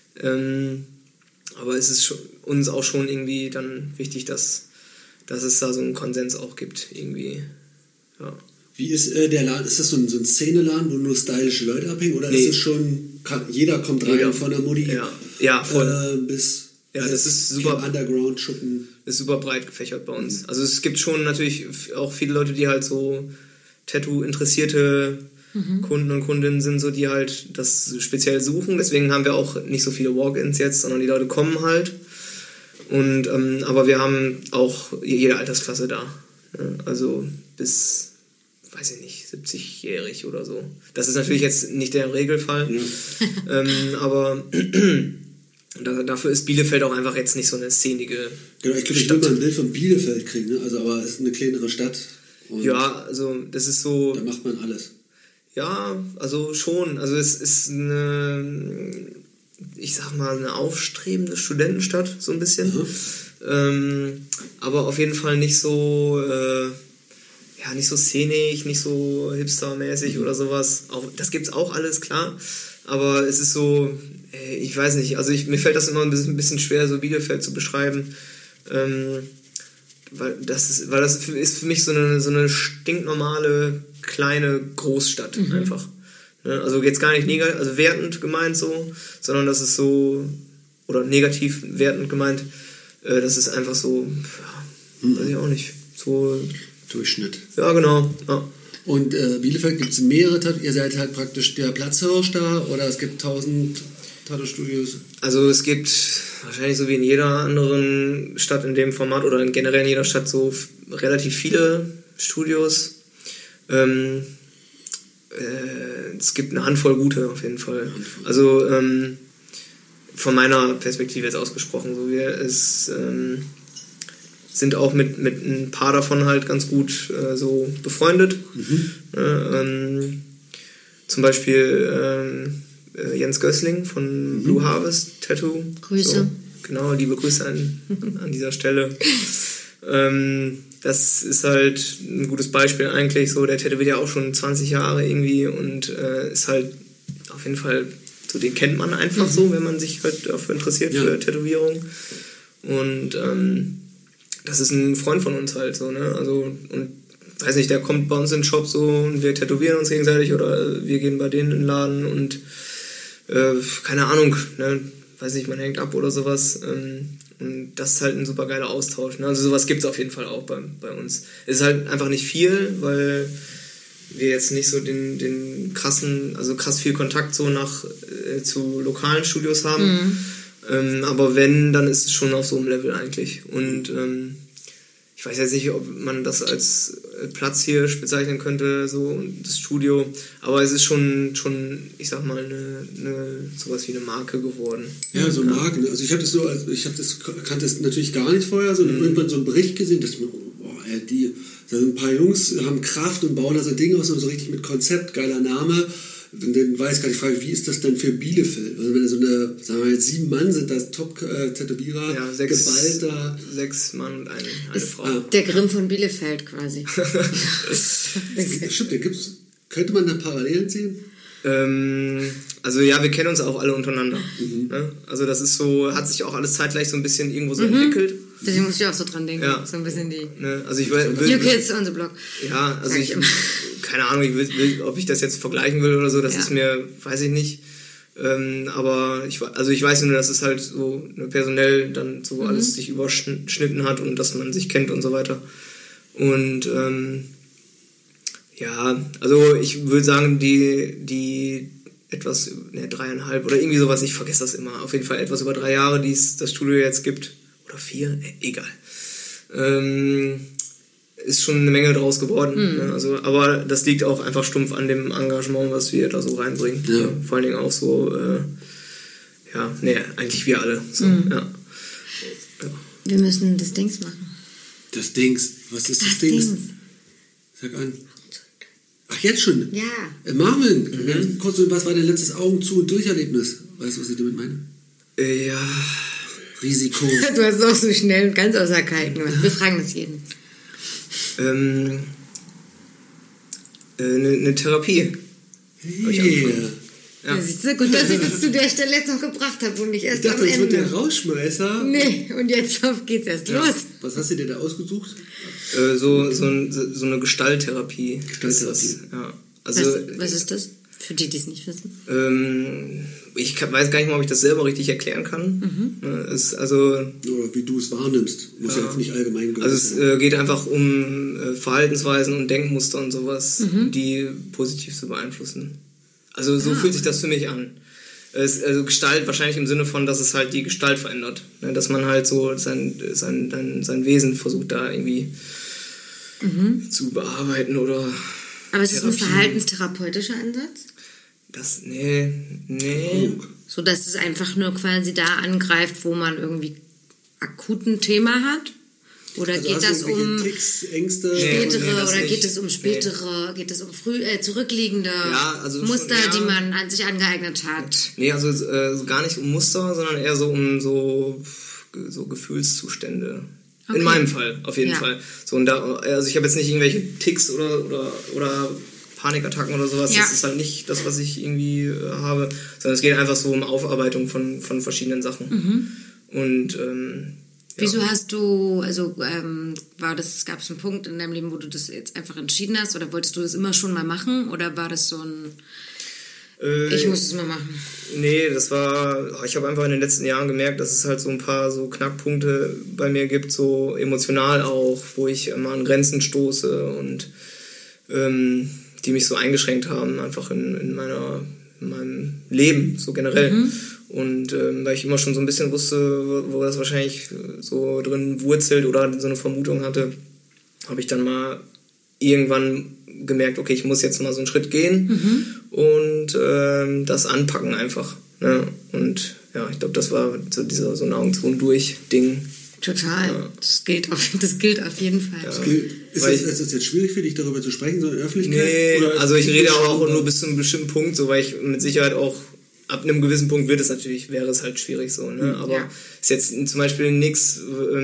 Aber es ist uns auch schon irgendwie dann wichtig, dass es da so einen Konsens auch gibt irgendwie. Ja. Wie ist der Laden? Ist das so ein Szeneladen, wo nur stylische Leute abhängen? Oder ist es schon, jeder kommt rein von der Mutti bis... Ja, das ist super Underground-Schuppen. Ist super breit gefächert bei uns. Also es gibt schon natürlich auch viele Leute, die halt so Tattoo-interessierte Kunden und Kundinnen sind, so die halt das speziell suchen. Deswegen haben wir auch nicht so viele Walk-ins jetzt, sondern die Leute kommen halt. Und aber wir haben auch jede Altersklasse da. Also bis, weiß ich nicht, 70-jährig oder so. Das ist natürlich jetzt nicht der Regelfall. Ja. Aber dafür ist Bielefeld auch einfach jetzt nicht so eine szenige Genau, ich glaube, ich will mal ein Bild von Bielefeld kriegen, ne? Also, aber es ist eine kleinere Stadt. Und ja, also das ist so... Da macht man alles. Ja, also schon. Also es ist eine aufstrebende Studentenstadt, so ein bisschen. Aber auf jeden Fall nicht so... nicht so szenisch, nicht so hipstermäßig oder sowas. Das gibt's auch alles, klar. Aber es ist so... Ich weiß nicht, also mir fällt das immer ein bisschen schwer, so Bielefeld zu beschreiben, weil das ist für mich so eine stinknormale kleine Großstadt einfach. Also jetzt gar nicht wertend gemeint so, sondern das ist so, oder negativ wertend gemeint, das ist einfach so, weiß ich auch nicht, so... Durchschnitt. Ja, genau, ja. Und Bielefeld gibt es mehrere, ihr seid halt praktisch der Platzhirsch da, oder es gibt 1000... Tattoo-Studios? Also es gibt wahrscheinlich so wie in jeder anderen Stadt in dem Format oder generell in jeder Stadt so relativ viele Studios. Es gibt eine Handvoll gute auf jeden Fall. Also von meiner Perspektive jetzt ausgesprochen. So wir sind auch mit ein paar davon halt ganz gut so befreundet. Zum Beispiel Jens Gößling von Blue Harvest Tattoo. Grüße. So, genau, liebe Grüße an dieser Stelle. Das ist halt ein gutes Beispiel eigentlich. So, der tätowiert ja auch schon 20 Jahre irgendwie und ist halt auf jeden Fall, so den kennt man einfach so, wenn man sich halt dafür interessiert, für Tätowierung. Und das ist ein Freund von uns halt so, ne? Also, und weiß nicht, der kommt bei uns in den Shop so und wir tätowieren uns gegenseitig oder wir gehen bei denen in den Laden und keine Ahnung, ne? Weiß nicht, man hängt ab oder sowas. Und das ist halt ein super geiler Austausch. Ne? Also sowas gibt es auf jeden Fall auch bei uns. Es ist halt einfach nicht viel, weil wir jetzt nicht so den krass viel Kontakt so zu lokalen Studios haben. Aber wenn, dann ist es schon auf so einem Level eigentlich. Und ich ich weiß jetzt nicht, ob man das als Platz hier bezeichnen könnte, so das Studio, aber es ist schon ich sag mal, sowas wie eine Marke geworden. Ja, so Marken. Also kannte das natürlich gar nicht vorher, sondern irgendwann so einen Bericht gesehen, dass man, da sind ein paar Jungs, haben Kraft und bauen da so Dinge aus, so richtig mit Konzept, geiler Name. Und dann war jetzt gerade die Frage, wie ist das denn für Bielefeld? Also wenn da so eine, sagen wir jetzt 7 Mann sind, das Top-Tätowierer, ja, 6 Mann und eine Frau. Der Grimm von Bielefeld quasi. Stimmt, könnte man da Parallelen sehen? Also ja, wir kennen uns auch alle untereinander. Ne? Also das ist so, hat sich auch alles zeitgleich so ein bisschen irgendwo so entwickelt. Deswegen muss ich auch so dran denken. Ja. So ein bisschen die... Ne? Also ich New Kids on the Block. Ja, also keine Ahnung, ob ich das jetzt vergleichen will oder so, das ist mir, weiß ich nicht. Aber ich weiß nur, dass es halt so personell dann so alles sich überschnitten hat und dass man sich kennt und so weiter. Und ja, also ich würde sagen, die etwas, 3,5 oder irgendwie sowas, ich vergesse das immer, auf jeden Fall etwas über 3 Jahre, die es das Studio jetzt gibt, oder 4, egal. Ist schon eine Menge draus geworden. Ne? Also, aber das liegt auch einfach stumpf an dem Engagement, was wir da so reinbringen. Ja. Vor allen Dingen auch so, eigentlich wir alle. So, ja. Wir müssen das Dings machen. Das Dings? Was ist das Dings? Sag an. Ach, jetzt schon? Ja. Marvin, kurz, was war dein letztes Augen zu- und Durcherlebnis? Weißt du, was ich damit meine? Ja. Risiko. Du hast es auch so schnell und ganz außer Kalten gemacht. Wir fragen das jeden. Eine Therapie. Hey. Ja. Das ist so gut, dass ich das zu der Stelle jetzt noch gebracht habe und nicht erst Ich dachte, am das Ende. wird der Rausschmeißer. Nee, und jetzt geht's erst los. Was hast du dir da ausgesucht? So eine Gestalttherapie. Gestalttherapie. Ja. Also, was ist das? Für die, die es nicht wissen. Ich weiß gar nicht mal, ob ich das selber richtig erklären kann. Oder wie du es wahrnimmst. Muss ja jetzt nicht allgemein sein. Also es geht einfach um Verhaltensweisen und Denkmuster und sowas, die positiv zu beeinflussen. Also so fühlt sich das für mich an. Also Gestalt wahrscheinlich im Sinne von, dass es halt die Gestalt verändert. Ne? Dass man halt so sein Wesen versucht da irgendwie zu bearbeiten oder... Aber ist es ein verhaltenstherapeutischer Ansatz? Nee. So, dass es einfach nur quasi da angreift, wo man irgendwie akut ein Thema hat? Oder also geht das um Ticks, Ängste? spätere oder geht es um spätere, geht es um zurückliegende Muster, die man an sich angeeignet hat? Nee, also gar nicht um Muster, sondern eher so um so Gefühlszustände. Okay. In meinem Fall, auf jeden Fall. So, und also ich habe jetzt nicht irgendwelche Ticks oder Panikattacken oder sowas. Ja. Das ist halt nicht das, was ich irgendwie habe, sondern es geht einfach so um Aufarbeitung von verschiedenen Sachen. Und wieso hast du, gab es einen Punkt in deinem Leben, wo du das jetzt einfach entschieden hast, oder wolltest du das immer schon mal machen, oder war das so ein ich muss es mal machen? Nee, ich habe einfach in den letzten Jahren gemerkt, dass es halt so ein paar so Knackpunkte bei mir gibt, so emotional auch, wo ich immer an Grenzen stoße und die mich so eingeschränkt haben, einfach in meinem Leben, so generell. Und weil ich immer schon so ein bisschen wusste, wo das wahrscheinlich so drin wurzelt oder so eine Vermutung hatte, habe ich dann mal irgendwann gemerkt, okay, ich muss jetzt mal so einen Schritt gehen und das anpacken einfach. Ne? Und ja, ich glaube, das war so ein Augen zu und durch Ding. Total. Ja. Das gilt auf jeden Fall. Ja. Ist das jetzt schwierig für dich, darüber zu sprechen, so in der Öffentlichkeit? Nee, oder also ich rede auch nur bis zu einem bestimmten Punkt, so, weil ich mit Sicherheit auch ab einem gewissen Punkt wäre es halt schwierig so, ne? Aber ist jetzt zum Beispiel nichts,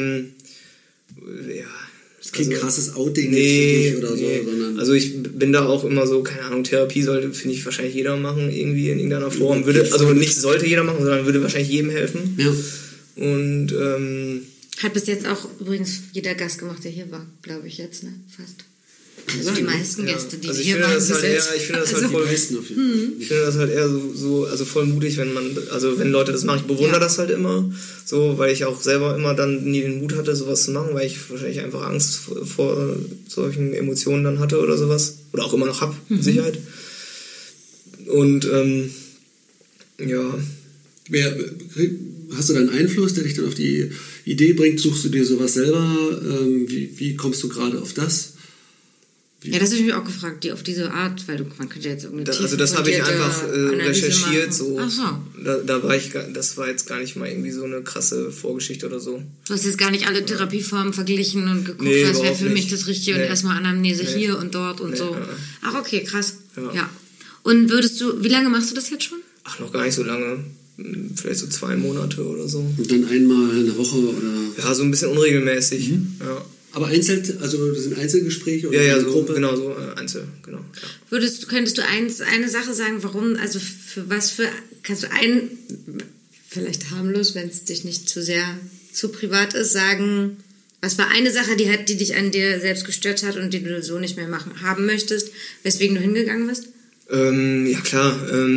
ist kein krasses Outing für dich oder so, sondern... Also ich bin da auch immer so, keine Ahnung, Therapie finde ich wahrscheinlich jeder machen, irgendwie in irgendeiner Form. Nicht sollte jeder machen, sondern würde wahrscheinlich jedem helfen. Ja. Und hat bis jetzt auch übrigens jeder Gast gemacht, der hier war, glaube ich jetzt, ne? Fast. Also die meisten Gäste, die hier waren. Ich finde das halt eher so voll mutig, wenn Leute das machen. Ich bewundere das halt immer, so, weil ich auch selber immer dann nie den Mut hatte, sowas zu machen, weil ich wahrscheinlich einfach Angst vor solchen Emotionen dann hatte oder sowas. Oder auch immer noch habe, mit Sicherheit. Und Hast du da einen Einfluss, der dich dann auf die Idee bringt? Suchst du dir sowas selber? Wie kommst du gerade auf das? Ja, das habe ich mich auch gefragt, auf diese Art, weil man könnte jetzt irgendeine Also das habe ich einfach recherchiert. So. Ach so. Das war jetzt gar nicht mal irgendwie so eine krasse Vorgeschichte oder so. Du hast jetzt gar nicht alle Therapieformen verglichen und geguckt, Nee, was wäre für überhaupt mich nicht. das Richtige und erstmal Anamnese hier und dort und so. Ach, okay, krass. Ja. Und wie lange machst du das jetzt schon? Ach, noch gar nicht so lange. Vielleicht so 2 Monate oder so. Und dann einmal in der Woche oder? Ja, so ein bisschen unregelmäßig. Ja. Aber also das sind Einzelgespräche oder Ja, eine so, Gruppe? genau, so einzeln, genau. Ja. Könntest du eine Sache sagen, warum, also kannst du vielleicht harmlos, wenn es dich nicht zu sehr zu privat ist, sagen, was war eine Sache, die dich an dir selbst gestört hat und die du so nicht mehr haben möchtest, weswegen du hingegangen bist? Ja, klar.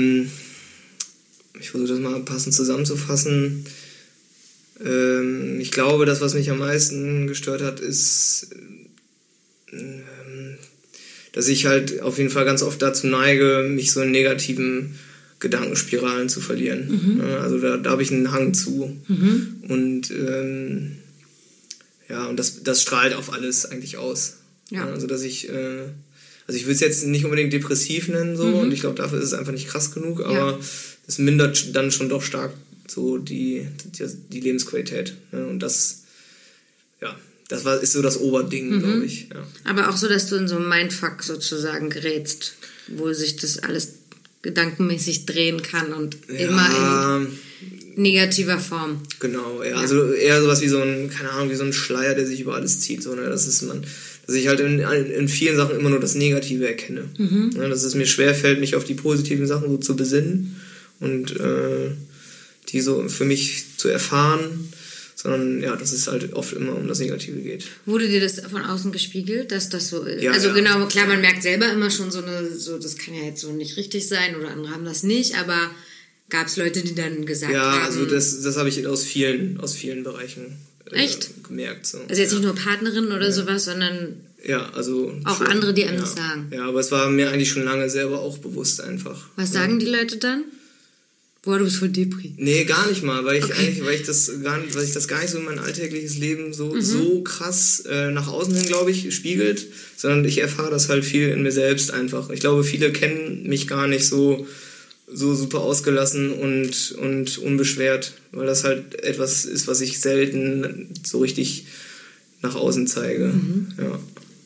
Ich versuche das mal passend zusammenzufassen. Ich glaube, das, was mich am meisten gestört hat, ist, dass ich halt auf jeden Fall ganz oft dazu neige, mich so in negativen Gedankenspiralen zu verlieren. Also da habe ich einen Hang zu. Und und das strahlt auf alles eigentlich aus. Ja. Also dass ich will es jetzt nicht unbedingt depressiv nennen, so, und ich glaube, dafür ist es einfach nicht krass genug, aber es mindert dann schon doch stark so die Lebensqualität. Ne? Und das ist so das Oberding, glaube ich. Ja. Aber auch so, dass du in so einem Mindfuck sozusagen gerätst, wo sich das alles gedankenmäßig drehen kann und immer in negativer Form. Genau, ja. Also eher sowas wie so ein Schleier, der sich über alles zieht. So, ne? Dass ich halt in vielen Sachen immer nur das Negative erkenne. Ne? Dass es mir schwerfällt, mich auf die positiven Sachen so zu besinnen und die so für mich zu erfahren, sondern dass es halt oft immer um das Negative geht. Wurde dir das von außen gespiegelt, dass das so ist? Ja, also genau, klar, man merkt selber immer schon das kann ja jetzt so nicht richtig sein oder andere haben das nicht, aber gab es Leute, die dann gesagt haben... Ja, also das habe ich aus vielen Bereichen gemerkt. So. Also jetzt nicht nur Partnerinnen oder sowas, sondern also auch schon, andere, die einem das sagen. Ja, aber es war mir eigentlich schon lange selber auch bewusst einfach. Was sagen die Leute dann? Boah, du bist voll Depri. Nee, gar nicht mal, weil ich das gar nicht so in mein alltägliches Leben so krass nach außen hin, glaube ich, spiegelt, sondern ich erfahre das halt viel in mir selbst einfach. Ich glaube, viele kennen mich gar nicht so super ausgelassen und unbeschwert, weil das halt etwas ist, was ich selten so richtig nach außen zeige. Ja.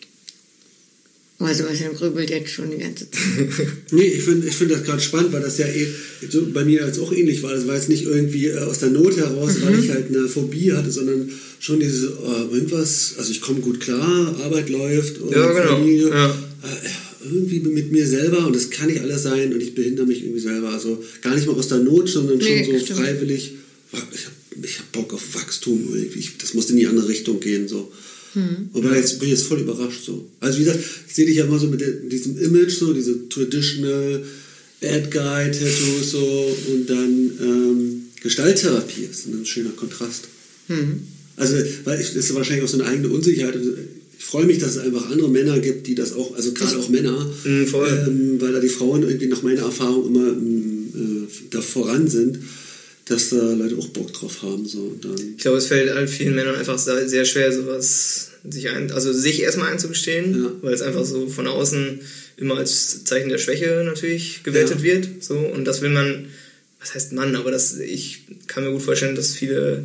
Oh, Sebastian grübelt jetzt schon die ganze Zeit. Nee, ich find das gerade spannend, weil das ja so bei mir jetzt auch ähnlich war. Das war jetzt nicht irgendwie aus der Not heraus, weil ich halt eine Phobie hatte, sondern schon dieses irgendwas, also ich komme gut klar, Arbeit läuft und Familie. Ja. Irgendwie mit mir selber, und das kann nicht alles sein, und ich behindere mich irgendwie selber. Also gar nicht mal aus der Not, sondern schon so freiwillig. Ich hab Bock auf Wachstum irgendwie. Das musste in die andere Richtung gehen. So. Aber jetzt bin ich voll überrascht. So. Also wie gesagt, ich sehe dich ja immer so mit diesem Image, so diese traditional Bad Guy Tattoos so, und dann Gestalttherapie ist ein schöner Kontrast. Also weil das ist wahrscheinlich auch so eine eigene Unsicherheit. Ich freue mich, dass es einfach andere Männer gibt, die das auch, also gerade auch Männer, weil da die Frauen irgendwie nach meiner Erfahrung immer da voran sind, dass da Leute auch Bock drauf haben. So. Und dann ich glaube, es fällt halt vielen Männern einfach sehr schwer, sowas sich erstmal einzugestehen, weil es einfach so von außen immer als Zeichen der Schwäche natürlich gewertet wird. So. Und das will man, was heißt Mann, aber ich kann mir gut vorstellen, dass viele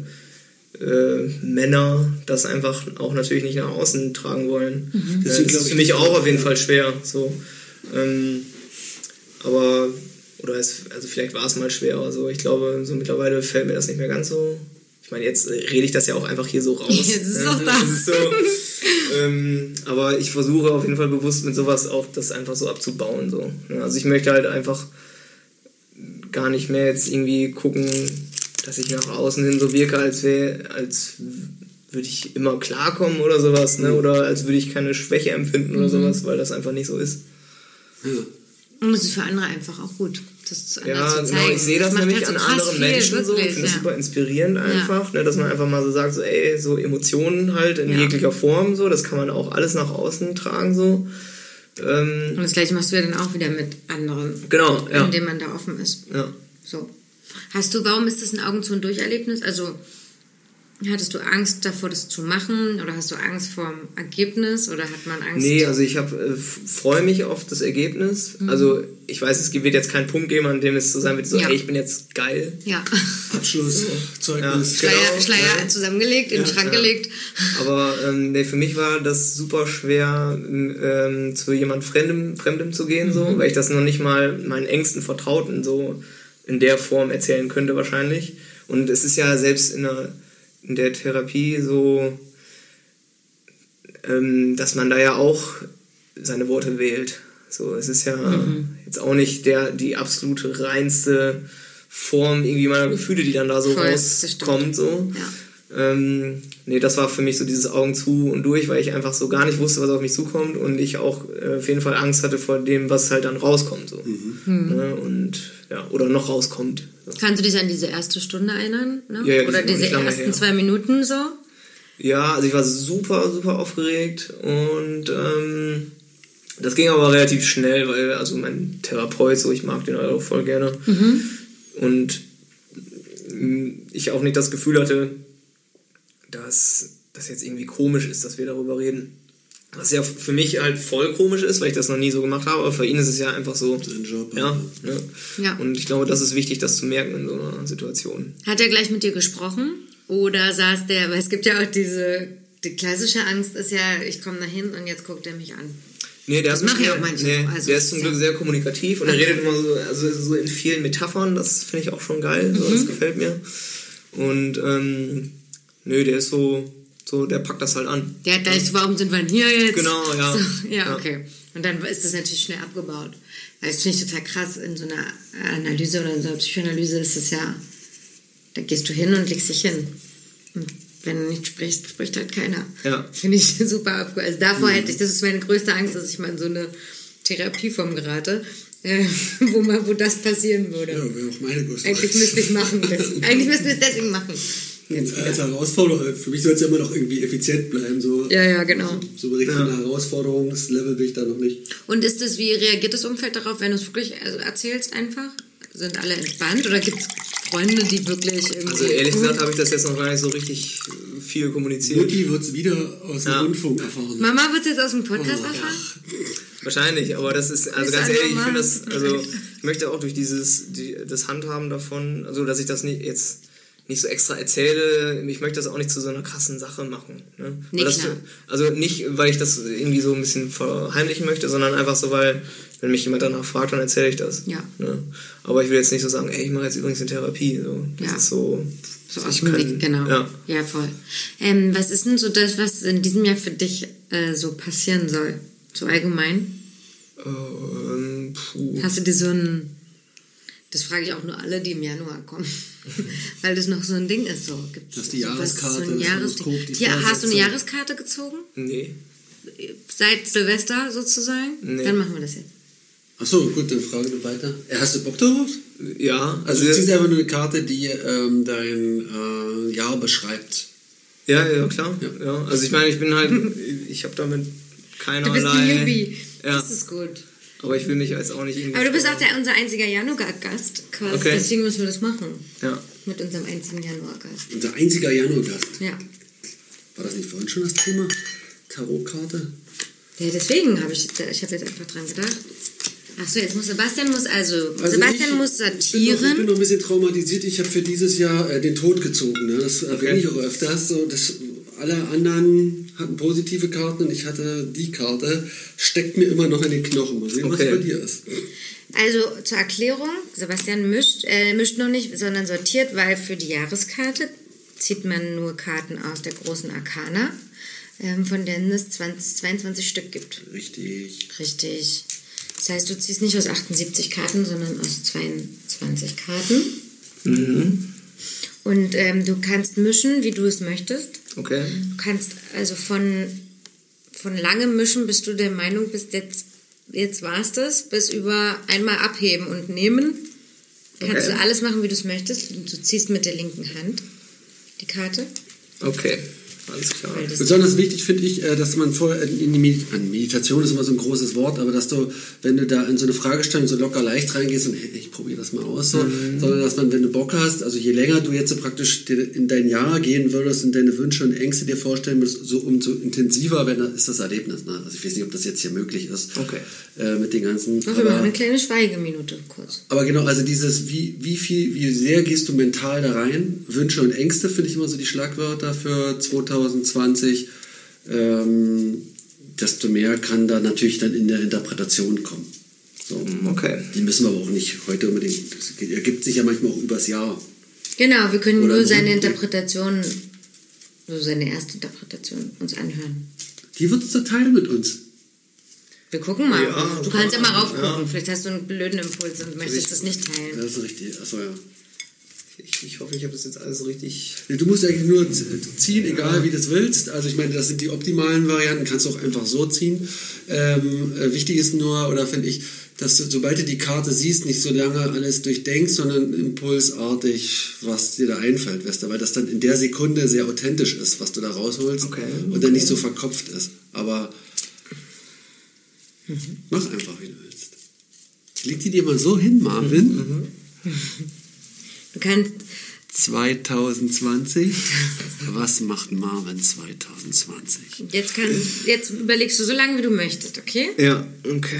Männer das einfach auch natürlich nicht nach außen tragen wollen. Das ist für mich auch auf jeden Fall schwer. So. Also vielleicht war es mal schwer oder so. Ich glaube, so mittlerweile fällt mir das nicht mehr ganz so. Ich meine, jetzt rede ich das ja auch einfach hier so raus. Jetzt ist es auch das. Ist so. Aber ich versuche auf jeden Fall bewusst mit sowas auch das einfach so abzubauen. So. Also ich möchte halt einfach gar nicht mehr jetzt irgendwie gucken, dass ich nach außen hin so wirke, als würde ich immer klarkommen oder sowas, ne? Oder als würde ich keine Schwäche empfinden oder sowas, weil das einfach nicht so ist. ja. Und es ist für andere einfach auch gut, das zu zeigen. Genau, ich sehe das nämlich halt an anderen Menschen wirklich, so. Ich finde das super inspirierend einfach, ne, dass man einfach mal so sagt, so so Emotionen halt in jeglicher Form, so, das kann man auch alles nach außen tragen, so. Und das Gleiche machst du ja dann auch wieder mit anderen. Genau, indem man da offen ist. Ja. So. Warum ist das ein Augen zu und durch Erlebnis? Also hattest du Angst davor, das zu machen? Oder hast du Angst vor dem Ergebnis? Oder hat man Angst? Nee, also ich freue mich auf das Ergebnis. Also ich weiß, es wird jetzt keinen Punkt geben, an dem es so sein wird, so, ey, ich bin jetzt geil. Ja. Abschluss, Zeugnis. Schleier zusammengelegt, in den Schrank gelegt. Aber für mich war das super schwer, zu jemand Fremdem zu gehen, so, weil ich das noch nicht mal meinen engsten Vertrauten so in der Form erzählen könnte wahrscheinlich. Und es ist ja selbst in der Therapie so, dass man da ja auch seine Worte wählt. So, es ist ja jetzt auch nicht die absolute reinste Form irgendwie meiner Gefühle, die dann da so rauskommt. So. Ja. Das war für mich so dieses Augen zu und durch, weil ich einfach so gar nicht wusste, was auf mich zukommt und ich auch auf jeden Fall Angst hatte vor dem, was halt dann rauskommt. So. Oder noch rauskommt. So. Kannst du dich an diese erste Stunde erinnern? Ne? Ja, oder diese ersten 2 Minuten so? Ja, also ich war super, super aufgeregt und das ging aber relativ schnell, weil also mein Therapeut, so, ich mag den auch voll gerne und ich auch nicht das Gefühl hatte, dass das jetzt irgendwie komisch ist, dass wir darüber reden. Was ja für mich halt voll komisch ist, weil ich das noch nie so gemacht habe, aber für ihn ist es ja einfach so. Sein Job. Ja, ne? Ja. Und ich glaube, das ist wichtig, das zu merken in so einer Situation. Hat er gleich mit dir gesprochen? Oder saß der, weil es gibt ja auch die klassische Angst ist ja, ich komme da hin und jetzt guckt er mich an. Nee, der ist zum Glück sehr kommunikativ und er redet immer so in vielen Metaphern, das finde ich auch schon geil, so, das gefällt mir. Und der ist so, der packt das halt an. Der hat gleich, warum sind wir denn hier jetzt? Genau, ja. So, ja, okay. Und dann ist das natürlich schnell abgebaut. Weil das finde ich total krass, in so einer Analyse oder in so einer Psychoanalyse ist es ja, da gehst du hin und legst dich hin. Und wenn du nicht sprichst, spricht halt keiner. Ja. Finde ich super abgebaut. Also davor hätte ich, das ist meine größte Angst, dass ich mal in so eine Therapieform gerate, wo das passieren würde. Ja, wäre auch meine größte Angst. Eigentlich müsste ich es deswegen machen. Als Herausforderung, für mich soll es ja immer noch irgendwie effizient bleiben. So. Ja, genau. So richtig eine Herausforderung, das Level bin ich da noch nicht. Und wie reagiert das Umfeld darauf, wenn du es wirklich erzählst einfach? Sind alle entspannt oder gibt es Freunde, die wirklich irgendwie... Also ehrlich gesagt habe ich das jetzt noch gar nicht so richtig viel kommuniziert. Mutti wird es wieder aus dem Rundfunk erfahren. Mama wird es jetzt aus dem Podcast erfahren? Ja. Wahrscheinlich, aber das ist, also ganz ehrlich, ich finde das, also ich möchte auch durch das Handhaben davon, also dass ich das nicht so extra erzähle, ich möchte das auch nicht zu so einer krassen Sache machen. Ne? Nee, klar. Also nicht, weil ich das irgendwie so ein bisschen verheimlichen möchte, sondern einfach so, weil, wenn mich jemand danach fragt, dann erzähle ich das. Ja. Ne? Aber ich will jetzt nicht so sagen, ey, ich mache jetzt übrigens eine Therapie. So. Das ist so aus dem Weg, genau. Ja, voll. Was ist denn so das, was in diesem Jahr für dich so passieren soll? So allgemein? Hast du dir so das frage ich auch nur alle, die im Januar kommen, weil das noch so ein Ding ist. So. Gibt's das ist die Jahreskarte, hast du eine Jahreskarte gezogen? Nee. Seit Silvester sozusagen? Nee. Dann machen wir das jetzt. Achso, gut, dann fragen wir weiter. Hast du Bock darauf? Ja. Also du ziehst einfach nur eine Karte, die dein Jahr beschreibt. Ja, klar. Ja. Also ich meine, ich habe damit keinerlei... Du bist ein Newbie. Ja. Das ist gut. Aber ich will mich jetzt auch nicht irgendwie... Aber du bist auch unser einziger Januar-Gast quasi, okay. Deswegen müssen wir das machen. Ja. Mit unserem einzigen Januar-Gast. Unser einziger Januar-Gast? Ja. War das nicht vorhin schon das Thema? Tarotkarte? Ja, deswegen habe ich jetzt einfach dran gedacht. Achso, jetzt muss Sebastian muss sortieren. Ich bin noch ein bisschen traumatisiert. Ich habe für dieses Jahr den Tod gezogen. Ne? Das erwähne ich auch öfters. So, alle anderen hatten positive Karten und ich hatte die Karte. Steckt mir immer noch in den Knochen. Mal sehen, was bei dir ist. Also zur Erklärung, Sebastian mischt noch nicht, sondern sortiert, weil für die Jahreskarte zieht man nur Karten aus der großen Arkana, von denen es 22 Stück gibt. Richtig. Das heißt, du ziehst nicht aus 78 Karten, sondern aus 22 Karten. Mhm. Und du kannst mischen, wie du es möchtest. Okay. Du kannst also von langem Mischen, bis du der Meinung bist, jetzt war's das, bis über einmal abheben und nehmen. Kannst du alles machen, wie du es möchtest. Du ziehst mit der linken Hand die Karte. Okay. Alles klar. Besonders wichtig finde ich, dass man vorher in die Meditation ist immer so ein großes Wort, aber dass du, wenn du da in so eine Fragestellung so locker leicht reingehst und hey, ich probiere das mal aus, sondern dass man, wenn du Bock hast, also je länger du jetzt so praktisch in dein Jahr gehen würdest und deine Wünsche und Ängste dir vorstellen würdest, umso intensiver ist das Erlebnis. Ne? Also ich weiß nicht, ob das jetzt hier möglich ist mit den ganzen... Wir machen eine kleine Schweigeminute kurz. Aber genau, also dieses, wie sehr gehst du mental da rein? Wünsche und Ängste finde ich immer so die Schlagwörter für 2020. Desto mehr kann da natürlich dann in der Interpretation kommen. So. Okay. Die müssen wir aber auch nicht heute unbedingt. Das ergibt sich ja manchmal auch übers Jahr. Genau, wir können Oder nur seine Interpretation, so seine erste Interpretation uns anhören. Die wird es teilen mit uns. Wir gucken mal. Ja, du kannst ja mal raufgucken. ja. Vielleicht hast du einen blöden Impuls und möchtest das nicht teilen. Das ist richtig. Achso, ja. Ich hoffe, ich habe das jetzt alles richtig... Du musst eigentlich nur ziehen, egal wie du es willst. Also ich meine, das sind die optimalen Varianten, kannst du auch einfach so ziehen. Wichtig ist nur, oder finde ich, dass du, sobald du die Karte siehst, nicht so lange alles durchdenkst, sondern impulsartig, was dir da einfällt, weißt du, weil das dann in der Sekunde sehr authentisch ist, was du da rausholst und dann nicht so verkopft ist. Aber mach einfach, wie du willst. Leg die dir mal so hin, Marvin. Du kannst... 2020. Was macht Marvin 2020? Jetzt überlegst du so lange, wie du möchtest, okay? Ja, okay.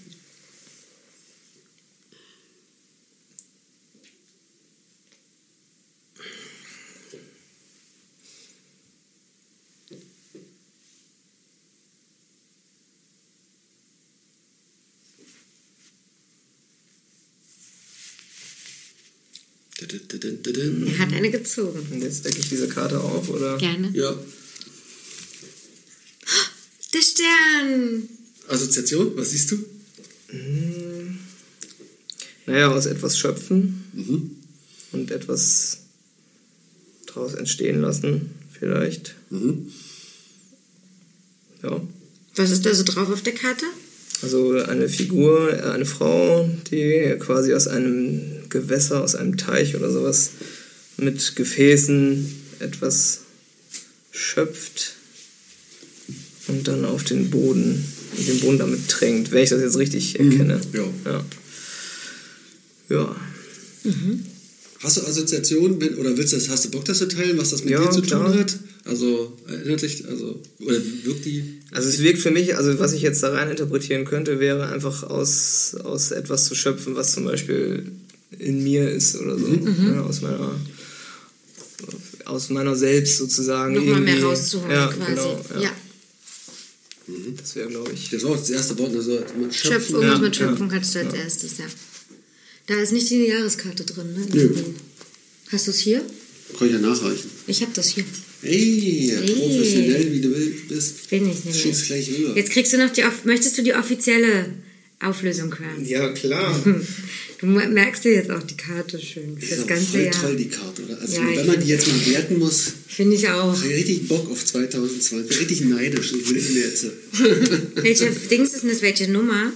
Er hat eine gezogen. Und jetzt decke ich diese Karte auf, oder? Gerne. Ja. Der Stern! Assoziation, was siehst du? Naja, aus etwas schöpfen und etwas daraus entstehen lassen, vielleicht. Ja. Was ist da so drauf auf der Karte? Also eine Figur, eine Frau, die quasi aus einem Gewässer, aus einem Teich oder sowas mit Gefäßen etwas schöpft und dann auf den Boden damit tränkt, wenn ich das jetzt richtig erkenne. Ja. Hast du Assoziationen, oder hast du Bock, das zu teilen, was das mit dir zu tun hat? Also erinnert dich, oder wirkt die? Also es wirkt für mich, also was ich jetzt da rein interpretieren könnte, wäre einfach aus etwas zu schöpfen, was zum Beispiel in mir ist oder so. Ja, aus meiner Selbst sozusagen. Nochmal mehr rauszuholen quasi. Genau, ja. Das wäre, glaube ich... Das war auch das erste Wort. Also Schöpfen, irgendwas mit Schöpfen kannst du als erstes, ja. Da ist nicht die Jahreskarte drin, ne? Nö. Hast du es hier? Kann ich ja nachreichen. Ich habe das hier. Ey, professionell wie du bist. Bin ich nicht. Schick's gleich rüber. Jetzt kriegst du noch möchtest du die offizielle Auflösung hören? Ja, klar. Du merkst dir jetzt auch die Karte schön für das ganze Jahr. Voll toll, die Karte, oder? Also Ja, wenn man die jetzt mal werten muss, finde ich auch. habe ich richtig Bock auf 2020. Richtig neidisch. Ich will mir jetzt. Welche Dings ist denn das? Welche Nummer?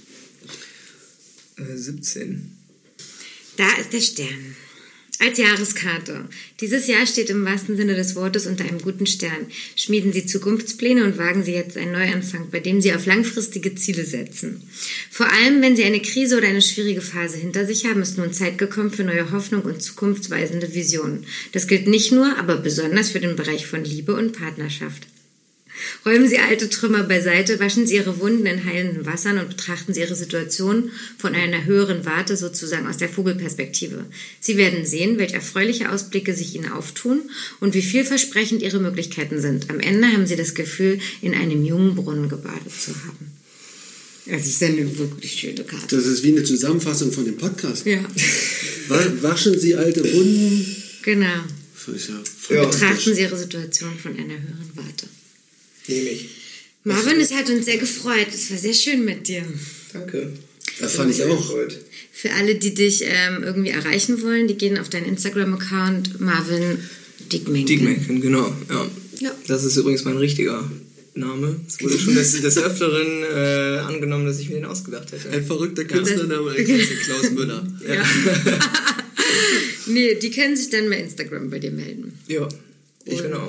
17. Da ist der Stern. Als Jahreskarte. Dieses Jahr steht im wahrsten Sinne des Wortes unter einem guten Stern. Schmieden Sie Zukunftspläne und wagen Sie jetzt einen Neuanfang, bei dem Sie auf langfristige Ziele setzen. Vor allem, wenn Sie eine Krise oder eine schwierige Phase hinter sich haben, ist nun Zeit gekommen für neue Hoffnung und zukunftsweisende Visionen. Das gilt nicht nur, aber besonders für den Bereich von Liebe und Partnerschaft. Räumen Sie alte Trümmer beiseite, waschen Sie Ihre Wunden in heilenden Wassern und betrachten Sie Ihre Situation von einer höheren Warte, sozusagen aus der Vogelperspektive. Sie werden sehen, welche erfreuliche Ausblicke sich Ihnen auftun und wie vielversprechend Ihre Möglichkeiten sind. Am Ende haben Sie das Gefühl, in einem jungen Brunnen gebadet zu haben. Das ist eine wirklich schöne Karte. Das ist wie eine Zusammenfassung von dem Podcast. Ja. Waschen Sie alte Wunden. Genau. Ja, Betrachten Sie Ihre Situation von einer höheren Warte. Nehme ich. Marvin, es hat uns sehr gefreut. Es war sehr schön mit dir. Danke. Das fand ich auch. Für alle, die dich irgendwie erreichen wollen, die gehen auf deinen Instagram-Account Marvin Diekmenken. Diekmenken, genau. Ja. Das ist übrigens mein richtiger Name. Es wurde schon des Öfteren angenommen, dass ich mir den ausgedacht hätte. Ein verrückter Künstlername, eigentlich Klaus Müller. Ja. Nee, die können sich dann bei Instagram bei dir melden. Ja, ich bin auch.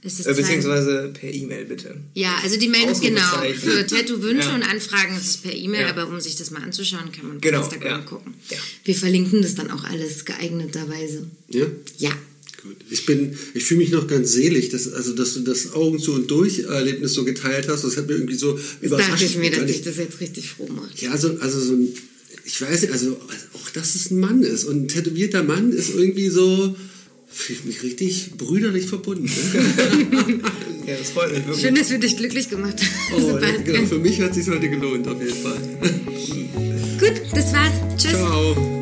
Es ist beziehungsweise per E-Mail bitte. Ja, also die Mail, genau. Für Tattoo-Wünsche Ja. und Anfragen ist es per E-Mail, Ja. aber um sich das mal anzuschauen, kann man auf Genau, Instagram ja. gucken. Ja. Wir verlinken das dann auch alles geeigneterweise. Ja? Ja. Gut. Ich fühle mich noch ganz selig, dass du das Augen zu und durch Erlebnis so geteilt hast. Das hat mir irgendwie so Das dachte ich mir, dass dich das jetzt richtig froh macht. Ja, also so ein, ich weiß nicht, also auch, dass es ein Mann ist. Und ein tätowierter Mann ist irgendwie so, fühlt mich richtig brüderlich verbunden. Ja, das freut mich wirklich. Schön, dass wir dich glücklich gemacht haben. Oh, Sebastian. genau, für mich hat es sich heute gelohnt, auf jeden Fall. Gut, das war's. Tschüss. Ciao.